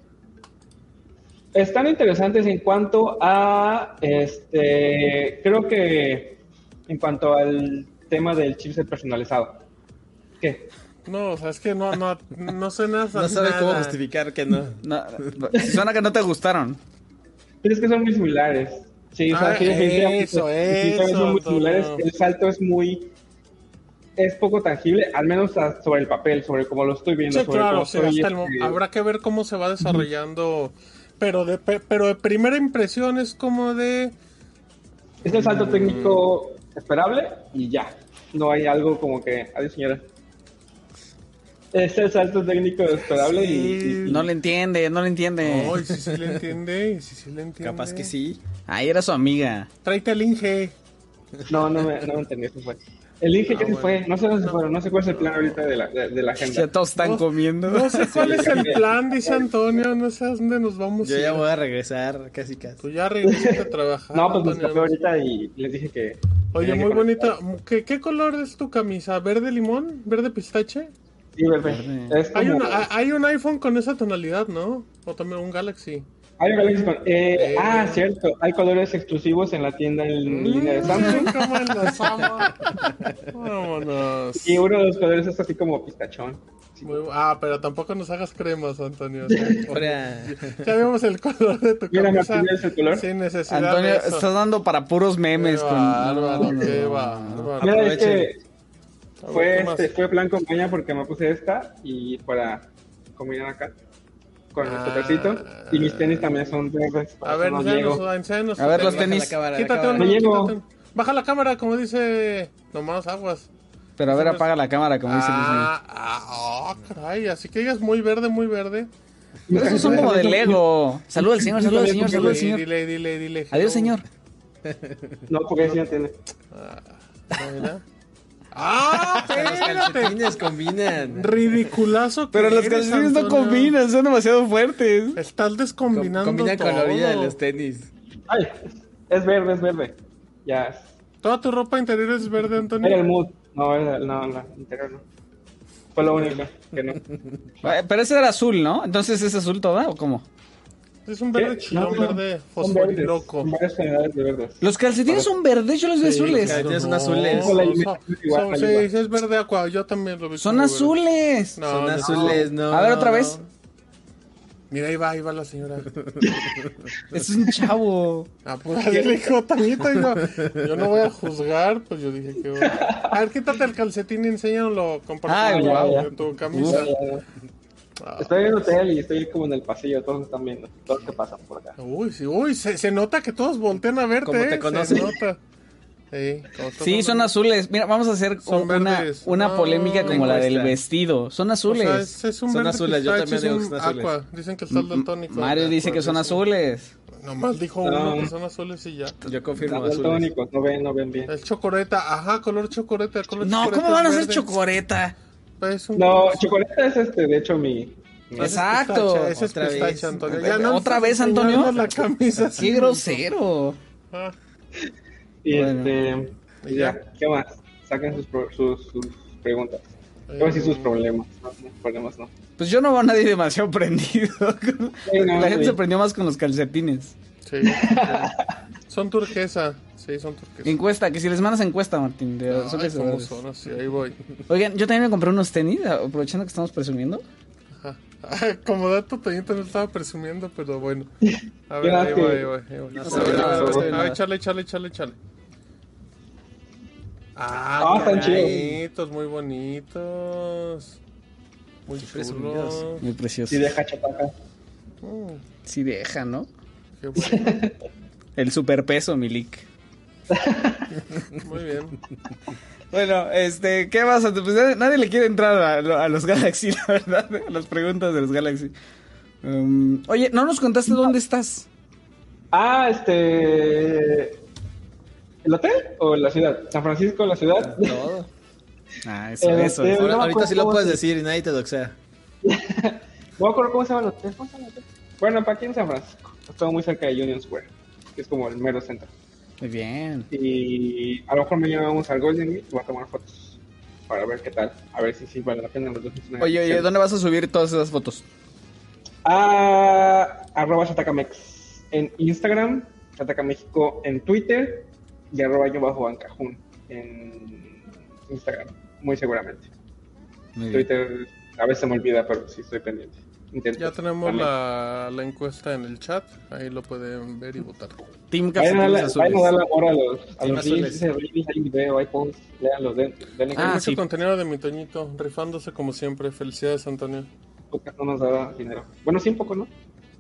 Están interesantes en cuanto a, este, creo que en cuanto al tema del chipset personalizado. ¿Qué? No, o sea, es que no, no, no suena No sabe nada. cómo justificar que no. No, suena que no te gustaron. Pero es que son muy similares. Sí, o sea, Ah, sí, definitivamente, eso, definitivamente eso, son muy Antonio. similares. El salto es muy, es poco tangible, al menos a- sobre el papel, sobre cómo lo estoy viendo. Sí, sobre claro, cómo sí, estoy, hasta el mo- este, habrá que ver cómo se va desarrollando, pero de pe- pero de primera impresión es como de Es el salto técnico esperable y ya. No hay algo como que, adiós señora. Es el salto técnico esperable y- y, y- No le entiende, no le entiende. ay, sí, sí le entiende, sí, sí le entiende. Capaz que sí. Ahí era su amiga. Tráete el Inge. no, no me, no me entendí, eso fue. El Inge Ah, que se bueno. fue, no sé dónde se fueron, no sé cuál es el plan ahorita de la, de, de la agenda. Ya todos están No- comiendo. No sé cuál es el plan, dice Antonio, no sé a dónde nos vamos Yo a ir. ya voy a regresar casi casi. Tú ya regresaste a trabajar. No, pues me Antonio. escapé ahorita y les dije que... Oye, tenía que muy conectar. bonita. ¿Qué, ¿Qué color es tu camisa? ¿Verde limón? ¿Verde pistache? Sí, verde. Verde. Es como... Hay, una, hay un iPhone con esa tonalidad, ¿no? O también un Galaxy. Hay un Galaxy con- eh, Eh. Ah, cierto. Hay colores exclusivos en la tienda en línea de Samsung. Mm, ¿Cómo enlazamos? Vámonos. Y uno de los colores es así como pistachón. Muy bu- ah, pero tampoco nos hagas cremas, Antonio. o sea, Ahora, ya vimos el color de tu Mira, camisa. Martín, ¿ves el color? Sin necesidad Antonio, de eso. estás dando para puros memes. Qué con... bárbaro, No, no, qué no. bárbaro. Mira, es que A ver, fue, ¿qué más? este, fue plan con caña porque me puse esta y para combinar acá con el Ah. topercito. Y mis tenis también son verdes. por A eso ver, no enséñanos, llego. enséñanos A ver, tu los baja tenis. la cámara, la Quítate cámara. uno, No llego. quítate uno. Baja la cámara, como dice nomás aguas. Pero a ver, apaga la cámara, como dice Luis. Ah, ah, oh, caray, así que ella es muy verde, muy verde. Pero esos son como de Lego. Saluda al señor, saluda al señor, saluda al Dile, señor. dile, dile, dile. Adiós, señor. No, porque ese ya tiene. Mira. ¡Ah, los espérate! calcetines combinan. Ridiculazo que Pero los eres, calcetines no Antonio. combinan, son demasiado fuertes. Estás descombinando Combinan todo. con la orilla de los tenis. Ay, es verde, es verde. Ya. ¿Toda tu ropa interior es verde, Era el Antonio? mood. No, era, no, la interior no. Fue lo único que no. Eh, Pero ese era azul, ¿no? Entonces, ¿es azul toda o cómo? Es un verde ¿Qué? chido, un No, no, verde son verdes, fosforiloco. son varias tonalidades de verdes. Los calcetines son verdes, yo los veo Sí, azules. los calcetines son No, azules. son- La son- igual, son- la sí, igual. sí, es verde aqua, yo también lo vi. Son como verde. azules. No, Son no, azules, no. A ver, otra no, vez. no. Mira, ahí va, ahí va la señora. Es un chavo. Ah, pues le dijo Toñito y yo, yo no voy a juzgar, pues yo dije que bueno. A ver, quítate el calcetín y enséñalo, compártelo Ay, guau. en tu camisa. Ya, ya, ya. Ah. Estoy en un hotel y estoy como en el pasillo, todos están viendo, todos que pasan por acá. Uy, sí, uy, se, se nota que todos voltean a verte, Como te eh, conocen. se nota. Sí, como estás Sí, son hablando. azules. Mira, vamos a hacer Son una, verdes. una No, polémica como la del encuesta. vestido. Son O azules. sea, es, es un Son verde azules, yo pistache, también es digo un que son azules. aqua. Dicen que está el daltónico. Mario dice Aqua, que son dicen. azules. Nomás dijo No. uno que son azules y ya. Yo confirmo Los azules. daltónicos, no ven, no ven bien. El chocoleta, ajá, color chocoleta. Color No, chocoleta ¿cómo van a es hacer verde. chocoreta? Es un No, color- chocolate es este, de hecho mi... mi- Ese es Exacto. pistache, Ese es Otra pistache, vez. Antonio. ¿Otra estés vez, Antonio? enseñando la camisa así. ¡Qué grosero! Ah, Y Bueno. este... ¿Y y ya? ya, ¿qué más? Saquen sus, pro- sus, sus preguntas. Yo decir sus eh, problemas, no, no, problemas no. Pues yo no veo a nadie demasiado prendido. Sí, no, La gente sí. se prendió más con los calcetines. Sí, sí. Son turquesa. Sí, son turquesa. Encuesta, que si les mandas encuesta, Martín, de Ay, azules o cómo verdes. son, así, ahí voy. Oigan, yo también me compré unos tenis, aprovechando que estamos presumiendo. Ajá. Ah, como dato, Toñito no estaba presumiendo, pero bueno. A ver, Qué ahí lástima. voy, ahí voy, ahí voy. No A se ver, ve nada, a ver, no se ve a ver, nada. échale, échale, échale, échale. Ah, Ah, están qué chidos. bonitos, muy bonitos. Muy presumidos. chulos. Muy precioso. Y deja chataca. Mm, Sí deja, ¿no? qué bueno. El superpeso, Milik. Muy bien. Bueno, este, ¿qué más? Pues nadie, nadie le quiere entrar a, lo- a los Galaxy, la verdad, a las preguntas de los Galaxy. Um, oye, ¿no nos contaste dónde estás? Ah, este... ¿El hotel o la ciudad? ¿San Francisco, la ciudad? Todo. Ah, eso, Eh, eso. este, eso. Ahora- no me ahorita acuerdo sí lo cómo puedes se- decir y nadie te doxea. No me acuerdo cómo se llama el hotel. ¿Cómo se llama el hotel? Bueno, para aquí en San Francisco. Estaba muy cerca de Union Square, que es como el mero centro. Muy bien. Y a lo mejor mañana vamos al Golden Gate y voy a tomar fotos para ver qué tal. A ver si sí vale la pena los dos. Oye, oye, ¿dónde vas a subir todas esas fotos? A arroba Chatacamex en Instagram, Chataca México en Twitter y arroba yo bajo Bancajún en Instagram, muy seguramente. Muy bien. Twitter a veces se me olvida, pero sí estoy pendiente. Intento. Ya tenemos También. la, la encuesta en el chat. Ahí lo pueden ver y votar. Team Vayan a Calcetines darle, Azules. vayan a darle amor a los, a Team los Azules. reels, dice reels, hay video, hay posts, leanlos, den, denle Ah, Hay que mucho sí. contenido de mi Toñito, rifándose como siempre. Felicidades, Antonio. el podcast no nos da dinero. Bueno, sí, un poco, ¿no?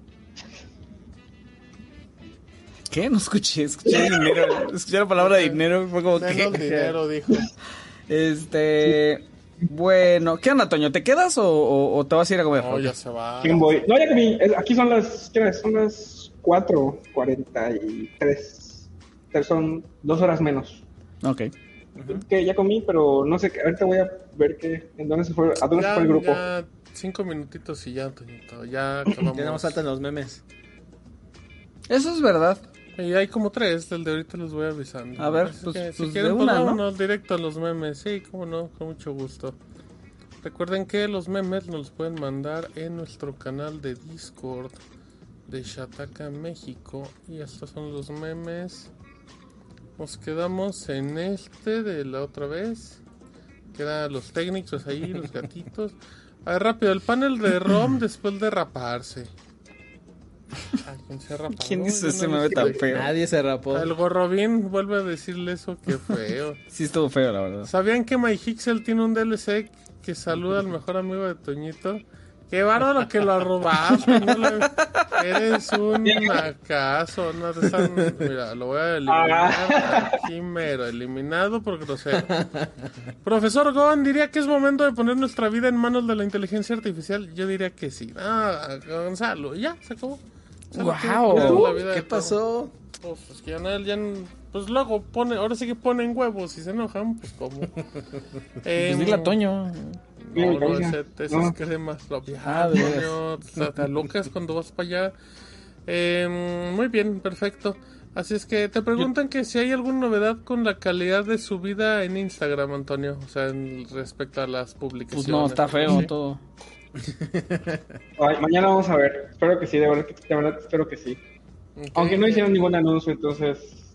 ¿Qué? No escuché, escuché dinero. Escuché la palabra dinero. Fue como Denos que. dinero, dijo. Este. Bueno, ¿qué onda, Toño? ¿Te quedas o, o- o te vas a ir a comer? No, ya se va. ¿Quién voy? No, ya comí. Es- Aquí son las, ¿qué hora es? Son las cuatro cuarenta y tres. Son dos horas menos. Ok. Que ya comí, pero no sé, qué- ahorita voy a ver qué, en dónde se fue, a dónde se Ya, fue el grupo. ya cinco minutitos y ya, Toñito. Ya acabamos. Tenemos alta en los memes. Eso es verdad. Y hay como tres, del de ahorita los voy avisando. A ver, Así pues- que, si pues quieren, de pues una, ¿no? vámonos directo a los memes. Sí, cómo no, con mucho gusto. Recuerden que los memes nos los pueden mandar en nuestro canal de Discord de Chataca México. Y estos son los memes. Nos quedamos en este de la otra vez. Que eran los técnicos ahí, los gatitos. A ver, rápido, el panel de ROM después de raparse. ¿A quién se rapó? ¿Quién hizo Yo ese no meme vi. tan feo? Nadie se rapó. El Gorrobín vuelve a decirle eso, que feo. Sí estuvo feo, la verdad. ¿Sabían que MyHixel tiene un D L C que saluda al mejor amigo de Toñito? ¡Qué bárbaro que lo robaste! No le- Eres un acaso. No te están... Mira, lo voy a eliminar aquí mero. Eliminado por grosero. Profesor Gon, ¿diría que es momento de poner nuestra vida en manos de la inteligencia artificial? Yo diría que sí. Ah, Gonzalo, ya, se acabó. Gonzalo Guau, quiere cuidar la vida ¿Qué de todo. pasó? Pues es que ya no, ya n- pues luego pone, ahora sí que ponen huevos y se enojan, pues como. Pues dile a Toño. No, no, Causa. ese, ese No. es cremas. Lo, Ah, de veras. Antonio, te, te alocas cuando vas para allá. Eh, muy bien, perfecto. Así es que te preguntan que si hay alguna novedad con la calidad de su vida en Instagram, Antonio. O sea, en respecto a las publicaciones. Pues no, está feo ¿sí? todo. Ay, mañana vamos a ver. Espero que sí, de verdad, de verdad espero que sí. Okay. Aunque no hicieron ningún anuncio, entonces...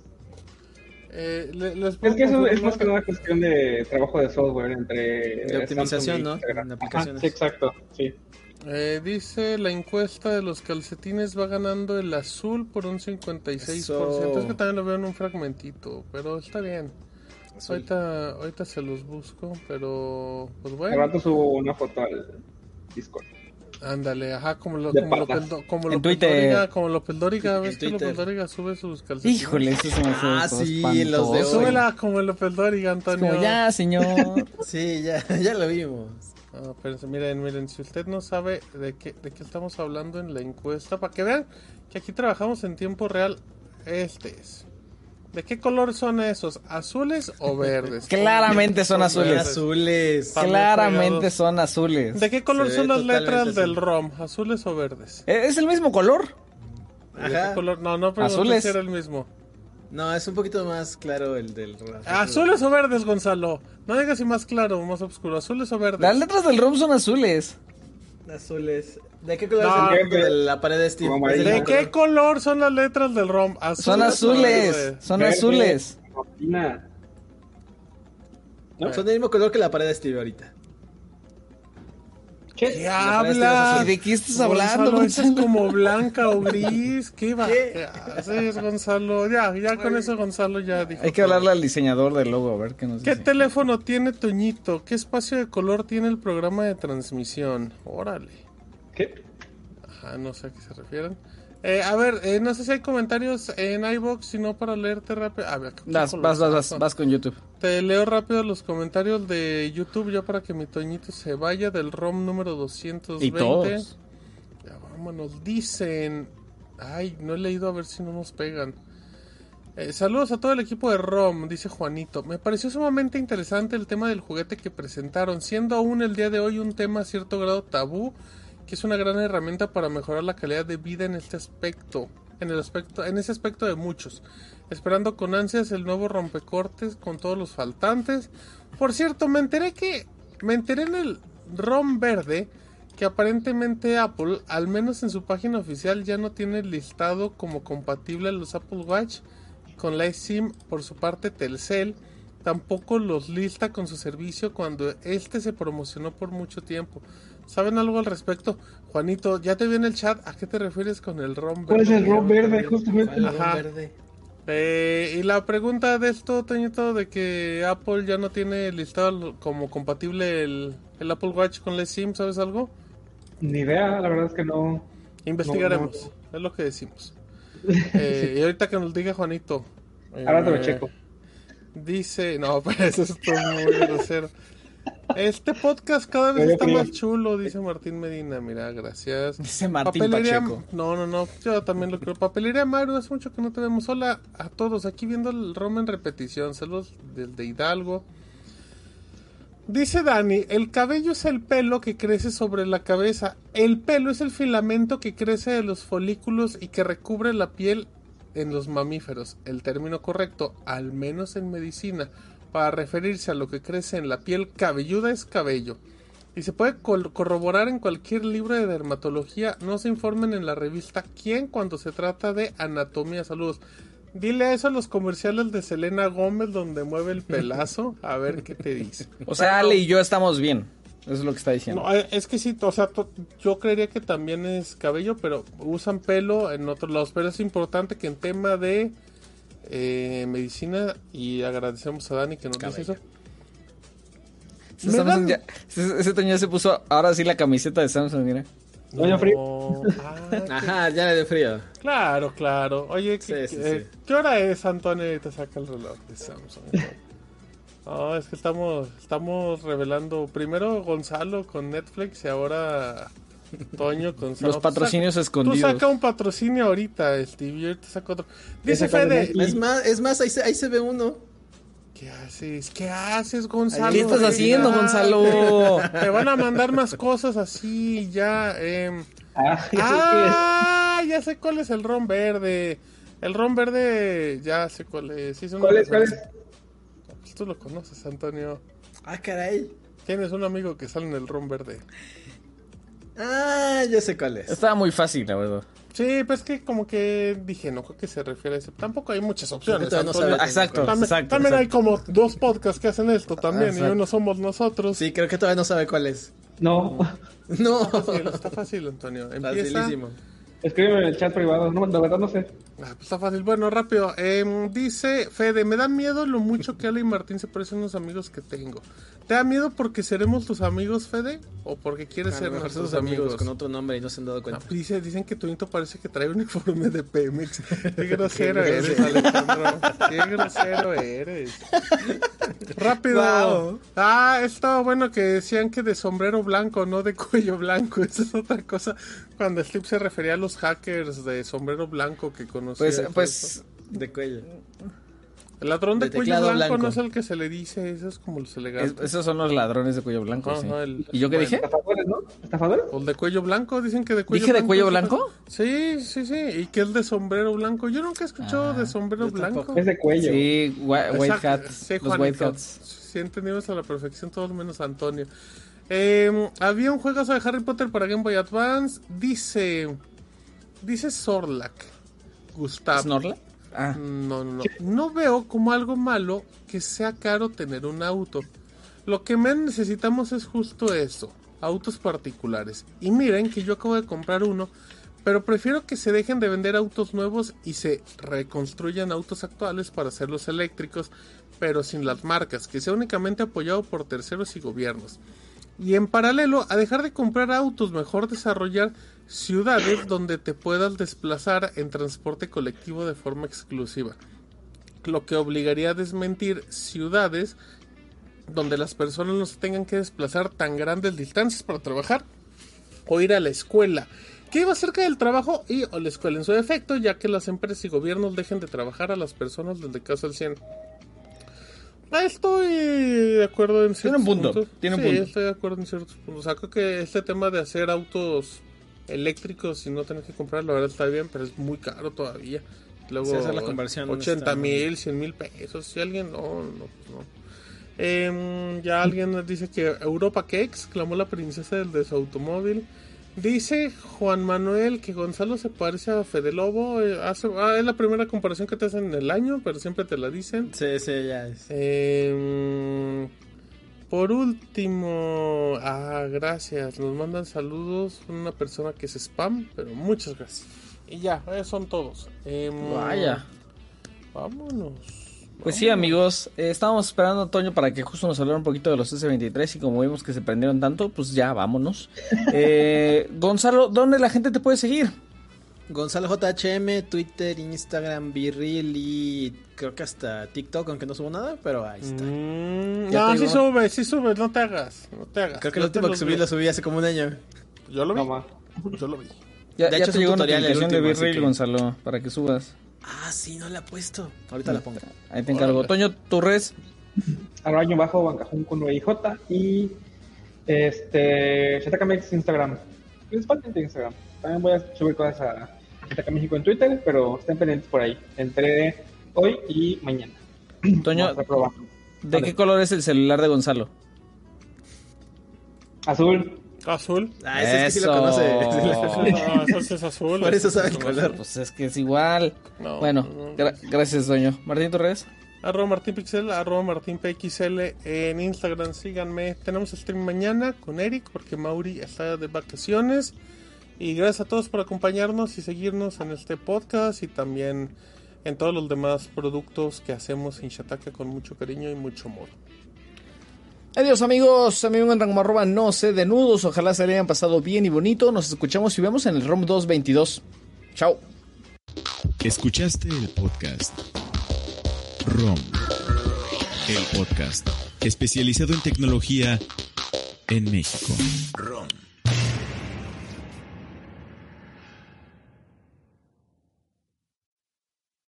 Eh, le- les Es puedo que eso es confirmar- más que nada cuestión de trabajo de software entre... De optimización, Samsung y ¿no? Instagram. De Ajá, aplicaciones. sí, exacto, sí. Eh, dice la encuesta de los calcetines va ganando el azul por un cincuenta y seis por ciento. Eso. Es que también lo veo en un fragmentito, pero está bien. Azul. Ahorita, ahorita se los busco, pero pues Al bueno. rato subo una foto al Discord. Ándale, ajá, como lo, De como lo, patas. peldo- como En lo Twitter. Peldóriga, como lo Peldóriga, En ¿ves que lo Twitter. Peldóriga sube sus calcetines? Híjole, eso se me hace Ah, todo sí, espantoso. los de hoy. Súbela como lo Peldóriga, Es Antonio. como, ya, señor. Sí, ya, ya lo vimos. Ah, espérense, miren, miren, si usted no sabe de qué, de qué estamos hablando en la encuesta, para que vean que aquí trabajamos en tiempo real, este es. ¿De qué color son esos? ¿Azules o verdes? Claramente son azules. verdes. Azules. Pa- Claramente son azules. ¿De qué color Se son ve las letras totalmente del azul. ROM? ¿Azules o verdes? Eh, Es el mismo color. ¿De qué Ajá. color? No, no pregunté Azules. si era el mismo. No, es un poquito más claro el del... ¿Azules o verdes, Gonzalo? No digas si más claro o más oscuro. ¿Azules o verdes? Las letras del ROM son azules. Azules. ¿De qué color No, es el que- de la pared de Steve? como Es del ¿De amarillo. mismo qué color son las letras del ROM? ¿Azules Son o azules. verdes? Son Verde, azules. rotina. color. Son del mismo color que la pared de Steve ahorita. ¿Qué? ¿Qué La pared hablas? ¿Y de qué estás hablando, Gonzalo, esa es Gonzalo? como blanca o gris. ¿Qué va? ¿Qué? ¿Qué haces, Gonzalo? Ya, ya con eso Gonzalo ya dijo. Hay que todo. hablarle al diseñador del logo, a ver qué nos ¿Qué dice. teléfono tiene Toñito? ¿Qué espacio de color tiene el programa de transmisión? Órale. ¿Qué? Ajá, no sé a qué se refieren. Eh, a ver, eh, no sé si hay comentarios en iVoox, sino para leerte rápido. A ver, ¿qué Vas, color vas, vas, vas, son? vas con YouTube. Te leo rápido los comentarios de YouTube ya para que mi Toñito se vaya del ROM número doscientos veinte. Y todos. Ya vámonos, dicen. Ay, no he leído a ver si no nos pegan. Eh, saludos a todo el equipo de ROM, dice Juanito. Me pareció sumamente interesante el tema del juguete que presentaron, siendo aún el día de hoy un tema a cierto grado tabú, que es una gran herramienta para mejorar la calidad de vida en este aspecto, en el aspecto, en ese aspecto de muchos. Esperando con ansias el nuevo rompecortes con todos los faltantes. Por cierto, me enteré que me enteré en el ROM verde que aparentemente Apple, al menos en su página oficial, ya no tiene listado como compatible los Apple Watch con la eSIM. Por su parte, Telcel tampoco los lista con su servicio cuando este se promocionó por mucho tiempo. ¿Saben algo al respecto? Juanito, ya te vi en el chat. ¿A qué te refieres con el ROM verde? ¿Cuál es el ROM verde? ¿Cuál Justamente. es Ajá. el verde? Eh, y la pregunta de esto, Toñito, de que Apple ya no tiene listado como compatible el, el Apple Watch con la eSIM, ¿sabes algo? Ni idea, la verdad es que no. Investigaremos, es lo que decimos. Eh, y ahorita que nos diga Juanito. Ahora te lo eh, checo. Dice, no, pues eso es todo muy grosero. Este podcast cada vez Yo está creo. más chulo, dice Martín Medina. Mira, gracias. Dice Martín Papelería- Pacheco. No, no, no, yo también lo creo. Papelería Maru, hace mucho que no te vemos. Hola a todos, aquí viendo el ROM en repetición. Saludos desde Hidalgo. Dice Dani, el cabello es el pelo que crece sobre la cabeza. El pelo es el filamento que crece de los folículos y que recubre la piel en los mamíferos. El término correcto, al menos en medicina, para referirse a lo que crece en la piel cabelluda es cabello. Y se puede col- corroborar en cualquier libro de dermatología. No se informen en la revista Quién cuando se trata de anatomía. Saludos. Dile eso a los comerciales de Selena Gómez donde mueve el pelazo. A ver qué te dice. O sea, Ale y yo estamos bien. Eso es lo que está diciendo. No, eh, es que sí, o sea, to- yo creería que también es cabello, pero usan pelo en otros lados. Pero es importante que en tema de eh, medicina, y agradecemos a Dani que nos dice Cabello. eso. Ese, Me Samsung dan- ya- ese, ese Toño ya se puso ahora sí la camiseta de Samsung, mira. Oye, frío. No. Ah, qué- Ajá, ya le dio frío. claro, claro. Oye, Sí, ¿qué, sí, eh, sí. ¿qué hora es, Antonio? Y te saca el reloj de Samsung. No, es que estamos, estamos revelando primero Gonzalo con Netflix y ahora Toño con Samsung. Los patrocinios Tú escondidos. saca un patrocinio ahorita, Steve, y ahorita saca otro. Dice Ese cuál Fede, es? Es más, es más ahí, se, ahí se ve uno. ¿qué haces? ¿Qué haces, Gonzalo? ¿Qué estás Venga. haciendo, Gonzalo? Te van a mandar más cosas así, ya. Eh. Ah, ¿eso Ah, ya sé cuál es el ron verde. El ron verde, ya sé cuál es. Sí, son ¿Cuál unos- es? ¿Cuál es? Pues tú lo conoces, Antonio. Ah, caray. Tienes un amigo que sale en el ron verde. Ah, ya sé cuál es. Estaba muy fácil, la verdad. Sí, pues que como que dije, no creo que se refiere a eso. Tampoco hay muchas opciones. Todavía no Antonio. sabes. Exacto, También, exacto. también exacto. hay como dos podcasts que hacen esto también, Exacto. y uno somos nosotros. Sí, creo que todavía no sabe cuál es. No. No. Está fácil, está fácil, Antonio. Empieza. Facilísimo. Escríbeme en el chat privado. No, de verdad no sé. Ah, pues está fácil. Bueno, rápido. Eh, dice Fede, me da miedo lo mucho que Ale y Martín se parecen a unos amigos que tengo. ¿Te da miedo porque seremos tus amigos, Fede? ¿O porque quieres A ser lo mejor son nuestros sus amigos amigos? con otro nombre y no se han dado Ah, cuenta. pues dice, dicen que Toñito parece que trae uniforme de Pemex. Qué grosero Qué eres, grosero. Alejandro. Qué grosero eres. Rápido. Guau. Ah, estaba bueno que decían que de sombrero blanco, no de cuello blanco. Esa es otra cosa. Cuando Steve se refería a los hackers de sombrero blanco que conocía. Pues, y todo pues, eso. De cuello. El ladrón de, de cuello teclado blanco, blanco. no es el que se le dice, eso es como los es- elegantes. esos son los ladrones de cuello blanco, Ajá, sí. el- ¿Y yo qué bueno. dije? ¿Estafadores, no? ¿Estafadores? O el de cuello blanco, dicen que de cuello ¿Dije de blanco. cuello es- blanco? Sí, sí, sí, y que el de sombrero blanco. Yo nunca he escuchado Ah, de sombrero yo blanco. tampoco. Es de cuello. Sí, whi- white Exacto, hat. sí, Los Juanito. white hats. Sí, entendimos a la perfección, todos menos Antonio. Eh, había un juegazo de Harry Potter para Game Boy Advance. Dice. Dice Sorlac. Gustavo. ¿Snorla? Ah, No, no, no. No veo como algo malo que sea caro tener un auto. Lo que menos necesitamos es justo eso, autos particulares. Y miren que yo acabo de comprar uno, pero prefiero que se dejen de vender autos nuevos y se reconstruyan autos actuales para hacerlos eléctricos, pero sin las marcas, que sea únicamente apoyado por terceros y gobiernos. Y en paralelo a dejar de comprar autos, mejor desarrollar ciudades donde te puedas desplazar en transporte colectivo de forma exclusiva, lo que obligaría a desmentir ciudades donde las personas no se tengan que desplazar tan grandes distancias para trabajar o ir a la escuela, que iba cerca del trabajo y o la escuela en su defecto, ya que las empresas y gobiernos dejen de trabajar a las personas desde casa al cien. Ah, estoy de acuerdo en ciertos Tiene un punto, puntos. tiene un Sí, punto. estoy de acuerdo en ciertos puntos. O sea, creo que este tema de hacer autos eléctricos y no tener que comprar, la verdad está bien, pero es muy caro todavía. Luego, Sí, hacer la conversión ochenta está muy- mil, cien mil pesos. Si alguien, no, no, pues no. Em, ya alguien nos dice que Europa Cakes clamó la princesa del de su automóvil. Dice Juan Manuel que Gonzalo se parece a Fede Lobo. eh, hace- ah, es la primera comparación que te hacen en el año, pero siempre te la dicen. Sí, sí, ya es. Em, por último, ah, gracias. Nos mandan saludos una persona que es spam, pero muchas gracias. Y ya, eh, son todos. Em, vaya. Vámonos. Pues sí, amigos, eh, estábamos esperando a Toño para que justo nos hablara un poquito de los ese veintitrés y como vimos que se prendieron tanto, pues ya, vámonos. Eh, Gonzalo, ¿dónde la gente te puede seguir? Gonzalo J H M, Twitter, Instagram, Virril y creo que hasta TikTok, aunque no subo nada, pero ahí está. Mm, Ya no, te sí digo. sube, sí sube, no te hagas, no te hagas. Creo que Yo el te último que los subí vi. lo subí hace como un año. Yo lo vi, No más. yo lo vi. Ya, De ya hecho, te es un llegó una tutorial el notificación de último, así Virrey, que- Gonzalo, para que subas. Ah, sí, no la he puesto. Ahorita la pongo. Ahí te encargo. Órale. Toño, tu res. Arroyo bajo Bancajún con nueve I J y este Shatakamex Instagram. Principalmente Instagram. También voy a subir cosas a Shataka México en Twitter, pero estén pendientes por ahí. Entre hoy y mañana. Toño, Vamos a estar probando. ¿de Vale. qué color es el celular de Gonzalo? Azul. Azul. Ah, ese es que sí Eso. lo conoce. No, eso sí es azul. Por eso sabe el es color. Pues es que es igual. No, Bueno, no. gra- gracias, Toño. Martín, tu res. Arroba Martín Pixel, arroba Martín P X L en Instagram, síganme. Tenemos stream mañana con Eric porque Mauri está de vacaciones. Y gracias a todos por acompañarnos y seguirnos en este podcast y también en todos los demás productos que hacemos en Shataka con mucho cariño y mucho amor. Adiós, amigos. A mí me encuentran como arroba no sé de nudos. Ojalá se le hayan pasado bien y bonito. Nos escuchamos y vemos en el ROM dos veintidós. Chao. Escuchaste el podcast ROM, el podcast especializado en tecnología en México. ROM.